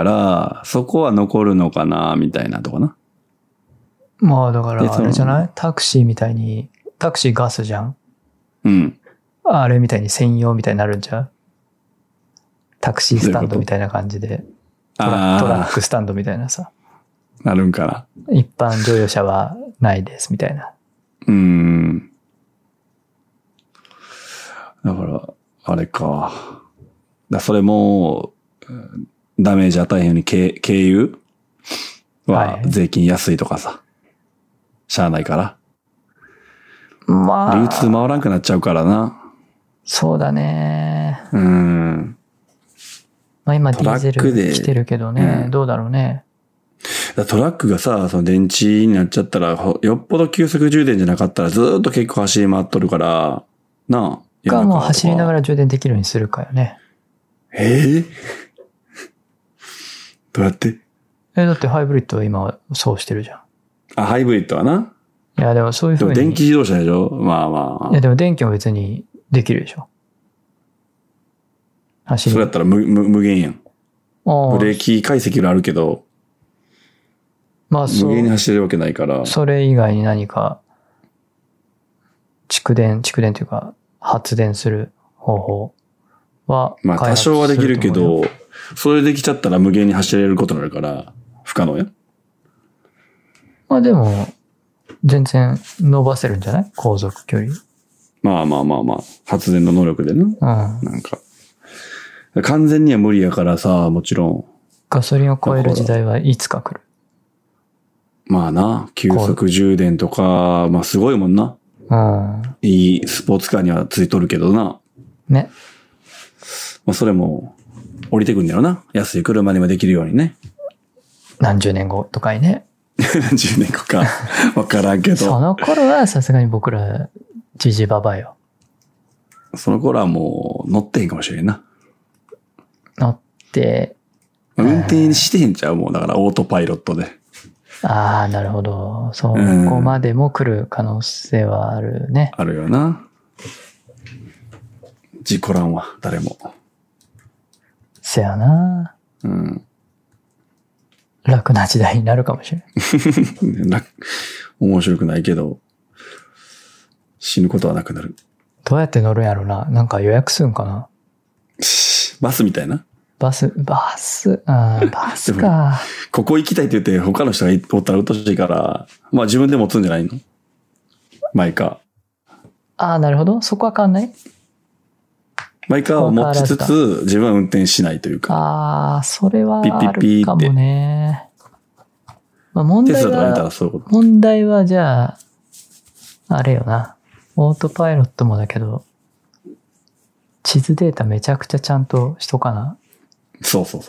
そこは残るのかな、みたいなとこな。 まあだからあれじゃない？タクシーみたいに、タクシーガスじゃん。あれみたいに専用みたいになるんちゃう？タクシースタンドみたいな感じで。トラックスタンドみたいなさ。 なるんかな。 一般乗用車はないですみたいな。 だから、あれか。それも、ダメージ与えへんように軽油は税金安いとかさ。しゃあないから。 まあ。 流通回らんくなっちゃうからな。 そうだね。まあ今ディーゼル来てるけどね。どうだろうね。 トラックがさ、その電池になっちゃったら、よっぽど急速充電じゃなかったらずーっと結構走り回っとるから、なあ。 かもう走りながら充電できるようにするかよね。 どうやって？ だってハイブリッドは今そうしてるじゃん。 ハイブリッドはな。 いやでもそういう風に。 でも電気自動車でしょ？まあまあ。 いやでも電気も別にできるでしょ。 それやったら無限やん。ブレーキ解析があるけど、 まあ無限に走れるわけないから。 それ以外に何か、蓄電というか、発電する方法は、 まあ多少はできるけど、それできちゃったら無限に走れることになるから、不可能や。 まあでも、全然伸ばせるんじゃない？航続距離。 まあ。発電の能力でな。なんか。完全には無理やからさ、もちろん。 ガソリンを超える時代はいつか来る。 まあな、急速充電とか、まあすごいもんな。いいスポーツカーにはついとるけどな。 ね。 まあそれも、降りてくんだよな。安い車にもできるようにね。 何十年後とかにね。 何十年後か。わからんけど。 その頃はさすがに僕ら、じじばばよ。 その頃はもう乗ってへんかもしれんな。 乗って、 運転してへんちゃうもうだからオートパイロットで。 ああ、なるほど。そこまでも来る可能性はあるね。 あるよな。事故らんわ、誰も。 せやな。 うん。 楽な時代になるかもしれない。面白くないけど、死ぬことはなくなる。 どうやって乗るんやろな。なんか予約するんかな。 バスみたいな。 バスか。 ここ行きたいって言って他の人がおったらうっとしいから、まあ自分で持つんじゃないの？マイカー。 ああ、なるほど。そこは変わんない？ マイカーを持ちつつ、自分は運転しないというか。 ああ、それはあるかもね。まあ問題はじゃあ、あれよな。オートパイロットもだけど、地図データめちゃくちゃちゃんとしとかな。 そう。そう。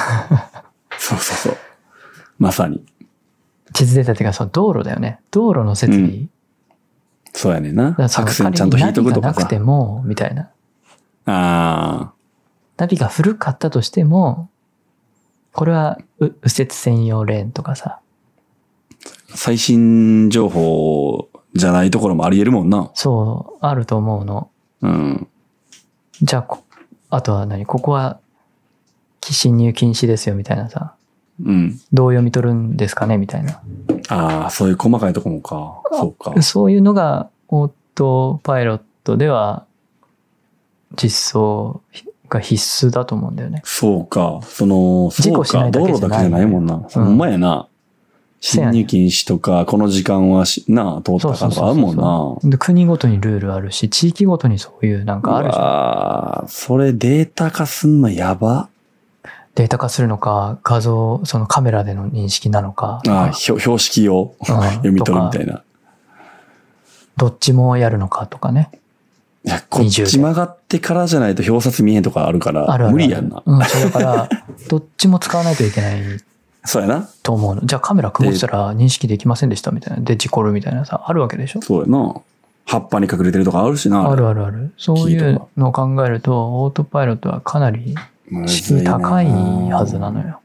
まさに。 地図データっていうか、その道路だよね。道路の設備。 そうやねんな。作戦ちゃんと引いとくとかさ。 ナビがなくても、みたいな。 ああ。 ナビが古かったとしても、これは右折専用レーンとかさ。 最新情報じゃないところもあり得るもんな。 そう、あると思うの。 うん。 じゃあ、あとはここは、侵入禁止ですよ、みたいなさ。 うん。 どう読み取るんですかね、みたいな。 ああ、そういう細かいとこもか。そうか。 そういうのが、オートパイロットでは、実装が必須だと思うんだよね。 そうか。 事故しないだけじゃない。 道路だけじゃないもんな。ほんまやな。侵入禁止とか、この時間は通ったかとかあるもんな。 で、国ごとにルールあるし、地域ごとにそういうなんかあるじゃん。 ああ、それデータ化すんのやば。 データ化するのか、そのカメラでの認識なのか。 ああ、標識を読み取るみたいな。 どっちもやるのかとかね。 いや、こっち曲がってからじゃないと表札見えんとかあるから、無理やんな。 そうだから、どっちも使わないといけない。 そうやな。 と思うの。じゃあカメラ曇したら認識できませんでしたみたいな。で、事故るみたいなさ、あるわけでしょ？ そうやな。葉っぱに隠れてるとかあるしな。 ある。そういうのを考えると、オートパイロットはかなり敷居高いはずなのよ。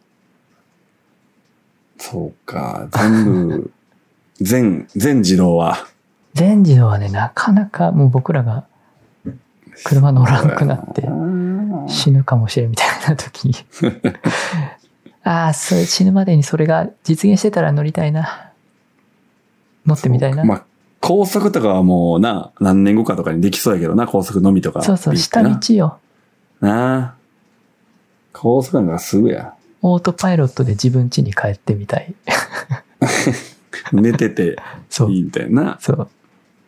そうか。全自動は。 全自動はね、なかなかもう僕らが車乗らなくなって死ぬかもしれんみたいな時にそれ死ぬまでにそれが実現してたら乗りたいな。乗ってみたいな。 まあ、高速とかはもう何年後かとかにできそうやけどな、高速のみとか。 そう、下道よ。 なあ。高速なんかすぐや。 オートパイロットで自分家に帰ってみたい。 寝てていいみたいな。 そう。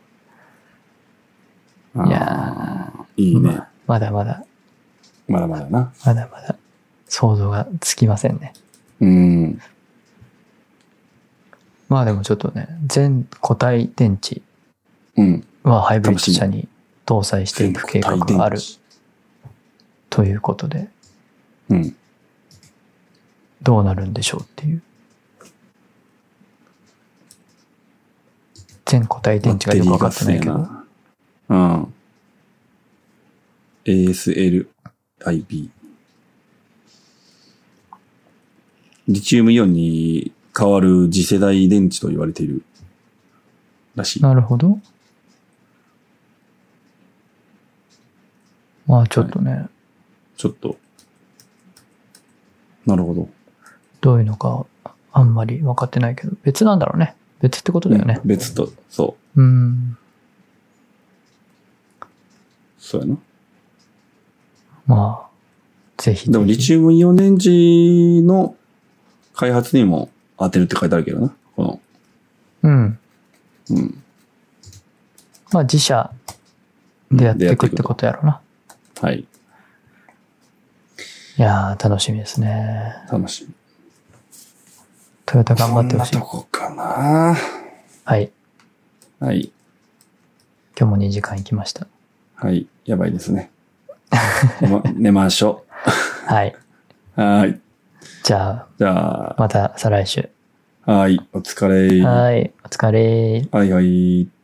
いやー、いいね。 まだまだな。 まだ想像がつきませんね。まあでもちょっとね、全固体電池はハイブリッド車に搭載していく計画があるということで、どうなるんでしょうっていう。全固体電池がよく分かってないけど。 ASLIB。リチウムイオンに変わる次世代電池と言われているらしい。 なるほど。まあちょっとね。 ちょっと。なるほど。 どういうのかあんまり分かってないけど、別なんだろうね。別ってことだよね。 別と、そう。そうやな。 まあ、ぜひぜひ。 でもリチウムイオン電池の開発にも当てるって書いてあるけどな。この。 うん。まあ自社でやっていくってことやろな。 はい。 いやー、楽しみですね。 楽しみ。 トヨタ頑張ってほしい。 そんなとこかな。 はい。 はい。 今日も2時間行きました。 はい。やばいですね。寝ましょう。はい。 はい。 じゃあ、また再来週。 はい。お疲れ。 はい。お疲れ。 はいはい。